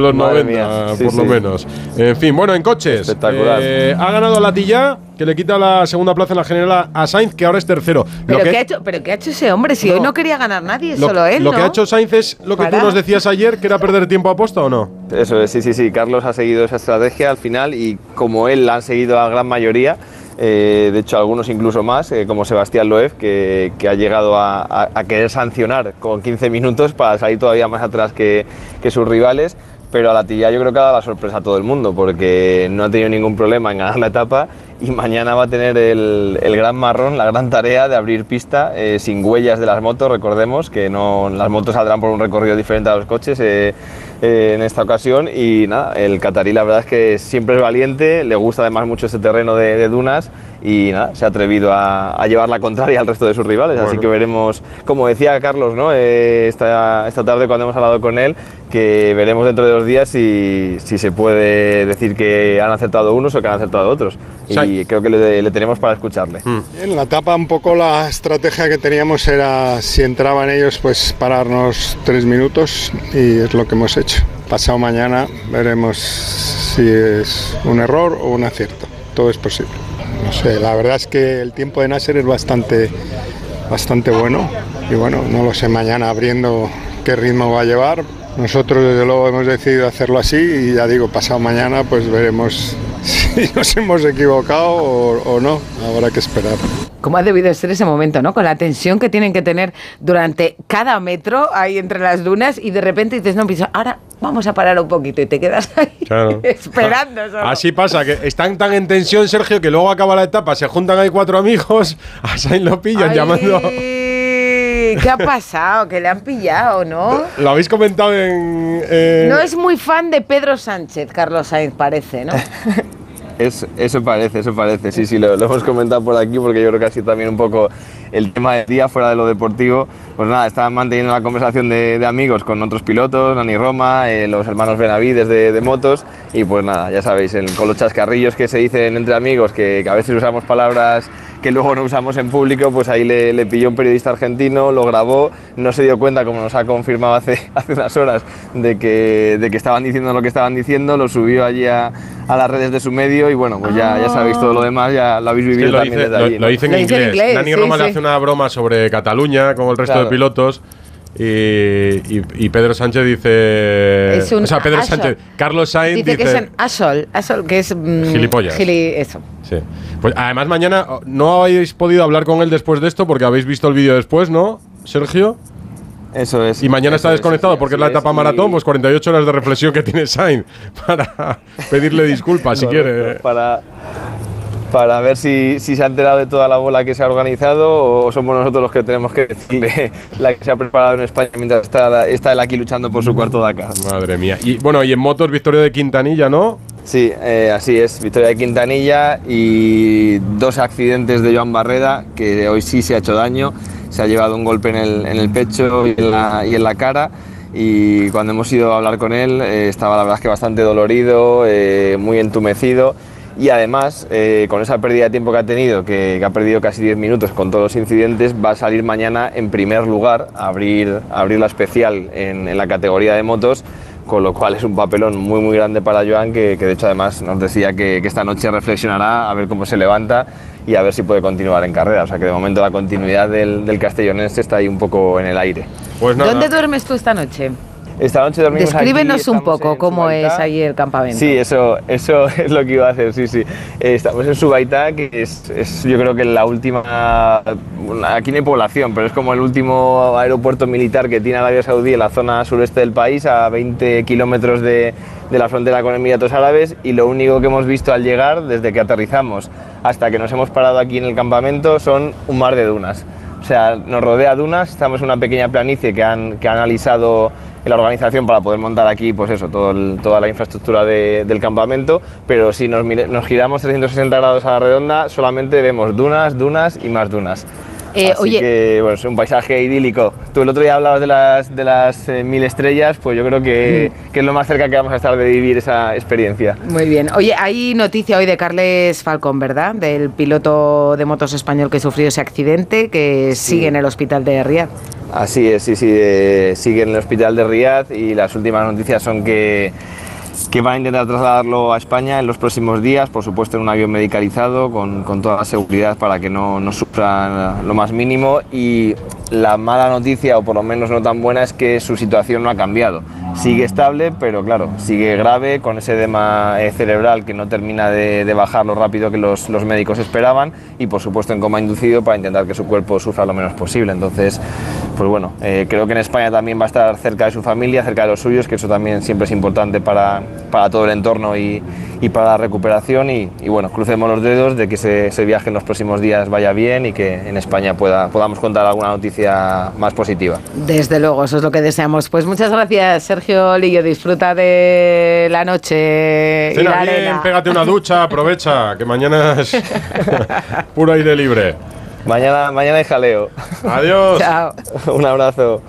90, por lo menos. En fin, bueno, en coches. Espectacular. Ha ganado Latilla, que le quita la segunda plaza en la general a Sainz, que ahora es tercero. ¿Pero qué ha hecho ese hombre? Si hoy no quería ganar nadie, solo él, Lo que ha hecho Sainz es lo que tú nos decías ayer, que era perder tiempo a posta, ¿o no? Eso es, sí. Carlos ha seguido esa estrategia al final y como él la han seguido la gran mayoría. De hecho algunos incluso más, como Sebastián Loeb, que ha llegado a querer sancionar con 15 minutos para salir todavía más atrás que sus rivales, pero a Latilla yo creo que ha dado la sorpresa a todo el mundo porque no ha tenido ningún problema en ganar la etapa y mañana va a tener el gran marrón, la gran tarea de abrir pista sin huellas de las motos. Recordemos que las motos saldrán por un recorrido diferente a los coches en esta ocasión y nada, el catarí la verdad es que siempre es valiente, le gusta además mucho este terreno de dunas y nada, se ha atrevido a llevar la contraria al resto de sus rivales, así que veremos, como decía Carlos, ¿no? esta tarde cuando hemos hablado con él, que veremos dentro de 2 días si se puede decir que han acertado unos o que han acertado otros. Y creo que le tenemos para escucharle. En la etapa un poco la estrategia que teníamos era, si entraban ellos, pues pararnos 3 minutos y es lo que hemos hecho. Pasado mañana veremos si es un error o un acierto. Todo es posible. No sé, la verdad es que el tiempo de Nasser es bastante bueno y bueno, no lo sé mañana abriendo qué ritmo va a llevar. Nosotros desde luego hemos decidido hacerlo así y ya digo, pasado mañana pues veremos si nos hemos equivocado o no, habrá que esperar. ¿Cómo ha debido ser ese momento, no? Con la tensión que tienen que tener durante cada metro ahí entre las dunas y de repente dices, no, pues ahora vamos a parar un poquito y te quedas ahí esperando. Solo. Así pasa, que están tan en tensión, Sergio, que luego acaba la etapa, se juntan ahí 4 amigos, a Sainz lo pillan llamando... ¿Qué ha pasado? Que le han pillado, ¿no? Lo habéis comentado en... No es muy fan de Pedro Sánchez, Carlos Sainz, parece, ¿no? Eso parece, sí, lo hemos comentado por aquí porque yo creo que ha sido también un poco el tema del día fuera de lo deportivo. Pues nada, estaban manteniendo la conversación de amigos con otros pilotos, Nani Roma, los hermanos Benavides de motos y pues nada, ya sabéis, con los chascarrillos que se dicen entre amigos, que a veces usamos palabras que luego no usamos en público, pues ahí le pilló un periodista argentino, lo grabó, no se dio cuenta, como nos ha confirmado hace unas horas, de que estaban diciendo lo que estaban diciendo, lo subió allí a las redes de su medio y bueno, pues ya sabéis todo lo demás, ya lo habéis vivido también desde allí. Lo dice en inglés. Nani Roma le hace una broma sobre Cataluña con el resto de pilotos. Y Pedro Sánchez dice... Carlos Sainz dice que es un asshole, que es... gilipollas. Eso. Sí. Pues además mañana no habéis podido hablar con él después de esto porque habéis visto el vídeo después, ¿no, Sergio? Eso es. Y mañana está desconectado porque es la etapa maratón, pues 48 horas de reflexión que tiene Sainz para pedirle disculpas si quiere. Para ver si se ha enterado de toda la bola que se ha organizado o somos nosotros los que tenemos que decirle la que se ha preparado en España mientras está él aquí luchando por su cuarto de acá. Madre mía. Y bueno, y en motos, victoria de Quintanilla, ¿no? Sí, así es, victoria de Quintanilla y 2 accidentes de Joan Barreda, que hoy sí se ha hecho daño, se ha llevado un golpe en el pecho y en la cara. Y cuando hemos ido a hablar con él estaba la verdad es que bastante dolorido, muy entumecido. Y además, con esa pérdida de tiempo que ha tenido, que ha perdido casi 10 minutos con todos los incidentes, va a salir mañana en primer lugar a abrir la especial en la categoría de motos, con lo cual es un papelón muy muy grande para Joan, que de hecho además nos decía que esta noche reflexionará a ver cómo se levanta y a ver si puede continuar en carrera. O sea que de momento la continuidad del castellonense está ahí un poco en el aire. Pues nada. ¿Dónde duermes tú esta noche? Esta noche dormimos Descríbenos aquí, un poco cómo es ahí el campamento. Sí, eso es lo que iba a hacer, sí. Estamos en Subaitá, que es yo creo que la última... Aquí no hay población, pero es como el último aeropuerto militar que tiene Arabia Saudí en la zona sureste del país, a 20 kilómetros de la frontera con Emiratos Árabes, y lo único que hemos visto al llegar, desde que aterrizamos hasta que nos hemos parado aquí en el campamento, son un mar de dunas. O sea, nos rodea dunas, estamos en una pequeña planicie que han alisado la organización para poder montar aquí, pues eso, toda la infraestructura del campamento, pero si nos giramos 360 grados a la redonda, solamente vemos dunas y más dunas. Así que, bueno, es un paisaje idílico. Tú el otro día hablabas de las 1000 estrellas, pues yo creo que es lo más cerca que vamos a estar de vivir esa experiencia. Muy bien. Oye, hay noticia hoy de Carles Falcón, ¿verdad? Del piloto de motos español que sufrió ese accidente, que sigue en el hospital de Riad. Así es, sí, sigue en el hospital de Riad y las últimas noticias son que van a intentar trasladarlo a España en los próximos días, por supuesto en un avión medicalizado, con toda la seguridad para que no sufran lo más mínimo. Y la mala noticia, o por lo menos no tan buena, es que su situación no ha cambiado. Sigue estable, pero claro, sigue grave, con ese edema cerebral que no termina de bajar lo rápido que los médicos esperaban, y por supuesto en coma inducido para intentar que su cuerpo sufra lo menos posible. Entonces, pues bueno, creo que en España también va a estar cerca de su familia, cerca de los suyos, que eso también siempre es importante para todo el entorno y para la recuperación. Y bueno, crucemos los dedos de que ese viaje en los próximos días vaya bien y que en España podamos contar alguna noticia más positiva. Desde luego, eso es lo que deseamos. Pues muchas gracias, Sergio Lillo. Disfruta de la noche. Cena y la bien, arena. pégate una ducha, aprovecha, que mañana es puro aire libre. Mañana hay jaleo. Adiós. Chao. Un abrazo.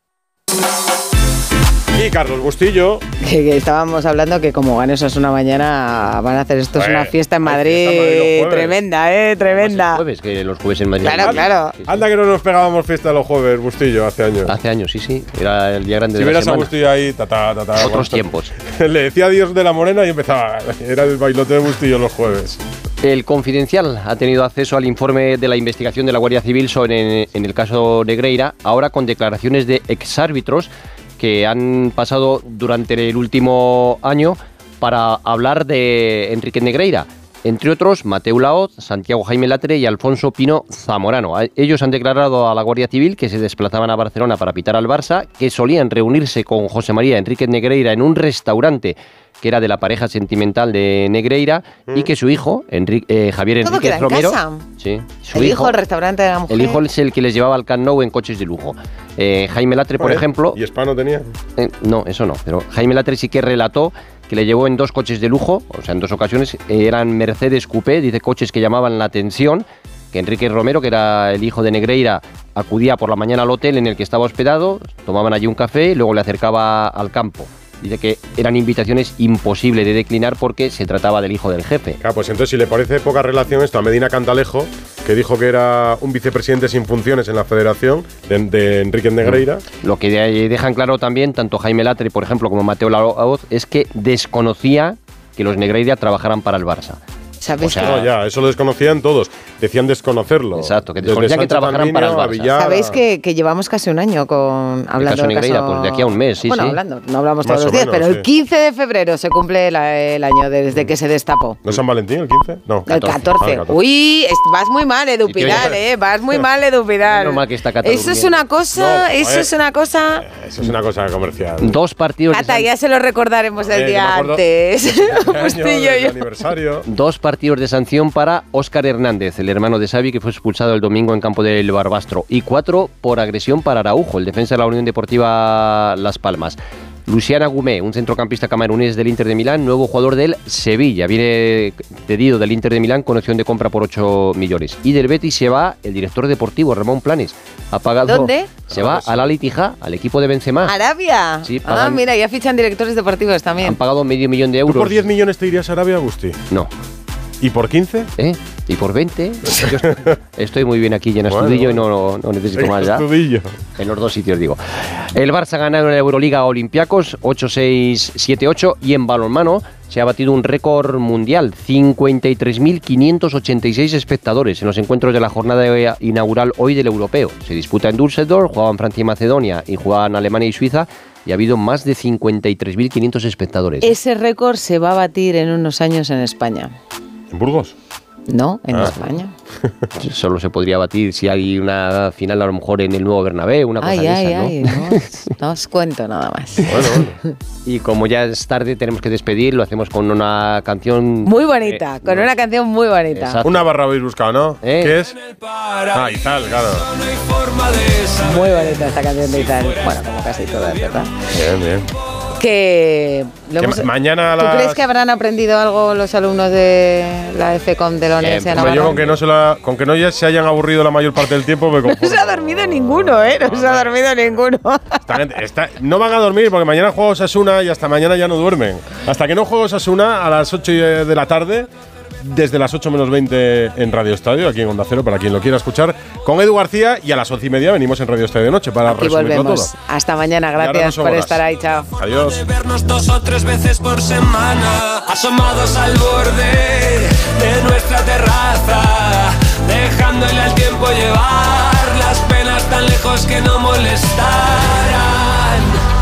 Y Carlos Bustillo. Que estábamos hablando que como ganes es una mañana, van a hacer esto, es una fiesta en Madrid tremenda, tremenda. Los jueves, que los jueves en Madrid. Claro. Anda que no nos pegábamos fiesta los jueves, Bustillo, hace años. Hace años, sí. Era el día grande de la semana. Si vieras a Bustillo ahí, Otros tiempos. Le decía adiós de la Morena y empezaba. Era el bailote de Bustillo los jueves. El Confidencial ha tenido acceso al informe de la investigación de la Guardia Civil en el caso Negreira, ahora con declaraciones de exárbitros que han pasado durante el último año para hablar de Enrique Negreira. Entre otros, Mateu Laoz, Santiago Jaime Latre y Alfonso Pino Zamorano. Ellos han declarado a la Guardia Civil que se desplazaban a Barcelona para pitar al Barça, que solían reunirse con José María Enrique Negreira en un restaurante que era de la pareja sentimental de Negreira, y que su hijo, Javier Enrique Romero, sí, el hijo, el restaurante de la mujer. El hijo es el que les llevaba al Camp Nou en coches de lujo. Jaime Latre, por ejemplo... ¿Y Spa no tenía? No, eso no, pero Jaime Latre sí que relató que le llevó en 2 coches de lujo, o sea, en 2 ocasiones, eran Mercedes Coupé, dice, coches que llamaban la atención, que Enrique Romero, que era el hijo de Negreira, acudía por la mañana al hotel en el que estaba hospedado, tomaban allí un café y luego le acercaba al campo. Dice que eran invitaciones imposibles de declinar porque se trataba del hijo del jefe. Claro, pues entonces si le parece poca relación esto a Medina Cantalejo, que dijo que era un vicepresidente sin funciones en la federación de Enrique Negreira. Lo que dejan claro también, tanto Jaime Latre, por ejemplo, como Mateu Laoz, es que desconocía que los Negreira trabajaran para el Barça. ¿Sabes? O sea, no, ya, eso lo desconocían todos. Decían desconocerlo. Exacto, que desconocían que trabajaran para el Barça. Sabéis que llevamos casi un año hablando del Negreira, caso... pues de aquí a un mes, sí, bueno, sí. hablando, no hablamos todos los días, pero el 15 de febrero se cumple el año desde que se destapó. ¿No es San Valentín el 15? No, 14. El 14. Uy, vas muy mal, Edu Pidal, vas muy mal, Edu Pidal. Normal que está Cata eso es una cosa, no, eso es una cosa... Eso es una cosa comercial. 2 partidos... Cata, ya se lo recordaremos el día antes. Aniversario. 2 partidos de sanción para Óscar Hernández, el hermano de Xavi, que fue expulsado el domingo en campo del Barbastro, y 4 por agresión para Araujo, el defensa de la Unión Deportiva Las Palmas. Luciana Gumé, un centrocampista camerunés del Inter de Milán, nuevo jugador del Sevilla. Viene pedido del Inter de Milán con opción de compra por 8 millones. Y del Betis se va el director deportivo, Ramón Planes. Ha pagado, ¿dónde? Se va al Al Ittihad, al equipo de Benzema. ¿Arabia? Sí, pagan, mira, ya fichan directores deportivos también. Han pagado medio millón de euros. ¿Tú por 10 millones te irías a Arabia, Agustí? No. ¿Y por 15? ¿Y por 20? Yo estoy muy bien aquí en Astudillo y no necesito más ya. Astudillo. En los 2 sitios, digo. El Barça ha ganado en la Euroliga a Olympiacos 8-6, 7-8, y en balonmano se ha batido un récord mundial, 53.586 espectadores en los encuentros de la jornada inaugural hoy del Europeo. Se disputa en Düsseldorf, jugaban Francia y Macedonia y jugaban Alemania y Suiza, y ha habido más de 53.500 espectadores. Ese récord se va a batir en unos años en España. ¿En Burgos? No, en España. Solo se podría batir si hay una final a lo mejor en el nuevo Bernabéu, una cosa de esas, ¿no? No os cuento nada más. Bueno. Y como ya es tarde, tenemos que despedir, lo hacemos con una canción... Muy bonita, con una canción muy bonita. Exacto. Una barra habéis buscado, ¿no? ¿Qué es? Y tal, claro. Muy bonita esta canción de Izal. Bueno, como casi todas, ¿verdad? Bien. Que mañana ¿Tú crees que habrán aprendido algo los alumnos de la FECOM de la Universidad de Navarra? Yo con que no ya se hayan aburrido la mayor parte del tiempo me conformo. No se ha dormido ninguno, No se ha dormido ninguno. No van a dormir porque mañana juega Osasuna y hasta mañana ya no duermen. Hasta que no juegue Osasuna a las 8 de la tarde, desde las 8 menos 20 en Radio Estadio, aquí en Onda Cero, para quien lo quiera escuchar, con Edu García, y a las 11:30 venimos en Radio Estadio de Noche para resumirlo todo. Hasta mañana, gracias por estar ahí, chao. Adiós. Vernos 2 o 3 veces por semana, asomados al borde de nuestra terraza, dejándole al tiempo llevar las penas tan lejos que no molestarán.